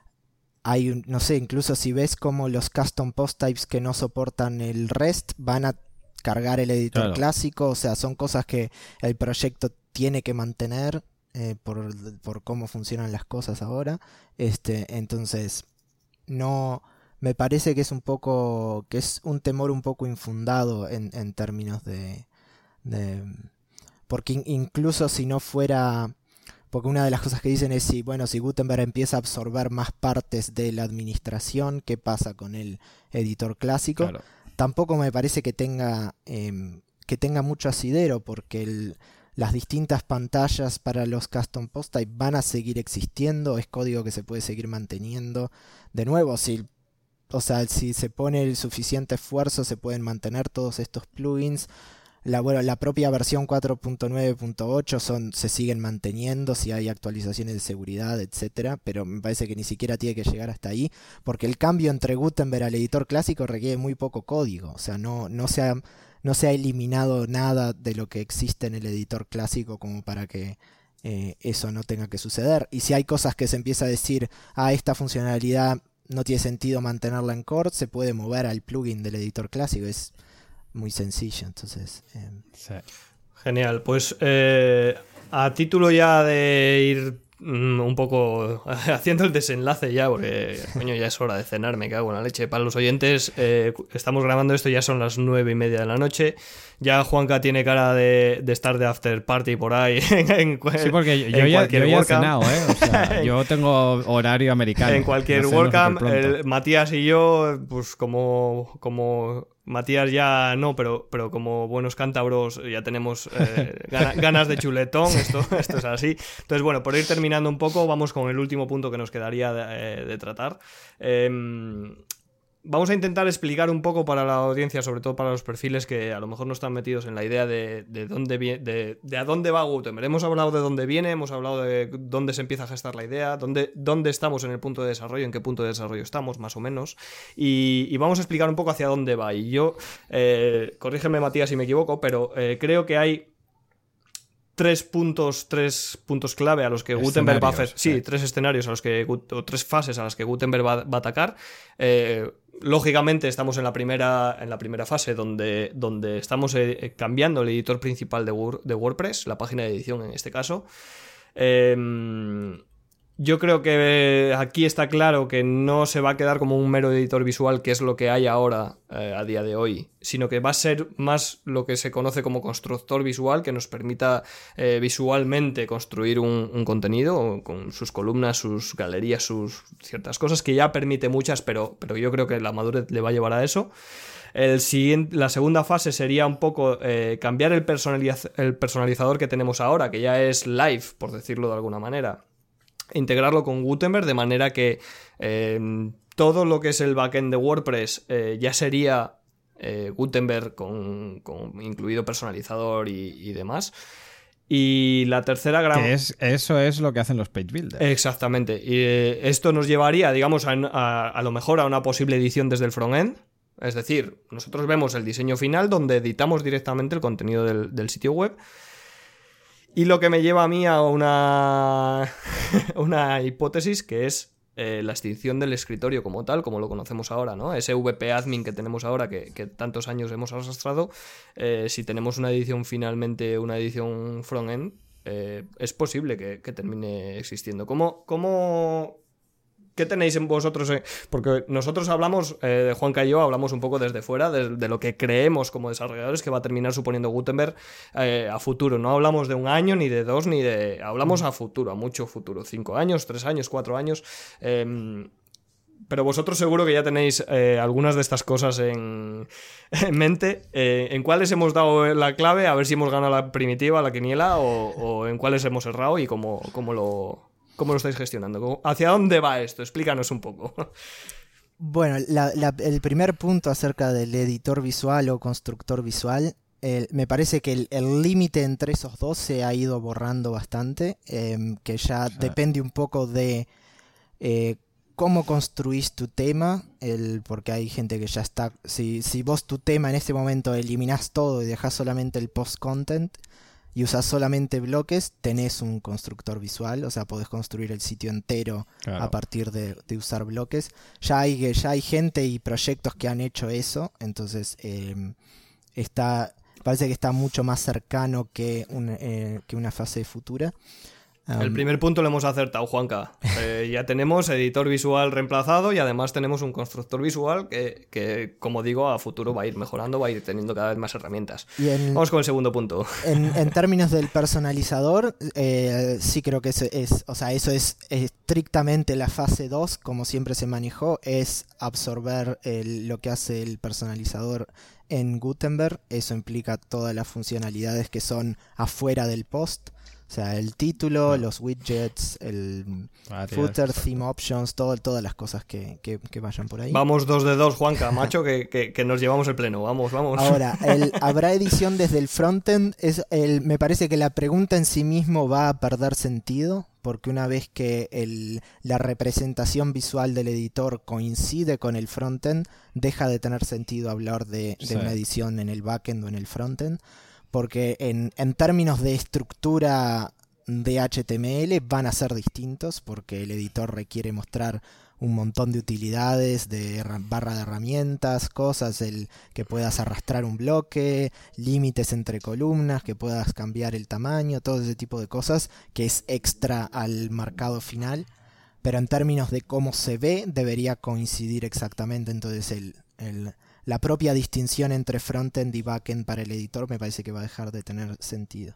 hay un- no sé, incluso si ves como los custom post types que no soportan el REST van a cargar el editor Claro. clásico. O sea, son cosas que el proyecto tiene que mantener eh, por, por cómo funcionan las cosas ahora. Este, entonces, no. Me parece que es un poco, que es un temor un poco infundado en, en términos de, de- porque in- incluso si no fuera, porque una de las cosas que dicen es si, bueno, si Gutenberg empieza a absorber más partes de la administración, ¿qué pasa con el editor clásico? Claro. Tampoco me parece que tenga, em, que tenga mucho asidero, porque el- las distintas pantallas para los custom post type van a seguir existiendo, es código que se puede seguir manteniendo. De nuevo, si o sea, si se pone el suficiente esfuerzo, se pueden mantener todos estos plugins. La, bueno, la propia versión cuatro punto nueve punto ocho son, se siguen manteniendo si hay actualizaciones de seguridad, etcétera. Pero me parece que ni siquiera tiene que llegar hasta ahí, porque el cambio entre Gutenberg al editor clásico requiere muy poco código. O sea, no, no se ha, no se ha eliminado nada de lo que existe en el editor clásico como para que eh, eso no tenga que suceder. Y si hay cosas que se empieza a decir, ah, esta funcionalidad no tiene sentido mantenerla en core, se puede mover al plugin del editor clásico. Es muy sencillo, entonces... Eh... Sí. Genial, pues eh, a título ya de ir mm, un poco haciendo el desenlace ya, porque coño, ya es hora de cenar, me cago en la leche. Para los oyentes, eh, estamos grabando esto, ya son las nueve y media de la noche. Ya Juanca tiene cara de, de estar de after party por ahí. En, en, Sí, porque yo, en yo ya, cualquier yo ya he WordCamp. cenado, ¿eh? O sea, yo tengo horario americano. En cualquier Yo ceno WordCamp, superpronto. el- Matías y yo, pues como, como Matías ya no, pero, pero como buenos cántabros ya tenemos eh, gana- ganas de chuletón, esto, esto es así. Entonces, bueno, por ir terminando un poco, vamos con el último punto que nos quedaría de, eh, de tratar. Em, Vamos a intentar explicar un poco para la audiencia, sobre todo para los perfiles que a lo mejor no están metidos en la idea de, de dónde vie- de, de a dónde va Gutenberg. Hemos hablado de dónde viene, hemos hablado de dónde se empieza a gestar la idea, dónde, dónde estamos en el punto de desarrollo, en qué punto de desarrollo estamos, más o menos. Y, y vamos a explicar un poco hacia dónde va. Y yo, eh, corrígeme Matías si me equivoco, pero eh, creo que hay tres puntos, tres puntos clave a los que Gutenberg va a hacer. Escenarios, Sí, sí. tres escenarios a los que o tres fases a las que Gutenberg va, va a atacar. Eh, lógicamente estamos en la primera, en la primera fase donde, donde estamos eh, cambiando el editor principal de, Word, de WordPress, la página de edición en este caso. Eh, Yo creo que aquí está claro que no se va a quedar como un mero editor visual, que es lo que hay ahora eh, a día de hoy, sino que va a ser más lo que se conoce como constructor visual, que nos permita eh, visualmente construir un, un contenido con sus columnas, sus galerías, sus ciertas cosas, que ya permite muchas, pero, pero yo creo que la madurez le va a llevar a eso. El siguiente, la segunda fase sería un poco eh, cambiar el, personaliz- el personalizador que tenemos ahora, que ya es live, por decirlo de alguna manera. Integrarlo con Gutenberg de manera que eh, todo lo que es el backend de WordPress eh, ya sería eh, Gutenberg con, con incluido personalizador y, y demás. Y la tercera gran... Que es, eso es lo que hacen los page builders. Exactamente. Y eh, esto nos llevaría, digamos, a, a, a lo mejor a una posible edición desde el frontend. Es decir, nosotros vemos el diseño final donde editamos directamente el contenido del, del sitio web. Y lo que me lleva a mí a una, una hipótesis que es eh, la extinción del escritorio como tal, como lo conocemos ahora, ¿no? Ese V P Admin que tenemos ahora, que, que tantos años hemos arrastrado, eh, si tenemos una edición finalmente, una edición front-end, eh, es posible que, que termine existiendo. ¿Cómo, cómo, ¿Qué tenéis en vosotros? Eh? Porque nosotros hablamos, eh, Juanca y yo, hablamos un poco desde fuera, de, de lo que creemos como desarrolladores que va a terminar suponiendo Gutenberg eh, a futuro. No hablamos de un año, ni de dos, ni de... Hablamos a futuro, a mucho futuro. Cinco años, tres años, cuatro años. Eh, pero vosotros seguro que ya tenéis eh, algunas de estas cosas en, en mente. Eh, ¿En cuáles hemos dado la clave? A ver si hemos ganado la primitiva, la quiniela, o, o en cuáles hemos errado y cómo, cómo lo... ¿Cómo lo estáis gestionando? ¿Hacia dónde va esto? Explícanos un poco. Bueno, la, la, el primer punto acerca del editor visual o constructor visual, eh, me parece que el límite entre esos dos se ha ido borrando bastante, eh, que ya sí. depende un poco de eh, cómo construís tu tema, el, porque hay gente que ya está, si, si vos tu tema en este momento eliminás todo y dejás solamente el post-content y usás solamente bloques, tenés un constructor visual, o sea, podés construir el sitio entero claro. a partir de, de usar bloques. Ya hay, ya hay gente y proyectos que han hecho eso, entonces eh, está, parece que está mucho más cercano que, un, eh, que una fase futura. Um, el primer punto lo hemos acertado, Juanca. Eh, ya tenemos editor visual reemplazado y además tenemos un constructor visual que, que, como digo, a futuro va a ir mejorando, va a ir teniendo cada vez más herramientas. Y en, Vamos con el segundo punto. En, en términos del personalizador, eh, sí creo que eso es, o sea, eso es estrictamente la fase dos, como siempre se manejó, es absorber el, lo que hace el personalizador en Gutenberg. Eso implica todas las funcionalidades que son afuera del post. O sea, el título, no. los widgets, el ah, footer, exacto. theme options, todo, todas las cosas que, que, que vayan por ahí. Vamos dos de dos, Juanca, macho, que, que, que nos llevamos el pleno. Vamos, vamos. Ahora, el, ¿habrá edición desde el frontend? Es el, me parece que la pregunta en sí mismo va a perder sentido, porque una vez que el, la representación visual del editor coincide con el frontend, deja de tener sentido hablar de, de sí. una edición en el backend o en el frontend. Porque en, en términos de estructura de H T M L van a ser distintos, porque el editor requiere mostrar un montón de utilidades, de barra de herramientas, cosas, el que puedas arrastrar un bloque, límites entre columnas, que puedas cambiar el tamaño, todo ese tipo de cosas que es extra al marcado final. Pero en términos de cómo se ve, debería coincidir exactamente. Entonces el... el la propia distinción entre frontend y backend para el editor me parece que va a dejar de tener sentido.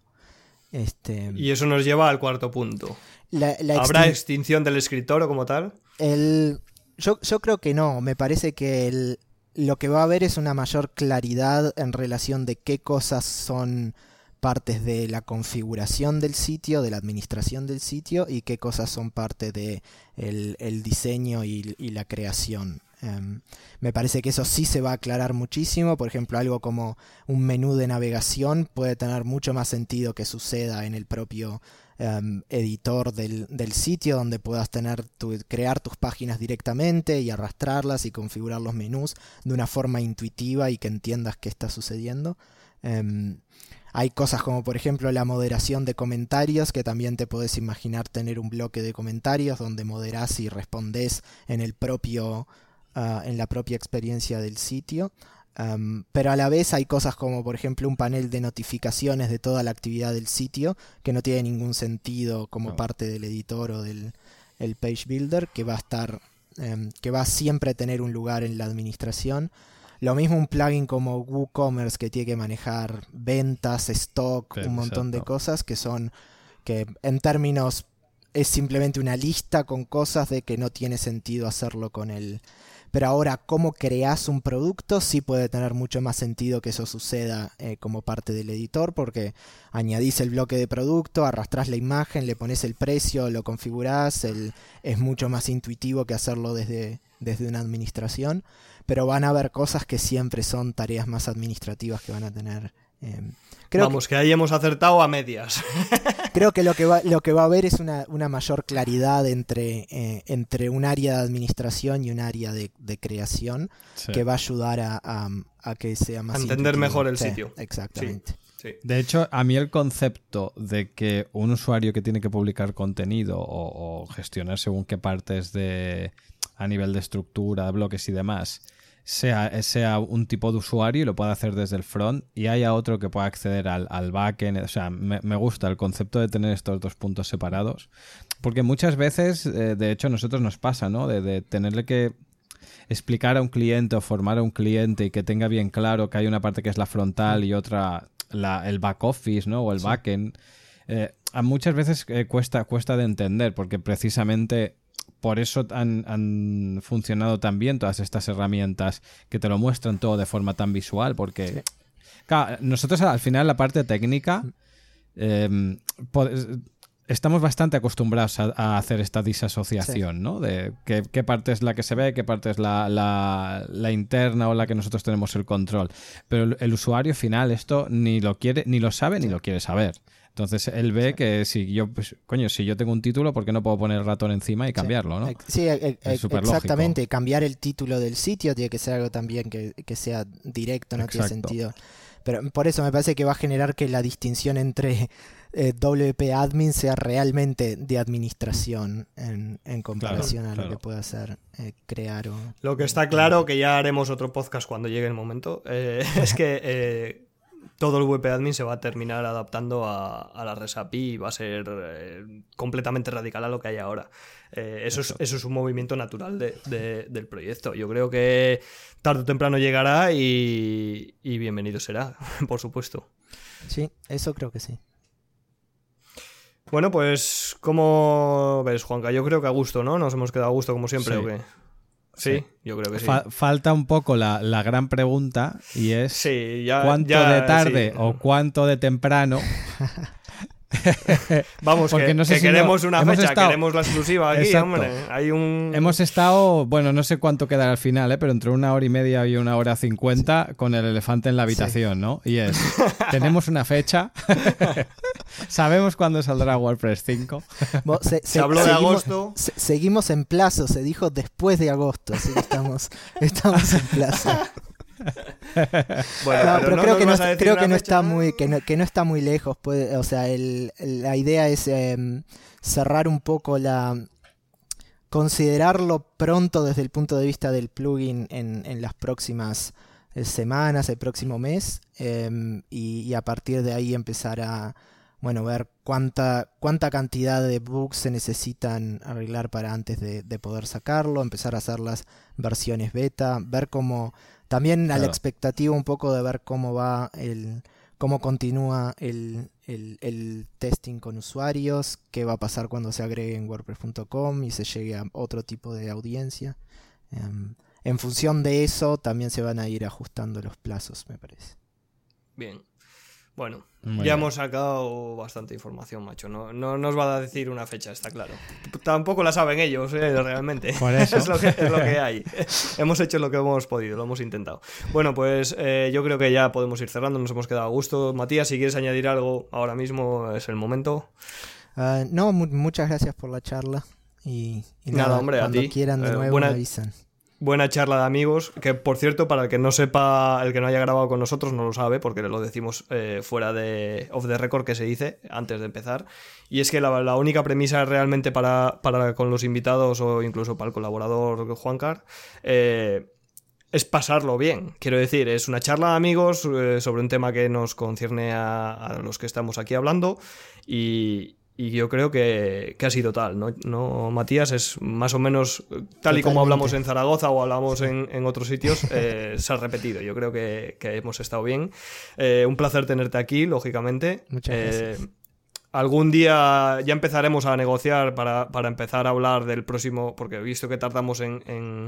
Este, y eso nos lleva al cuarto punto. La, la ¿Habrá extin- extinción del escritorio como tal? El, yo, yo creo que no. Me parece que el, lo que va a haber es una mayor claridad en relación de qué cosas son partes de la configuración del sitio, de la administración del sitio, y qué cosas son parte de el, el diseño y, y la creación. Um, me parece que eso sí se va a aclarar muchísimo. Por ejemplo, algo como un menú de navegación puede tener mucho más sentido que suceda en el propio um, editor del, del sitio, donde puedas tener tu, crear tus páginas directamente y arrastrarlas y configurar los menús de una forma intuitiva y que entiendas qué está sucediendo. Um, hay cosas como, por ejemplo, la moderación de comentarios, que también te podés imaginar tener un bloque de comentarios donde moderás y respondés en el propio Uh, en la propia experiencia del sitio, um, pero a la vez hay cosas como, por ejemplo, un panel de notificaciones de toda la actividad del sitio que no tiene ningún sentido como no. parte del editor o del el page builder, que va a estar um, que va a siempre tener un lugar en la administración. Lo mismo un plugin como WooCommerce, que tiene que manejar ventas, stock, sí, un montón exacto. de cosas que son que en términos es simplemente una lista con cosas de que no tiene sentido hacerlo con el... Pero ahora, cómo creas un producto sí puede tener mucho más sentido que eso suceda eh, como parte del editor, porque añadís el bloque de producto, arrastrás la imagen, le pones el precio, lo configurás, el, es mucho más intuitivo que hacerlo desde, desde una administración, pero van a haber cosas que siempre son tareas más administrativas que van a tener... Eh, creo Vamos, que... que ahí hemos acertado a medias. Creo que lo que va, lo que va a haber es una, una mayor claridad entre, eh, entre un área de administración y un área de, de creación, sí. que va a ayudar a, a, a que sea más... A entender intuitivo. mejor el sí, sitio. Exactamente. Sí, sí. De hecho, a mí el concepto de que un usuario que tiene que publicar contenido o, o gestionar según qué partes de a nivel de estructura, bloques y demás... Sea, sea un tipo de usuario y lo pueda hacer desde el front y haya otro que pueda acceder al, al backend. O sea, me, me gusta el concepto de tener estos dos puntos separados, porque muchas veces, eh, de hecho, a nosotros nos pasa, ¿no? De, de tenerle que explicar a un cliente o formar a un cliente y que tenga bien claro que hay una parte que es la frontal y otra la, el back office, ¿no? O el sí. backend. Eh, a muchas veces eh, cuesta, cuesta de entender, porque precisamente... Por eso han, han funcionado tan bien todas estas herramientas que te lo muestran todo de forma tan visual, porque sí. claro, nosotros al final la parte técnica eh, estamos bastante acostumbrados a, a hacer esta disasociación, sí. ¿no? De qué, qué parte es la que se ve, qué parte es la, la, la interna o la que nosotros tenemos el control. Pero el, el usuario final esto ni lo quiere, ni lo sabe, sí. ni lo quiere saber. Entonces él ve sí. que si yo, pues, coño, si yo tengo un título, ¿por qué no puedo poner el ratón encima y cambiarlo, sí. ¿no? Sí, e- e- es exactamente. Cambiar el título del sitio tiene que ser algo también que, que sea directo, no Exacto. tiene sentido. Pero por eso me parece que va a generar que la distinción entre eh, W P Admin sea realmente de administración en, en comparación claro, a claro. lo que pueda hacer eh, crear o... Lo que está claro, que ya haremos otro podcast cuando llegue el momento, eh, es que eh, todo el W P Admin se va a terminar adaptando a, a la REST A P I y va a ser eh, completamente radical a lo que hay ahora. Eh, eso, es, eso es un movimiento natural de, de, del proyecto. Yo creo que tarde o temprano llegará y, y bienvenido será, por supuesto. Sí, eso creo que sí. Bueno, pues, ¿cómo ves, Juanca? Yo creo que a gusto, ¿no? Nos hemos quedado a gusto como siempre, sí. ¿o qué? Sí, sí, yo creo que sí. Fa- falta un poco la, la gran pregunta y es sí, ya, ¿cuánto ya, de tarde sí. o cuánto de temprano? Vamos, que, no sé que si queremos no, una hemos fecha, estado... queremos la exclusiva aquí, Exacto. hombre. Hay un... Hemos estado, bueno, no sé cuánto quedará al final, ¿eh? Pero entre una hora y media y una hora cincuenta sí. con el elefante en la habitación, sí. ¿no? Y es, tenemos una fecha, sabemos cuándo saldrá WordPress cinco. Bueno, se, se, se habló seguimos, de agosto. Se, seguimos en plazo, se dijo después de agosto, así que estamos, estamos en plazo. Bueno, no, pero, pero no creo que no, creo que no fecha, está muy que no, que no está muy lejos. Puede, o sea, el, el, la idea es eh, cerrar un poco la considerarlo pronto desde el punto de vista del plugin en, en las próximas eh, semanas, el próximo mes, eh, y, y a partir de ahí empezar a bueno ver cuánta cuánta cantidad de bugs se necesitan arreglar para antes de, de poder sacarlo, empezar a hacer las versiones beta, ver cómo también claro. a la expectativa un poco de ver cómo va el cómo continúa el, el, el testing con usuarios, qué va a pasar cuando se agregue en WordPress punto com y se llegue a otro tipo de audiencia. Um, en función de eso también se van a ir ajustando los plazos, me parece. Bien. Bueno, Muy ya bien. hemos sacado bastante información, macho. No, no nos va a decir una fecha, está claro. Tampoco la saben ellos, eh, realmente. Por eso. es, lo que, es lo que hay. Hemos hecho lo que hemos podido, lo hemos intentado. Bueno, pues eh, yo creo que ya podemos ir cerrando, nos hemos quedado a gusto. Matías, si quieres añadir algo ahora mismo, es el momento. Uh, no, mu- muchas gracias por la charla. Y, y nada, nada, hombre, cuando a ti. quieran de Eh, nuevo buena... me avisan. Buena charla de amigos, que por cierto, para el que no sepa, el que no haya grabado con nosotros no lo sabe, porque lo decimos eh, fuera de off the record, que se dice antes de empezar, y es que la, la única premisa realmente para, para con los invitados o incluso para el colaborador Juancar eh, es pasarlo bien. Quiero decir, es una charla de amigos eh, sobre un tema que nos concierne a, a los que estamos aquí hablando y... Y yo creo que, que ha sido tal, ¿no? ¿no, Matías? Es más o menos tal Totalmente. Y como hablamos en Zaragoza o hablamos en, en otros sitios, eh, se ha repetido. Yo creo que, que hemos estado bien. Eh, un placer tenerte aquí, lógicamente. Muchas gracias. Eh, algún día ya empezaremos a negociar para, para empezar a hablar del próximo, porque he visto que tardamos en, en,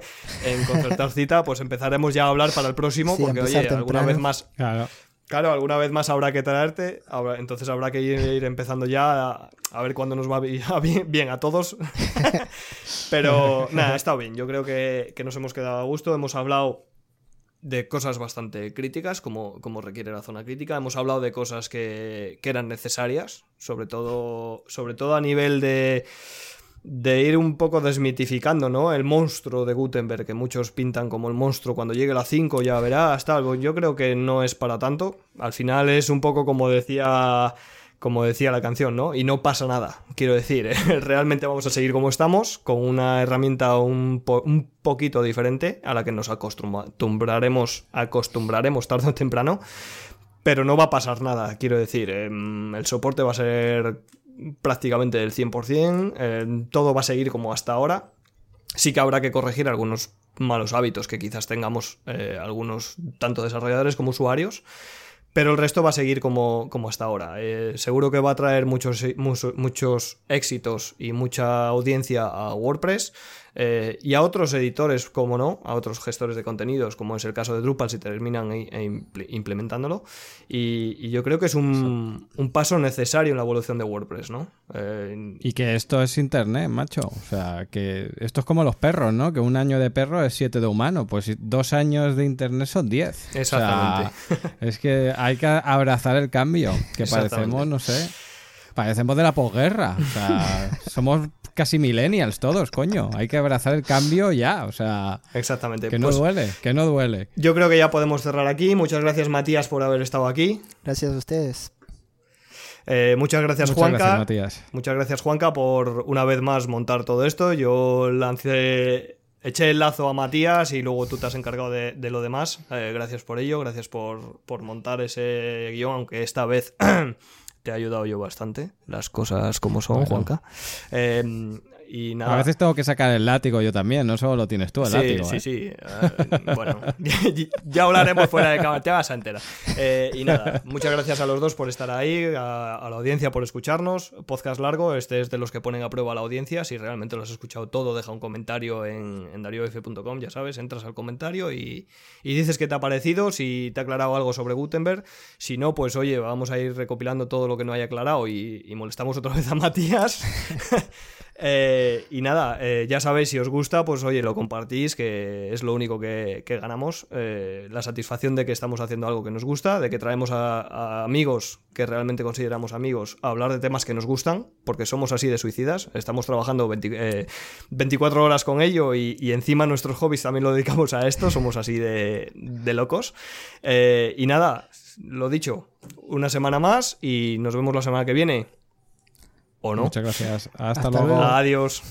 en concertar cita, pues empezaremos ya a hablar para el próximo, sí, porque oye, temprano. alguna vez más... Claro. Claro, alguna vez más habrá que traerte, habrá, entonces habrá que ir, ir empezando ya a, a ver cuándo nos va bien, bien a todos. Pero nada, ha estado bien, yo creo que, que nos hemos quedado a gusto, hemos hablado de cosas bastante críticas, como, como requiere la zona crítica, hemos hablado de cosas que, que eran necesarias, sobre todo, sobre todo a nivel de... de ir un poco desmitificando, ¿no? El monstruo de Gutenberg, que muchos pintan como el monstruo, cuando llegue la cinco ya verás, tal. Yo creo que no es para tanto. Al final es un poco como decía, como decía la canción, ¿no? Y no pasa nada, quiero decir. ¿eh? Realmente vamos a seguir como estamos, con una herramienta un, po- un poquito diferente, a la que nos acostumbraremos, acostumbraremos tarde o temprano, pero no va a pasar nada, quiero decir. Eh, el soporte va a ser... prácticamente del cien por ciento, eh, todo va a seguir como hasta ahora. Sí que habrá que corregir algunos malos hábitos que quizás tengamos eh, algunos, tanto desarrolladores como usuarios, pero el resto va a seguir como, como hasta ahora. Eh, seguro que va a traer muchos, muchos, muchos éxitos y mucha audiencia a WordPress. eh, y a otros editores, como no, a otros gestores de contenidos, como es el caso de Drupal, si terminan e, e implementándolo. Y, y yo creo que es un, un paso necesario en la evolución de WordPress, ¿no? Eh, y que esto es internet, macho. O sea, que esto es como los perros, ¿no? Que un año de perro es siete de humano. Pues dos años de internet son diez. Exactamente. O sea, es que hay que abrazar el cambio. Que parecemos, no sé, parecemos de la posguerra. O sea, somos casi millennials todos, coño. Hay que abrazar el cambio ya. O sea, exactamente. Que no pues, duele, que no duele. Yo creo que ya podemos cerrar aquí. Muchas gracias, Matías, por haber estado aquí. Gracias a ustedes. Eh, muchas gracias, muchas Juanca. Gracias, Matías. Muchas gracias, Juanca, por una vez más montar todo esto. Yo lancé, eché el lazo a Matías y luego tú te has encargado de, de lo demás. Eh, gracias por ello, gracias por, por montar ese guión, aunque esta vez te he ayudado yo bastante. Las cosas como son, bueno. Juanca. Eh, Y nada. A veces tengo que sacar el látigo yo también, no solo lo tienes tú el sí, látigo. Sí, ¿eh? sí, uh, bueno, ya hablaremos fuera de cámara, te vas a enterar. Eh, y nada, muchas gracias a los dos por estar ahí, a, a la audiencia por escucharnos. Podcast largo, este es de los que ponen a prueba a la audiencia. Si realmente lo has escuchado todo, deja un comentario en, en dario f punto com, ya sabes, entras al comentario y, y dices qué te ha parecido, si te ha aclarado algo sobre Gutenberg. Si no, pues oye, vamos a ir recopilando todo lo que no haya aclarado y, y molestamos otra vez a Matías. Eh, y nada, eh, ya sabéis, si os gusta, pues oye, lo compartís, que es lo único que, que ganamos. Eh, la satisfacción de que estamos haciendo algo que nos gusta, de que traemos a, a amigos que realmente consideramos amigos a hablar de temas que nos gustan, porque somos así de suicidas. Estamos trabajando veinte, eh, veinticuatro horas con ello y, y encima nuestros hobbies también lo dedicamos a esto. Somos así de, de locos. Eh, y nada, lo dicho, una semana más y nos vemos la semana que viene. ¿O no? Muchas gracias. Hasta, Hasta luego. luego. Adiós.